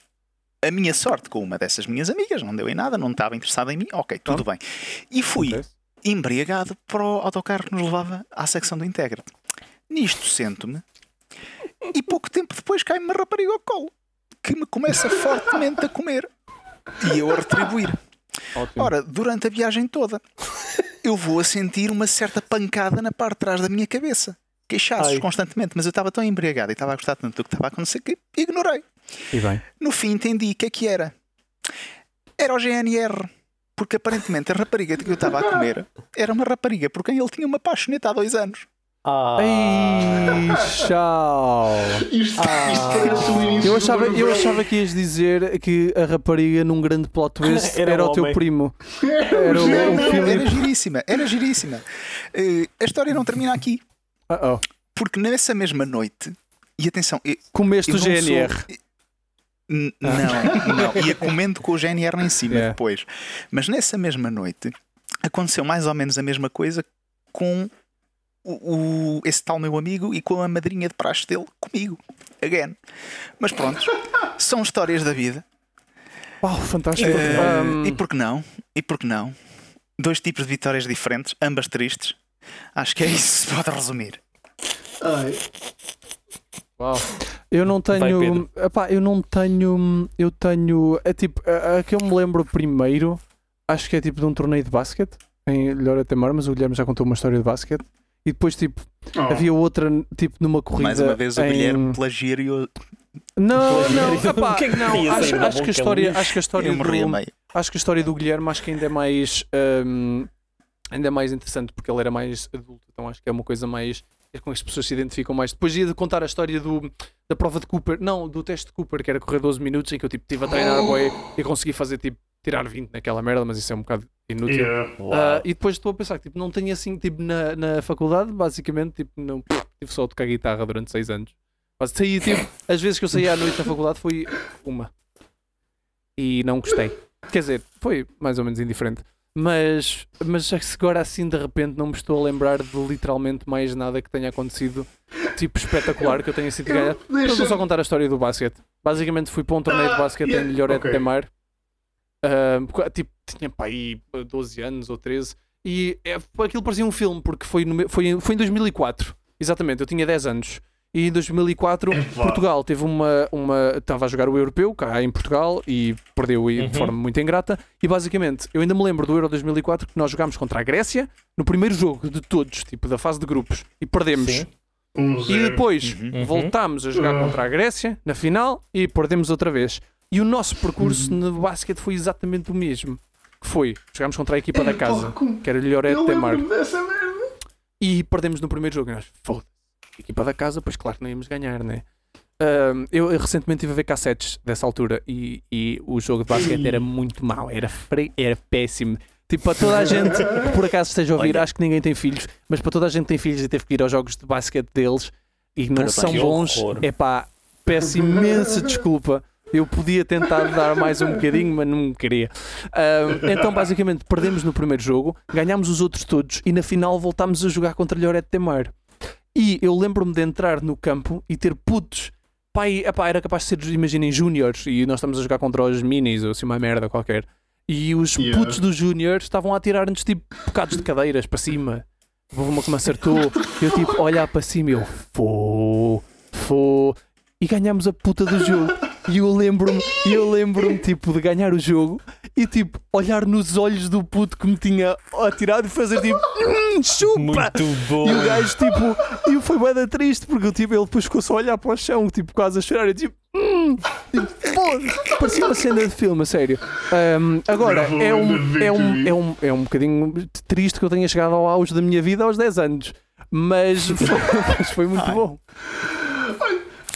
a minha sorte com uma dessas minhas amigas, não deu em nada, não estava interessada em mim, ok, tudo bem. E fui Acontece. embriagado para o autocarro que nos levava à secção do Integra. Nisto sento-me e pouco tempo depois cai-me uma rapariga ao colo que me começa fortemente a comer e eu a retribuir. Ótimo. Ora, durante a viagem toda eu vou a sentir uma certa pancada na parte de trás da minha cabeça, queixaços Ai. constantemente, mas eu estava tão embriagado e estava a gostar tanto do que estava a acontecer que ignorei. E bem. No fim entendi o que é que era. Era o G N R. Porque aparentemente a rapariga que eu estava a comer era uma rapariga por quem ele tinha uma paixoneta há dois anos. Ah, Ei, tchau. Isto, Ah. isto parece o início Eu do achava, eu Barbell. achava que ias dizer que a rapariga num grande plot twist Era era, um o teu homem. primo. Era o, Não, o não, era Filipe. giríssima, era giríssima. Eh, a história não termina aqui. Uh-oh. Porque nessa mesma noite, e atenção, eu, Comeste eu o não G N R. sou- N- Não, não. Ia comendo com o G N R em cima Yeah. depois. Mas nessa mesma noite aconteceu mais ou menos a mesma coisa com o, o- esse tal meu amigo e com a madrinha de praxe dele comigo. Again. Mas pronto, são histórias da vida. Uau, fantástico. Eh, Um, E por que não? E por que não? Dois tipos de vitórias diferentes, ambas tristes. Acho que é isso que se pode resumir. Ai, Uau. Eu não Vai, tenho. Pedro. Epá, eu não tenho. Eu tenho. É tipo. A, a que eu me lembro primeiro, acho que é tipo de um torneio de basquete em Lloret de Mar, mas o Guilherme já contou uma história de basquete. E depois, tipo, oh. havia outra, tipo, numa corrida. Mais uma vez o em... Guilherme plagiou. Não, não, O epá, que é que não. queria Acho, sair da acho que a boca, história, Luís? acho que a história Eu morri a do, meio. acho que a história do Guilherme acho que ainda é mais hum, ainda é mais interessante porque ele era mais adulto, então acho que é uma coisa mais é com que as pessoas se identificam mais. Depois ia de contar a história do, da prova de Cooper, não, do teste de Cooper, que era correr doze minutos em que eu tipo estive a treinar boy, e consegui fazer tipo tirar vinte naquela merda, mas isso é um bocado inútil. Yeah. Ah, e depois estou a pensar que tipo, não tenho assim tipo na, na faculdade, basicamente, tipo, não tive só a tocar guitarra durante seis anos. Mas saí, tipo, as vezes que eu saía à noite na faculdade foi uma. E não gostei. Quer dizer, foi mais ou menos indiferente. Mas, mas agora assim de repente não me estou a lembrar de literalmente mais nada que tenha acontecido tipo espetacular que eu tenha sido Eu- ganhar. Mas deixa- vou só contar a história do basquete. Basicamente fui para um torneio de Ah, basquete yeah, em Lloret ok. de Mar. Ah, tipo, tinha para aí doze anos ou treze. E é, aquilo parecia um filme porque foi, no, me- foi, em- foi em dois mil e quatro. Exatamente, eu tinha dez anos. E em dois mil e quatro Epá. Portugal teve uma, uma. Estava a jogar o europeu cá em Portugal e perdeu e de Uhum. forma muito ingrata. E basicamente, eu ainda me lembro do Euro dois mil e quatro que nós jogámos contra a Grécia no primeiro jogo de todos, tipo da fase de grupos, e perdemos. Sim. Um E zero. depois Uhum. voltámos a jogar Uhum. contra a Grécia na final e perdemos outra vez. E o nosso percurso no basquete foi exatamente o mesmo. Que foi, jogámos contra a equipa da Epá, casa, como- que era o Lloret Eu de Mar. lembro-me dessa merda. E perdemos no primeiro jogo. E nós, foda-se, equipa da casa, pois claro que não íamos ganhar, né? Ahm, eu, eu recentemente estive a ver cassetes dessa altura e, e o jogo de basquete era muito mau, era, fre... era péssimo. Tipo, para toda a gente que por acaso esteja a ouvir, Olha. acho que ninguém tem filhos, mas para toda a gente que tem filhos e teve que ir aos jogos de basquete deles e não Parabéns. são Que bons, horror. é pá, peço imensa desculpa. Eu podia tentar dar mais um bocadinho, mas não queria. Ahm, então, basicamente, perdemos no primeiro jogo, ganhámos os outros todos e na final voltámos a jogar contra Lloret de Mar. E eu lembro-me de entrar no campo e ter putos. Pai, epá, era capaz de ser, imaginem, júniores e nós estamos a jogar contra os minis ou assim uma merda qualquer. E os Yeah. putos dos júniores estavam a tirar-nos tipo bocados de cadeiras para cima. Houve uma que me acertou. Eu tipo, olhar para cima e eu, fô, fô. E ganhámos a puta do jogo. E eu lembro-me, e eu lembro-me tipo de ganhar o jogo e tipo olhar nos olhos do puto que me tinha atirado e fazer tipo, hum, chupa! Muito bom. E o gajo, tipo, e foi bué da triste porque eu, tipo, ele depois ficou só a olhar para o chão, tipo, quase a chorar. Eu, tipo, hum, tipo foda-se. Parecia uma cena de filme, a sério. Ahm, agora, Bravo, é um, Victory. é, um, é, um, é um bocadinho triste que eu tenha chegado ao auge da minha vida aos dez anos, mas foi, mas foi muito Ai. bom.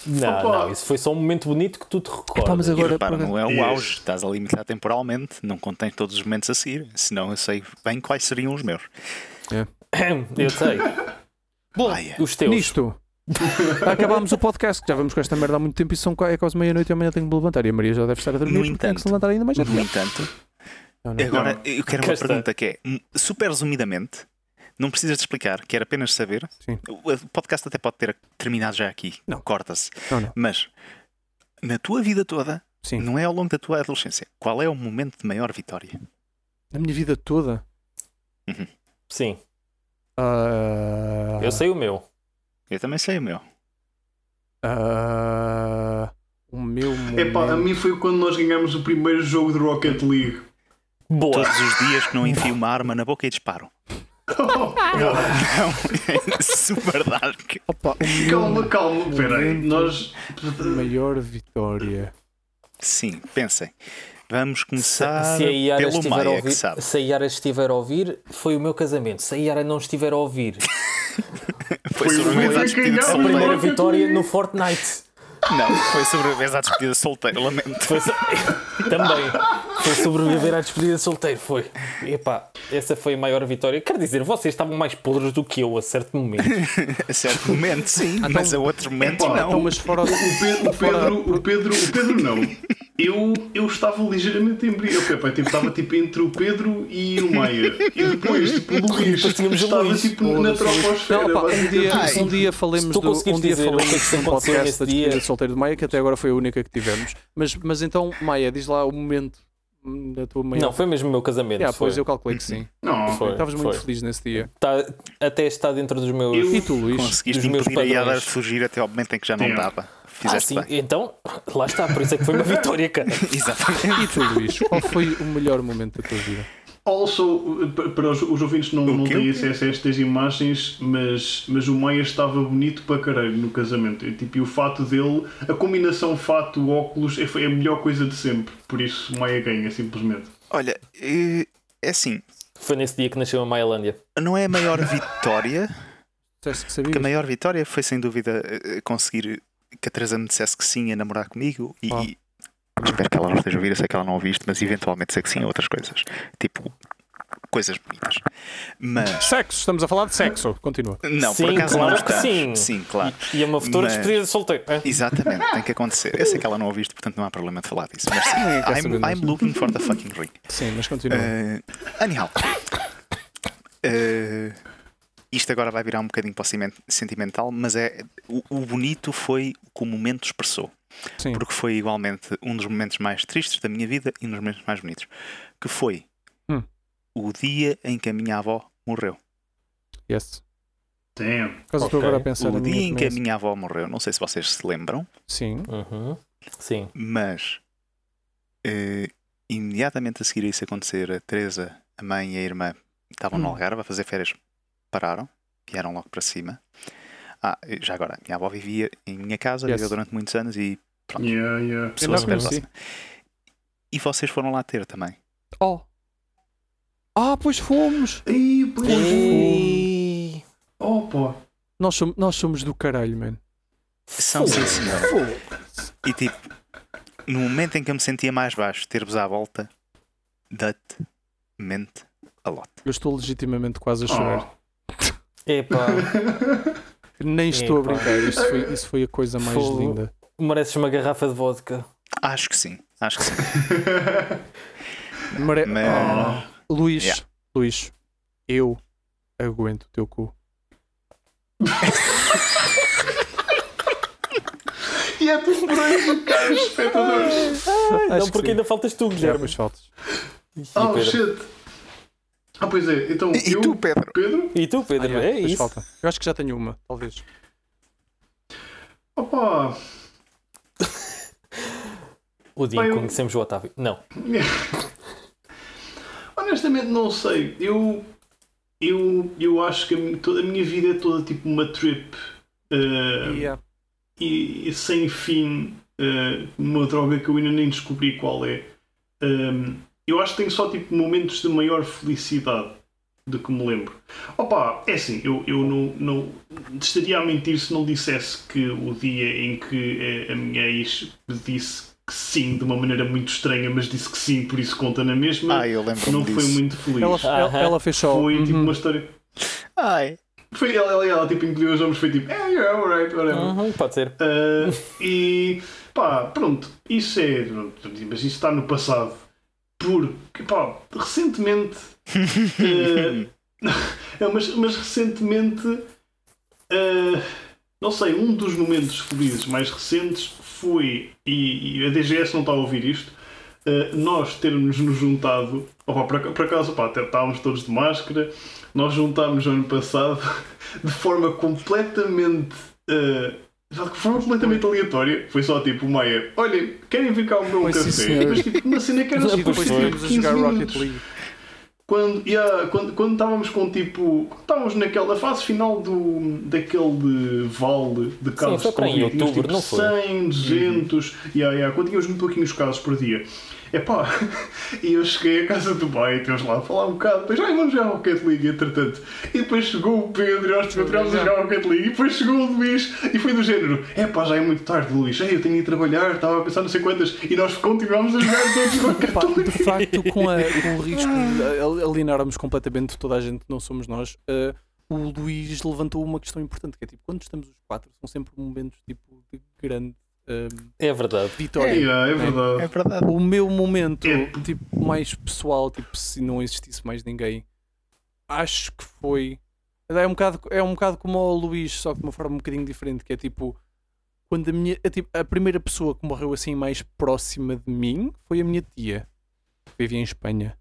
Não, Opa. não, isso foi só um momento bonito que tu te recordas. Epá, mas E agora- repara, não é o Yes. auge, estás a limitar temporalmente, não contém todos os momentos a seguir, senão eu sei bem quais seriam os meus. Eu sei. Bom, Ai, os teus. Nisto, acabámos o podcast, que já vamos com esta merda há muito tempo e são, qua- é quase meia-noite e amanhã tenho que me levantar. E a Maria já deve estar a dormir No porque tem que se entanto- levantar ainda mais No cedo. entanto, Não, não. agora eu quero Cá uma está. pergunta que é, hum, super resumidamente, não precisas de explicar, quero apenas saber. Sim. O o podcast até pode ter terminado já aqui, Não. corta-se. Não, não. Mas na tua vida toda, Sim. não é ao longo da tua adolescência, qual é o momento de maior vitória? Na minha vida toda. Sim, ah, eu sei o meu. Eu também sei o meu. ah, o meu momento. Epá, a mim foi quando nós ganhámos o primeiro jogo de Rocket League. Boa. Todos os dias que não enfio uma arma na boca e disparo. Não, é super dark. Opa, o meu Calma, calma, espera aí. momento Nós. de maior vitória. Sim, pensem. Vamos Se, começar se a Yara pelo estiver a Maia, que ouvir, sabe. se a Yara estiver a ouvir, foi o meu casamento. Se a Yara não estiver a ouvir, Foi Foi sobre o a vez à Maia despedida que de a ganhou. primeira solteiro. vitória no Fortnite. Não, foi sobre a vez à despedida de solteiro, lamento. Foi so- Também. Foi sobreviver à despedida de solteiro. Foi. Epá, essa foi a maior vitória. Quer dizer, vocês estavam mais podres do que eu a certo momento. A certo momento, sim, então- mas a outros momentos Epá, não. Então, mas fora. O Pedro, o Pedro, o Pedro, o Pedro não. Eu, eu estava ligeiramente embriagado. Eu, tipo, estava tipo entre o Pedro e o Maia. E depois, tipo, o Luís. Depois tínhamos o Estava Luís. tipo na troposfera. Não, opa, um, dia, basicamente. um dia falemos Se tu do conseguires um dia dizer o que é que falemos se de um aconteceu podcast nesse da despedida dia. de solteiro de Maia, que até agora foi a única que tivemos. Mas, mas então, Maia, diz lá o momento hum, da tua maior. Não, foi mesmo o meu casamento. Yeah, foi. pois eu calculei que sim. Não, Foi. Estavas muito foi. feliz nesse dia. Tá- até está dentro dos meus. Eu- E tu, Luís? Conseguiste dos meus impedir a Yara padrões. de fugir até ao momento em que já não Sim. dava. Ah, Fizeste sim. bem. Então, lá está. Por isso é que foi uma vitória, cara. Exatamente. E tu, Luís? Qual foi o melhor momento da tua vida? Also, pa- para os, os ouvintes não, O não quê? têm acesso a estas imagens, mas, mas o Maia estava bonito para caralho no casamento. E, tipo, e o fato dele, a combinação fato-óculos é, foi a melhor coisa de sempre. Por isso, o Maia ganha, simplesmente. Olha, eh, é assim, Foi nesse dia que nasceu a Mailândia. não é a maior vitória, Disseste que porque a sabias? maior vitória foi sem dúvida eh, conseguir que a Teresa me dissesse que sim a namorar comigo e, Ah. e espero que ela não esteja a ouvir, eu sei que ela não ouviste, mas eventualmente sei que sim a outras coisas, tipo coisas bonitas. Mas Sexo, estamos a falar de sexo. Continua. não, Sim, por acaso claro não que estamos. sim. Sim, claro. E é uma futura Mas- despedida de solteiro. é? Exatamente, tem que acontecer. Eu sei que ela não ouviste, portanto não há problema de falar disso. Mas sim, Ninguém quer saber I'm, I'm disso. looking for the fucking ring. Sim, mas continua. Uh, anyhow, uh, isto agora vai virar um bocadinho para o cimen- sentimental, mas é o, o bonito foi o que o momento expressou, Sim. porque foi igualmente um dos momentos mais tristes da minha vida e um dos momentos mais bonitos, que foi Hum. o dia em que a minha avó morreu. Yes. Damn. Por causa estou Ok. agora a pensar O na dia minha em que a começa. minha avó morreu, não sei se vocês se lembram, Sim. Uhum. Sim. mas uh, imediatamente a seguir a isso acontecer, a Teresa, a mãe e a irmã estavam no Hum. Algarve a fazer férias, pararam, vieram logo para cima. Ah, já agora, a minha avó vivia em minha casa, Yes. viveu durante muitos anos e pronto, Yeah, yeah. Eu pessoa não super conheci. próxima. E vocês foram lá ter também. Oh. Ah, pois fomos. Ei, pois foi. E... Opa. Nós somos, nós somos do caralho, man. São sim, senhora. E tipo, no momento em que eu me sentia mais baixo, ter-vos à volta, that meant a lot. Eu estou legitimamente quase a chorar. Oh. Epá, Nem estou Epá. a brincar. Isso foi, isso foi a coisa mais Fogo. linda. mereces uma garrafa de vodka. Acho que sim, acho que sim. Mare... Mas- Ah. Luís, Yeah. Luís, eu aguento o teu cu. E é tudo por aí, caros espectadores. não, Acho que porque sim. ainda faltas tu, Já, Guilherme. pois faltas. E Oh, Pedro? shit. Ah, pois é. Então, E eu, tu, Pedro? Pedro? E tu, Pedro? Ah, yeah, é pois isso. falta. Eu acho que já tenho uma, talvez. Opa. O dia em Pai, que eu- conhecemos o Otávio. Não. Honestamente, não sei. Eu, eu, eu acho que a minha, toda a minha vida é toda tipo uma trip uh, Yeah. e, e sem fim. Uh, uma droga que eu ainda nem descobri qual é. Um, eu acho que tenho só tipo momentos de maior felicidade de que me lembro. Opa, é assim, eu, eu não, não, estaria a mentir se não dissesse que o dia em que a minha ex me disse que sim, de uma maneira muito estranha, mas disse que sim, por isso conta na mesma, Ah, eu lembro-me não disso. foi muito feliz. Ela, ela, ela fez só. Foi tipo uhum. uma história. Ai. Foi ela, ela, ela tipo engoliu os ombros, foi tipo, é, yeah, alright, whatever. Uhum, pode ser. Uh, e pá, pronto, isso é. Pronto, mas isso está no passado. Porque, pá, recentemente. uh, é, mas, mas recentemente. Uh, não sei, um dos momentos felizes mais recentes foi. E, e a D G S não está a ouvir isto. Uh, nós termos nos juntado. Opa, por, por acaso, pá, até estávamos todos de máscara. Nós juntámos no ano passado de forma completamente. Uh, de forma completamente aleatória. Foi só tipo, Maia, olhem, querem vir cá ao meu Foi, sim, café? senhor. Mas tipo, uma cena que era E tipo, depois estivemos a quinze jogar Rocket minutos. League. Quando, yeah, quando, quando estávamos com tipo. Quando estávamos naquela fase final do, daquele de vale de casos foi de para em Covid, tínhamos, outubro, tipo, não foi? cem, duzentos, uhum. yeah, yeah, quando tínhamos muito pouquinhos casos por dia. Epá, e eu cheguei à casa do pai e tínhamos lá a falar um bocado, depois ai, vamos jogar Rocket League, entretanto. E depois chegou o Pedro e nós continuámos a jogar Rocket League, e depois chegou o Luís e foi do género: epá, já é muito tarde, Luís, ei, eu tenho de ir trabalhar, estava a pensar não sei quantas, e nós continuámos a jogar todos Rocket Pá, League. de facto, com, a, com o risco de alienarmos completamente toda a gente que não somos nós, uh, o Luís levantou uma questão importante, que é tipo, quando estamos os quatro, são sempre momentos tipo, de grande uh, É verdade. vitória. É, yeah, é verdade. É verdade. O meu momento É. tipo, mais pessoal, tipo, se não existisse mais ninguém, acho que foi. É um bocado, é um bocado como o Luís, só que de uma forma um bocadinho diferente, que é tipo. Quando a minha. A, tipo, a primeira pessoa que morreu assim mais próxima de mim foi a minha tia, que vivia em Espanha.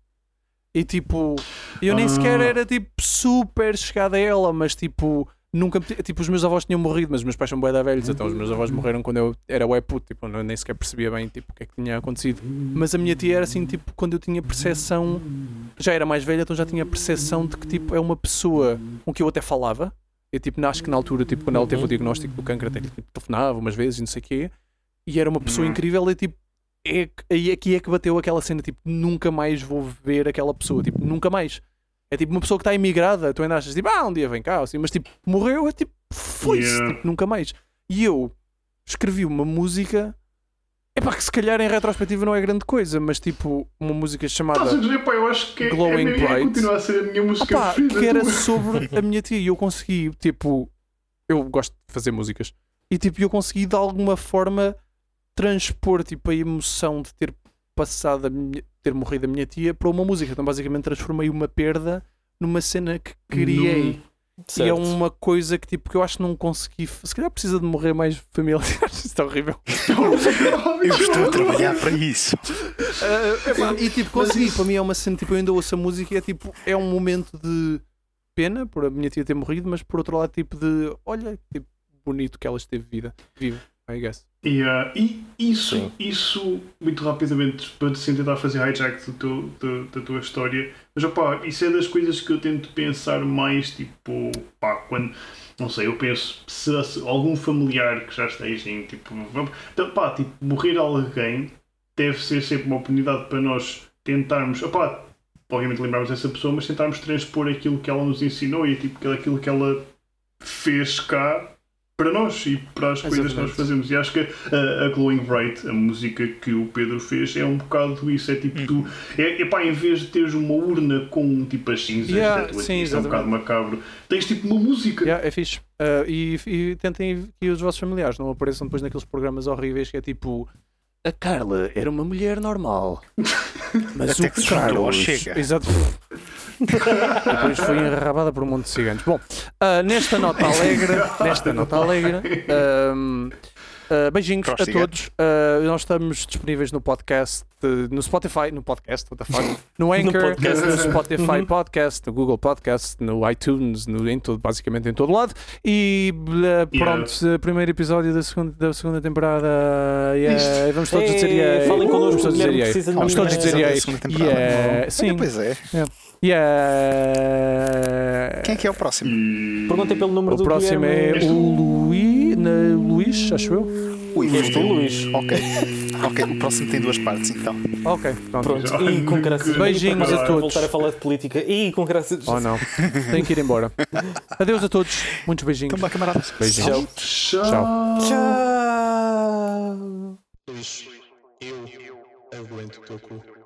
E tipo, eu nem Ah. sequer era tipo super chegada a ela, mas tipo. Nunca, tipo, os meus avós tinham morrido, mas os meus pais são bué da velhos, então os meus avós morreram quando eu era bué puto, tipo, eu nem sequer percebia bem tipo, o que é que tinha acontecido. Mas a minha tia era assim, tipo, quando eu tinha percepção, já era mais velha, então já tinha percepção de que tipo, é uma pessoa com que eu até falava. Eu tipo, acho que na altura, tipo, quando ela teve o diagnóstico do cancro, até tipo, telefonava umas vezes e não sei o quê, e era uma pessoa incrível e tipo, é, aí aqui é que bateu aquela cena, tipo, nunca mais vou ver aquela pessoa, tipo, nunca mais. É tipo uma pessoa que está imigrada, tu ainda achas tipo, ah, um dia vem cá, assim, mas tipo, morreu, é tipo, foi-se, Yeah. tipo, nunca mais. E eu escrevi uma música, é pá, que se calhar em retrospectiva não é grande coisa, mas tipo, uma música chamada Estás a dizer, pá, eu acho que é, Glowing é, é, Bright. continua a ser a minha música Opa, preferida. que era tua. sobre a minha tia e eu consegui, tipo, eu gosto de fazer músicas e tipo, eu consegui de alguma forma transpor tipo, a emoção de ter passado a minha, ter morrido a minha tia para uma música. Então basicamente transformei uma perda numa cena que criei. E Certo. é uma coisa que tipo que eu acho que não consegui. Se calhar precisa de morrer mais familiares. Isto está horrível. Eu estou a trabalhar para isso. Uh, epá, e tipo, consegui. Para mim é uma cena, tipo, eu ainda ouço a música e é tipo, é um momento de pena por a minha tia ter morrido, mas por outro lado, tipo, de olha, tipo, bonito que ela esteve vida, viva, I guess. Yeah. E isso, Sim. isso, muito rapidamente, para sem tentar fazer hijack do teu, da, da tua história, mas opá, isso é das coisas que eu tento pensar mais, tipo, pá, quando, não sei, eu penso, se, se algum familiar que já esteja em, tipo, então, pá, tipo, morrer alguém deve ser sempre uma oportunidade para nós tentarmos, opá, obviamente lembrarmos dessa pessoa, mas tentarmos transpor aquilo que ela nos ensinou e tipo, aquilo que ela fez cá para nós e para as coisas que nós fazemos. E acho que a, a Glowing Bright, a música que o Pedro fez, é um bocado isso. É tipo, tu, é, é pá, em vez de teres uma urna com tipo as cinzas Yeah, da tua sim, tia, é um bocado macabro, tens tipo uma música. Yeah, é fixe. Uh, e, e tentem que os vossos familiares não apareçam depois naqueles programas horríveis que é tipo. A Carla era uma mulher normal. Mas Até o que se juntou ao Carlos... Chega. Exato. Depois foi enrabada por um monte de ciganos. Bom, uh, nesta nota alegre, nesta nota alegre, um, uh, beijinhos Para os a ciganos. todos. Uh, nós estamos disponíveis no podcast, uh, no Spotify, no podcast, what the fuck, no Anchor, no, podcast. no Spotify Podcast, no Google Podcast, no iTunes, no, em todo, basicamente em todo lado. E uh, pronto, uh, primeiro episódio da segunda, da segunda temporada. Yeah, vamos todos Ei, dizer yeah. falem connosco, Vamos todos o Guilherme dizer yeah. precisa de Vamos mim. todos dizer Da yeah. segunda temporada. Yeah. Sim. Olha, pois é. Yeah. Quem é que é o próximo? E... Perguntem pelo número O do próximo Guilherme. é o Luís, na, Luís, acho eu. Ui, Este foi é o tu. Luís. Ok. Ok, o próximo tem duas partes então. Ok, pronto. Pronto, e com graças Beijinhos a todos. Voltar a falar de política. E com graças Oh não, tenho que ir embora. Adeus a todos, muitos beijinhos. Então, camaradas. Beijinhos. Tchau. Tchau. Tchau. Eu aguento o teu cu.